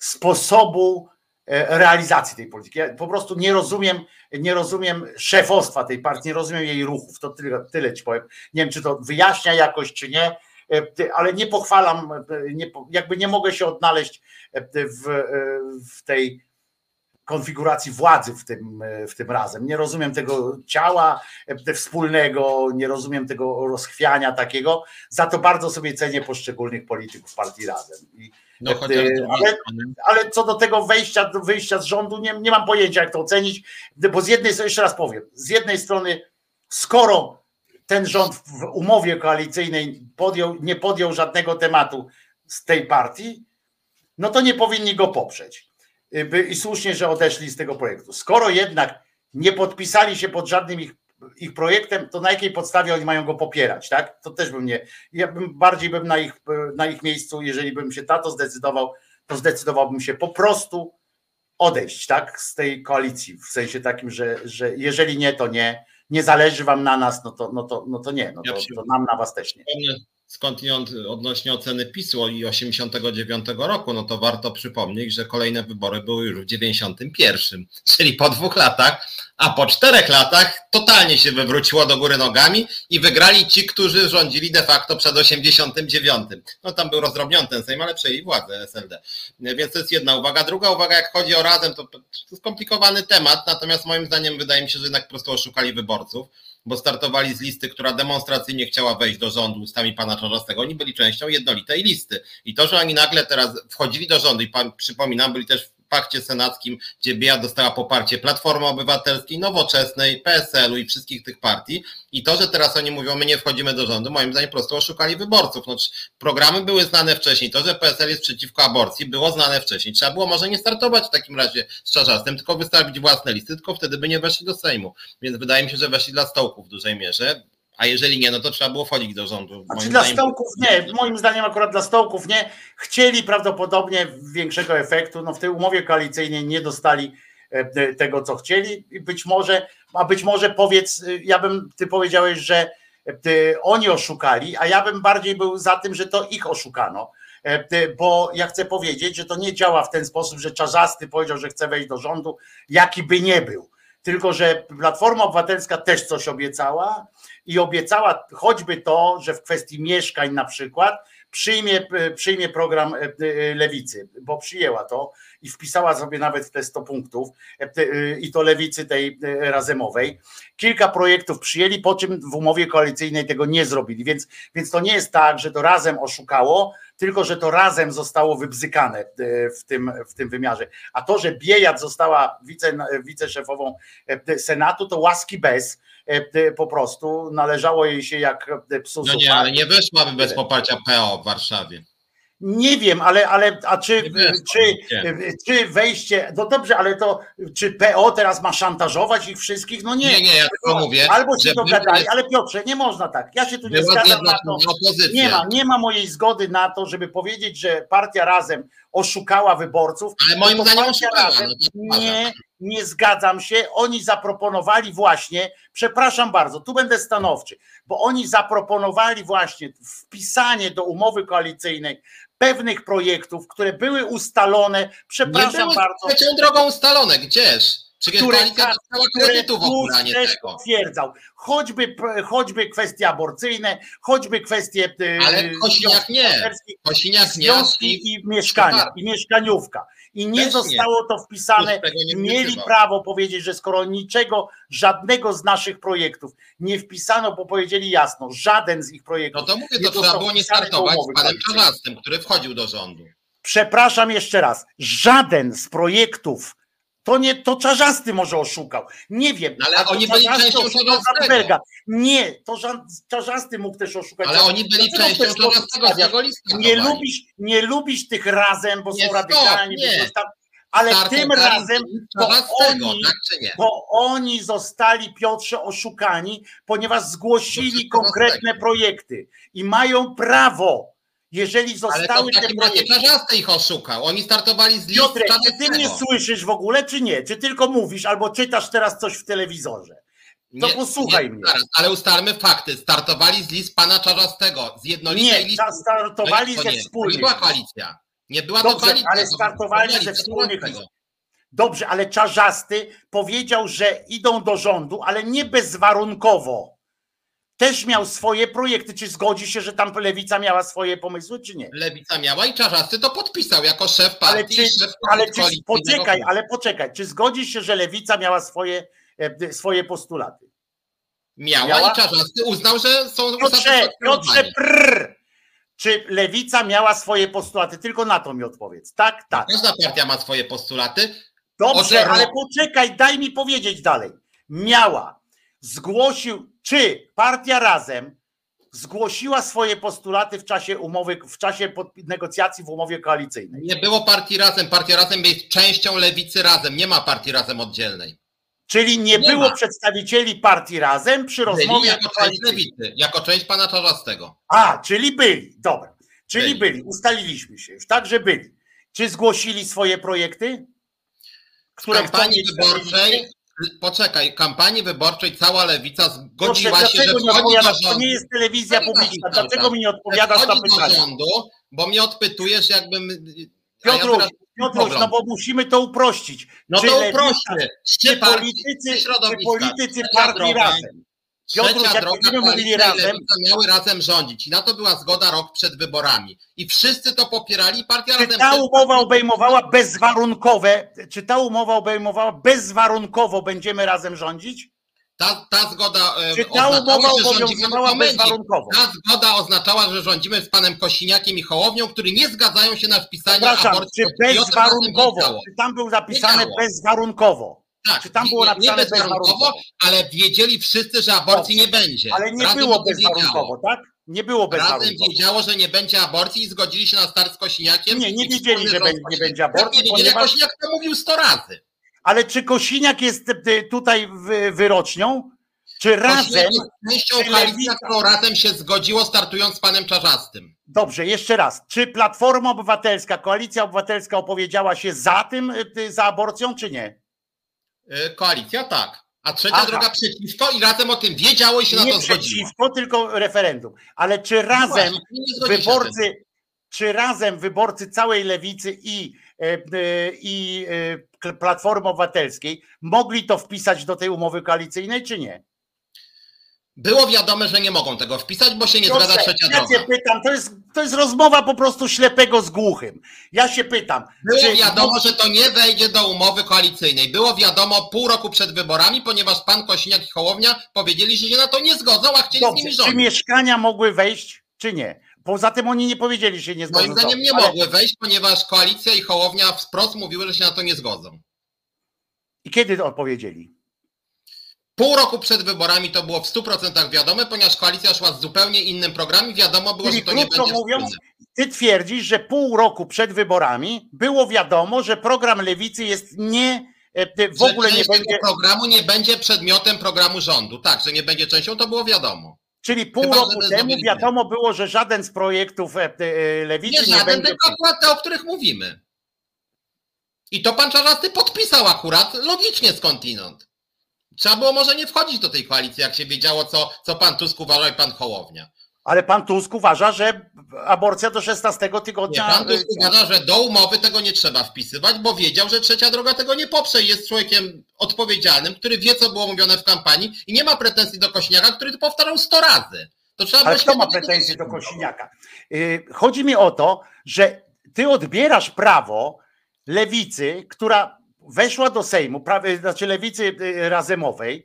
sposobu realizacji tej polityki. Ja po prostu nie rozumiem, nie rozumiem szefostwa tej partii, nie rozumiem jej ruchów. To tyle, tyle ci powiem. Nie wiem, czy to wyjaśnia jakoś, czy nie, ale nie pochwalam, nie, jakby nie mogę się odnaleźć w, w tej konfiguracji władzy w tym, w tym Razem. Nie rozumiem tego ciała wspólnego, nie rozumiem tego rozchwiania takiego, za to bardzo sobie cenię poszczególnych polityków partii Razem. I, no, ale, ale co do tego wejścia, do wyjścia z rządu, nie, nie mam pojęcia, jak to ocenić, bo z jednej strony, jeszcze raz powiem, z jednej strony, skoro ten rząd w umowie koalicyjnej podjął, nie podjął żadnego tematu z tej partii, no to nie powinni go poprzeć. I słusznie, że odeszli z tego projektu. Skoro jednak nie podpisali się pod żadnym ich, ich projektem, to na jakiej podstawie oni mają go popierać, tak? To też bym nie. Ja bym bardziej bym na ich, na ich miejscu, jeżeli bym się na to zdecydował, to zdecydowałbym się po prostu odejść, tak? Z tej koalicji. W sensie takim, że, że jeżeli nie, to nie. Nie zależy wam na nas, no to, no to, no to nie. No to, to nam na was też nie. Skądinąd odnośnie oceny PiSu i osiemdziesiątego dziewiątego roku, no to warto przypomnieć, że kolejne wybory były już w dziewięćdziesiątym pierwszym, czyli po dwóch latach, a po czterech latach totalnie się wywróciło do góry nogami i wygrali ci, którzy rządzili de facto przed osiemdziesiątym dziewiątym. No tam był rozdrobniony ten Sejm, ale przejęli władzę S L D. Więc to jest jedna uwaga. Druga uwaga, jak chodzi o Razem, to, to skomplikowany temat, natomiast moim zdaniem wydaje mi się, że jednak po prostu oszukali wyborców, bo startowali z listy, która demonstracyjnie chciała wejść do rządu ustami pana Czarzastego. Oni byli częścią jednolitej listy. I to, że oni nagle teraz wchodzili do rządu i pan, przypominam, byli też w pakcie senackim, gdzie Beata dostała poparcie Platformy Obywatelskiej, Nowoczesnej, P S L u i wszystkich tych partii. I to, że teraz oni mówią, my nie wchodzimy do rządu, moim zdaniem po prostu oszukali wyborców. No, programy były znane wcześniej. To, że P S L jest przeciwko aborcji, było znane wcześniej. Trzeba było może nie startować w takim razie z Czarzastym, tylko wystawić własne listy, tylko wtedy by nie weszli do Sejmu. Więc wydaje mi się, że weszli dla stołków w dużej mierze. a jeżeli nie, no to trzeba było wchodzić do rządu. Znaczy dla zdaniem... stołków nie, moim zdaniem akurat dla stołków nie. Chcieli prawdopodobnie większego efektu, no w tej umowie koalicyjnej nie dostali tego, co chcieli i być może, a być może powiedz, ja bym, ty powiedziałeś, że oni oszukali, a ja bym bardziej był za tym, że to ich oszukano, bo ja chcę powiedzieć, że to nie działa w ten sposób, że Czarzasty powiedział, że chce wejść do rządu, jaki by nie był, tylko że Platforma Obywatelska też coś obiecała i obiecała choćby to, że w kwestii mieszkań na przykład przyjmie, przyjmie program Lewicy, bo przyjęła to i wpisała sobie nawet w te sto punktów i to Lewicy tej razemowej. Kilka projektów przyjęli, po czym w umowie koalicyjnej tego nie zrobili, więc, więc to nie jest tak, że to Razem oszukało, tylko że to Razem zostało wybzykane w tym, w tym wymiarze. A to, że Biejat została wice, wiceszefową Senatu, to łaski bez, po prostu należało jej się jak psu. No nie, ale nie weszłaby bez poparcia P O w Warszawie. Nie wiem, ale, ale a czy, czy, czy wejście, no dobrze, ale to czy P O teraz ma szantażować ich wszystkich? No nie. Nie, nie, ja tylko mówię. Albo się dogadali, ale Piotrze, nie można tak. Ja się tu nie zgadzam na to. Nie ma, nie ma mojej zgody na to, żeby powiedzieć, że partia Razem oszukała wyborców. Ale moim zdaniem oszukała. Razem, nie, nie zgadzam się. Oni zaproponowali właśnie, przepraszam bardzo, tu będę stanowczy, bo oni zaproponowali właśnie wpisanie do umowy koalicyjnej pewnych projektów, które były ustalone, przepraszam nie były bardzo. Trzecią drogą ustalone, gdzież? Przecież które, koalicja dostała kredytu w ogóle, a nie tego. Potwierdzał. Choćby, choćby kwestie aborcyjne, choćby kwestie. Ale Kosiniak nie. Kosiniak nie. I, i mieszkania, i mieszkaniówka. I nie Też zostało nie. to wpisane. Nie Mieli prawo powiedzieć, że skoro niczego, żadnego z naszych projektów nie wpisano, bo powiedzieli jasno, żaden z ich projektów. No to mówię, to trzeba było nie startować z panem Czarzastym, który wchodził do rządu. Przepraszam jeszcze raz, żaden z projektów. To nie, to Czarzasty może oszukał. Nie wiem. Ale a oni byli częścią Czarzastego. Nie, to Czarzasty mógł też oszukać. Ale oni byli częścią Czarzastego. Nie lubisz, nie lubisz tych Razem, bo nie są radykalni. Tam, ale Startem tym razem to oni, tak czy nie? to oni zostali, Piotrze, oszukani, ponieważ zgłosili konkretne projekty i mają prawo. Jeżeli zostały ale to w takim razie Czarzasty ich oszukał. Oni startowali z list Piotrek, czy ty mnie słyszysz w ogóle, czy nie? Czy tylko mówisz, albo czytasz teraz coś w telewizorze? To nie, posłuchaj nie, mnie. Zaraz, ale ustalmy fakty. Startowali z list pana Czarzastego. Z jednolitej nie, listy. startowali no ze wspólnych. Nie była koalicja. Nie była Dobrze, to koalicja. ale startowali ze wspólnych list. Dobrze, ale Czarzasty powiedział, że idą do rządu, ale nie bezwarunkowo. Też miał swoje projekty. Czy zgodzi się, że tam Lewica miała swoje pomysły, czy nie? Lewica miała i Czarzasty to podpisał jako szef partii. Ale, czy, szef ale czy, poczekaj, ale poczekaj. Czy zgodzisz się, że Lewica miała swoje, swoje postulaty? Miała, miała? I Czarzasty uznał, że są Piotrze, Piotrze, prrr. Czy Lewica miała swoje postulaty? Tylko na to mi odpowiedz. Tak, tak. Każda partia ma swoje postulaty. Dobrze, ale poczekaj, daj mi powiedzieć dalej. Miała. Zgłosił, czy partia Razem zgłosiła swoje postulaty w czasie umowy, w czasie negocjacji w umowie koalicyjnej? Nie było partii Razem. Partia Razem jest częścią Lewicy Razem. Nie ma partii Razem oddzielnej. Czyli nie, nie było ma. przedstawicieli partii Razem przy rozmowie byli jako część Lewicy, jako część pana Czarzastego. A, czyli byli, dobra. Czyli byli, byli. ustaliliśmy się już, tak, że byli. Czy zgłosili swoje projekty? Które w kampanii wyborczej... Poczekaj, kampanii wyborczej cała Lewica zgodziła Proszę, się, że wchodzi do rządu. To nie jest telewizja publiczna. Dlaczego mi nie odpowiadasz na pytanie? Do rządu, bo mnie odpytujesz, jakbym... Piotruś, ja Piotruś, no bo musimy to uprościć. No czy to uprośćmy. Czy politycy, czy politycy partii Razem? Piotruś, jak będziemy mówili Razem, miały Razem rządzić i na to była zgoda rok przed wyborami. I wszyscy to popierali i partia czy Razem... ta umowa obejmowała bezwarunkowe, czy ta umowa obejmowała bezwarunkowo będziemy razem rządzić? Ta, ta zgoda czy ta umowa obowiązywała bezwarunkowo? Ta zgoda oznaczała, że rządzimy z panem Kosiniakiem i Hołownią, którzy nie zgadzają się na wpisanie aborcji. Czy bezwarunkowo? Czy tam był napisane bezwarunkowo? Tak, czy tam było napisane nie bezwarunkowo, ale wiedzieli wszyscy, że aborcji nie będzie. Ale nie Razem było bezwarunkowo, tak? Nie było bezwarunkowo. Razem wiedziało, że nie będzie aborcji i zgodzili się na start z Kosiniakiem. Nie, nie wiedzieli, że będzie, nie będzie aborcji. Nie wiedzieli, ponieważ... Kosiniak to mówił sto razy. Ale czy Kosiniak jest tutaj wyrocznią? Czy razem... Częścią koalicji, którą razem się zgodziło, startując z panem Czarzastym. Dobrze, jeszcze raz. Czy Platforma Obywatelska, Koalicja Obywatelska opowiedziała się za tym, za aborcją, czy nie? Koalicja tak. A trzecia Aha. droga przeciwko i razem o tym wiedziało i się nie na to zgodziło. Nie przeciwko, tylko referendum. Ale czy razem no właśnie, wyborcy, czy razem wyborcy całej lewicy i, i, i Platformy Obywatelskiej mogli to wpisać do tej umowy koalicyjnej, czy nie? Było wiadome, że nie mogą tego wpisać, bo się nie zgadza trzecia ja droga. Ja się pytam, to jest, to jest rozmowa po prostu ślepego z głuchym. Ja się pytam. Było czy... wiadomo, że to nie wejdzie do umowy koalicyjnej. Było wiadomo pół roku przed wyborami, ponieważ pan Kosiniak i Hołownia powiedzieli, że się na to nie zgodzą, a chcieli Dobrze, z nimi rządzić. Czy mieszkania mogły wejść, czy nie? Poza tym oni nie powiedzieli, że się nie zgodzą. Moim zdaniem nie ale... mogły wejść, ponieważ koalicja i Hołownia wprost mówiły, że się na to nie zgodzą. I kiedy to odpowiedzieli? Pół roku przed wyborami to było w stu procentach wiadome, ponieważ koalicja szła z zupełnie innym programem, wiadomo było, Czyli że to nie będzie mówiąc, wspólne. Ty twierdzisz, że pół roku przed wyborami było wiadomo, że program Lewicy jest nie, w ogóle że nie będzie... tego programu nie będzie przedmiotem programu rządu. Tak, że nie będzie częścią, to było wiadomo. Czyli pół Chyba, roku temu wiadomo było, że żaden z projektów Lewicy nie, nie żaden, będzie... tylko akurat te, o których mówimy. I to pan Czarzasty podpisał akurat logicznie skądinąd. Trzeba było może nie wchodzić do tej koalicji, jak się wiedziało, co, co pan Tusk uważa i pan Hołownia. Ale pan Tusk uważa, że aborcja do szesnastego tygodnia... Nie, pan Tusk uważa, że do umowy tego nie trzeba wpisywać, bo wiedział, że trzecia droga tego nie poprze. Jest człowiekiem odpowiedzialnym, który wie, co było mówione w kampanii i nie ma pretensji do Kosiniaka, który to powtarzał sto razy. To trzeba Ale kto ma pretensje do Kosiniaka? Chodzi mi o to, że ty odbierasz prawo Lewicy, która weszła do Sejmu, prawie, znaczy Lewicy Razemowej,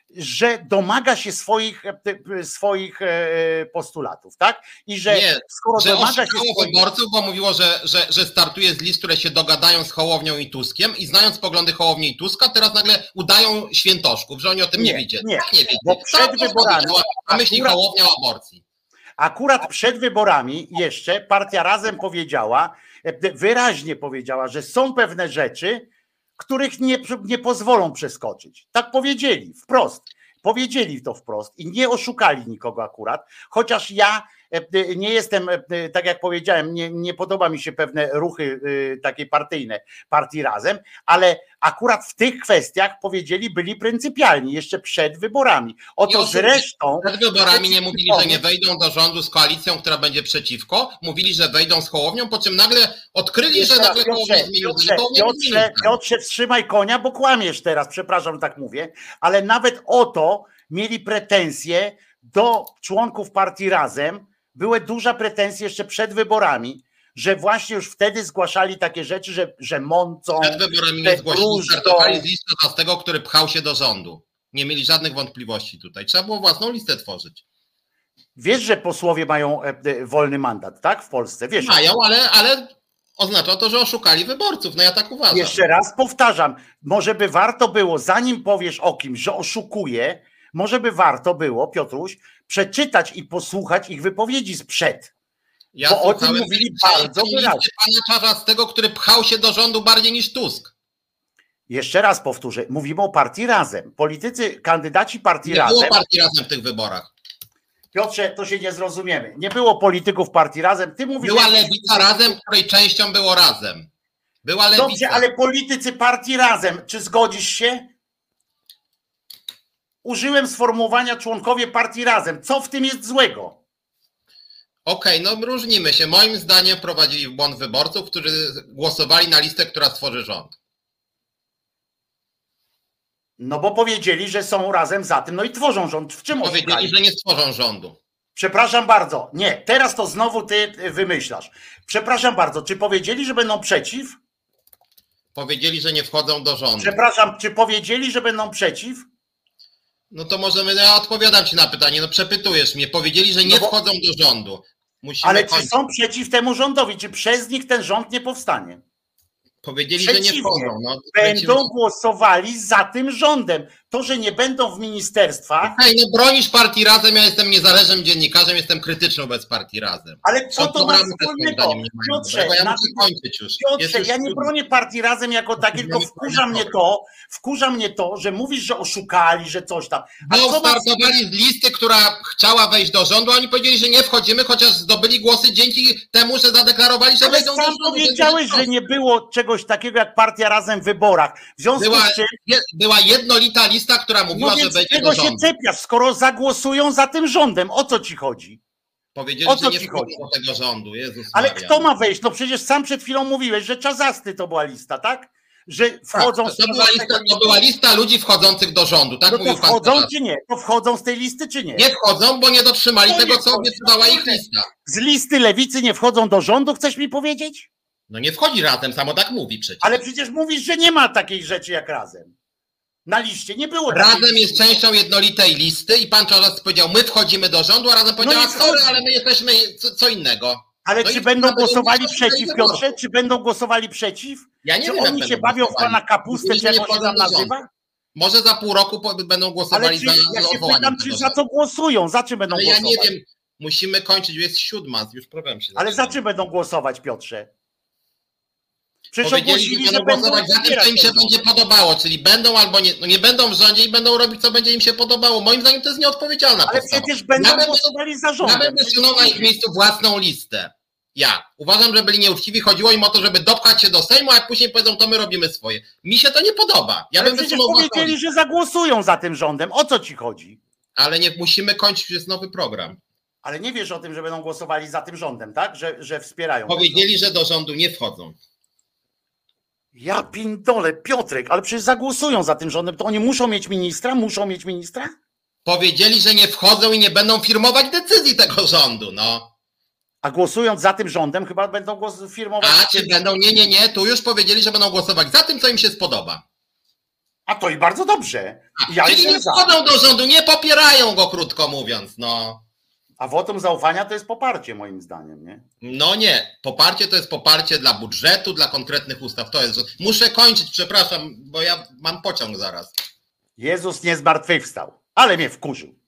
że domaga się swoich, swoich postulatów, tak? I że nie, skoro że domaga się swoich... wyborców, bo mówiło, że, że, że startuje z list, które się dogadają z Hołownią i Tuskiem i znając poglądy Hołowni i Tuska, teraz nagle udają świętoszków, że oni o tym nie, nie wiedzieli. Nie, tak nie wiedzieli. Bo przed wyborami... A myśli akurat, Hołownia o aborcji. Akurat przed wyborami jeszcze partia Razem powiedziała, wyraźnie powiedziała, że są pewne rzeczy, których nie, nie pozwolą przeskoczyć. Tak powiedzieli, wprost. Powiedzieli to wprost i nie oszukali nikogo akurat, chociaż ja nie jestem, tak jak powiedziałem, nie, nie podoba mi się pewne ruchy takie partyjne partii Razem, ale akurat w tych kwestiach powiedzieli, byli pryncypialni jeszcze przed wyborami. Oto zresztą... Przed wyborami nie mówili, że nie wejdą do rządu z koalicją, która będzie przeciwko, mówili, że wejdą z Hołownią, po czym nagle odkryli, Jeszcze że raz, nagle Piotrze, Hołownia Piotrze, Piotrze, Piotrze, wstrzymaj konia, bo kłamiesz teraz, przepraszam, tak mówię, ale nawet o to mieli pretensje do członków partii Razem, były duże pretensje jeszcze przed wyborami, że właśnie już wtedy zgłaszali takie rzeczy, że, że mącą. Przed wyborami nie zgłosili, startowali z listy szesnastego, który pchał się do rządu. Nie mieli żadnych wątpliwości tutaj. Trzeba było własną listę tworzyć. Wiesz, że posłowie mają wolny mandat, tak? W Polsce, wiesz. Mają, ale, ale oznacza to, że oszukali wyborców. No ja tak uważam. Jeszcze raz powtarzam, może by warto było, zanim powiesz o kimś, że oszukuje, może by warto było, Piotruś, przeczytać i posłuchać ich wypowiedzi sprzed. Ja bo o tym mówili bardzo wyraźnie. Pana Czarzastego, który pchał się do rządu bardziej niż Tusk. Jeszcze raz powtórzę, mówimy o partii Razem. Politycy, kandydaci partii nie Razem... Nie było partii Razem w tych wyborach. Piotrze, to się nie zrozumiemy. Nie było polityków partii Razem. Ty mówisz, była Lewica Razem, której częścią było Razem. Była Lewica. Dobrze, ale politycy partii Razem, czy zgodzisz się? Użyłem sformułowania członkowie partii Razem. Co w tym jest złego? Okej, okay, no różnimy się. Moim zdaniem prowadzili w błąd wyborców, którzy głosowali na listę, która stworzy rząd. No bo powiedzieli, że są razem za tym, no i tworzą rząd. W czym Powiedzieli, oszukali? że nie stworzą rządu. Przepraszam bardzo. Nie, teraz to znowu ty wymyślasz. Przepraszam bardzo, czy powiedzieli, że będą przeciw? Powiedzieli, że nie wchodzą do rządu. Przepraszam, czy powiedzieli, że będą przeciw? No to możemy, ja odpowiadam ci na pytanie, no przepytujesz mnie. Powiedzieli, że nie no bo... wchodzą do rządu. Musimy ale kończyć. Czy są przeciw temu rządowi? Czy przez nich ten rząd nie powstanie? Powiedzieli, przeciwnie, że nie wchodzą. No, będą lecimy... głosowali za tym rządem. to, że nie będą w ministerstwach... Hej, no bronisz partii Razem, ja jestem niezależnym dziennikarzem, jestem krytyczny wobec partii Razem. Ale co to ma wspólnego? Piotrze, ja muszę kończyć już. Piotrze, już ja nie bronię partii Razem jako takiej, tylko wkurza mnie to, wkurza mnie to, że mówisz, że oszukali, że coś tam. A bo startowali z listy, która chciała wejść do rządu, a oni powiedzieli, że nie wchodzimy, chociaż zdobyli głosy dzięki temu, że zadeklarowali, że ale wejdą do sam rządu. powiedziałeś, że nie było czegoś takiego jak partia Razem w wyborach. W związku była, z czym... je, była jednolita lista, która mówiła, no że wejdzie czego do rządu. się czepiasz, skoro zagłosują za tym rządem? O co ci chodzi? Powiedzieli, o co że nie ci wchodzą chodzi? do tego rządu. Jezus Ale Maria. kto ma wejść? No przecież sam przed chwilą mówiłeś, że Czazasty to była lista, tak? Że wchodzą... Tak, to, to, była lista, to była lista ludzi wchodzących do rządu, tak? No to mówił pan wchodzą Czarnecki. czy nie? To wchodzą z tej listy czy nie? Nie wchodzą, bo nie dotrzymali No tego, nie co wchodzą. obiecywała ich lista. Z listy Lewicy nie wchodzą do rządu, chcesz mi powiedzieć? No nie wchodzi Razem, samo tak mówi przecież. Ale przecież mówisz, że nie ma takiej rzeczy jak Razem. Na liście nie było takiej Razem jest listy. częścią jednolitej listy i pan Czarnecki powiedział, my wchodzimy do rządu, a Razem powiedziała, nie sorry, wchodzi. ale my jesteśmy co, co innego. Ale No czy i będą nawet głosowali nie przeciw, wchodzą do Piotrze? rządu. Czy będą głosowali przeciw? Ja nie Czy wiem, jak oni się będą bawią w głosowali. pana kapustę, Mówili, czy że nie jak on się wchodzą tam do rządu. nazywa? Może za pół roku po- będą Ale głosowali czy, za, ja za się odwołaniem pytam, tego czy za rządu. co głosują? Za czym będą Ale ja głosować? nie wiem, musimy kończyć, już jest siódma, już problem się Ale za zaczyna. czym będą głosować, Piotrze? Przecież Powiedzieli, ogłosili, że że będą będą głosować za tym, wspierać co im się ten rząd. będzie podobało, czyli będą albo nie, no nie będą w rządzie i będą robić, co będzie im się podobało. Moim zdaniem to jest nieodpowiedzialna Ale postawa. przecież będą Ja będę- głosowali za Ja rządem. będę sunął na ich miejscu własną listę. Ja. Uważam, że byli nieuczciwi, chodziło im o to, żeby dopchać się do Sejmu, a jak później powiedzą, to my robimy swoje. Mi się to nie podoba. Ja Ale bym przecież wysunął własną powiedzieli, listę. że zagłosują za tym rządem. O co ci chodzi? Ale nie musimy kończyć, jest nowy program. Ale nie wiesz o tym, że będą głosowali za tym rządem, tak? Że, że wspierają. ten Powiedzieli, rząd. że do rządu nie wchodzą. Ja pindole, Piotrek, ale przecież zagłosują za tym rządem. To oni muszą mieć ministra? Muszą mieć ministra? Powiedzieli, że nie wchodzą i nie będą firmować decyzji tego rządu, no. A głosując za tym rządem chyba będą głos firmować... A czy będą, nie, nie, nie, tu już powiedzieli, że będą głosować za tym, co im się spodoba. A to i bardzo dobrze. A, Ja czyli jestem nie za. wchodzą do rządu, nie popierają go, krótko mówiąc, no. A wotum zaufania to jest poparcie moim zdaniem, nie? No nie, poparcie to jest poparcie dla budżetu, dla konkretnych ustaw, to jest... Muszę kończyć, przepraszam, bo ja mam pociąg zaraz. Jezus nie zmartwychwstał, ale mnie wkurzył.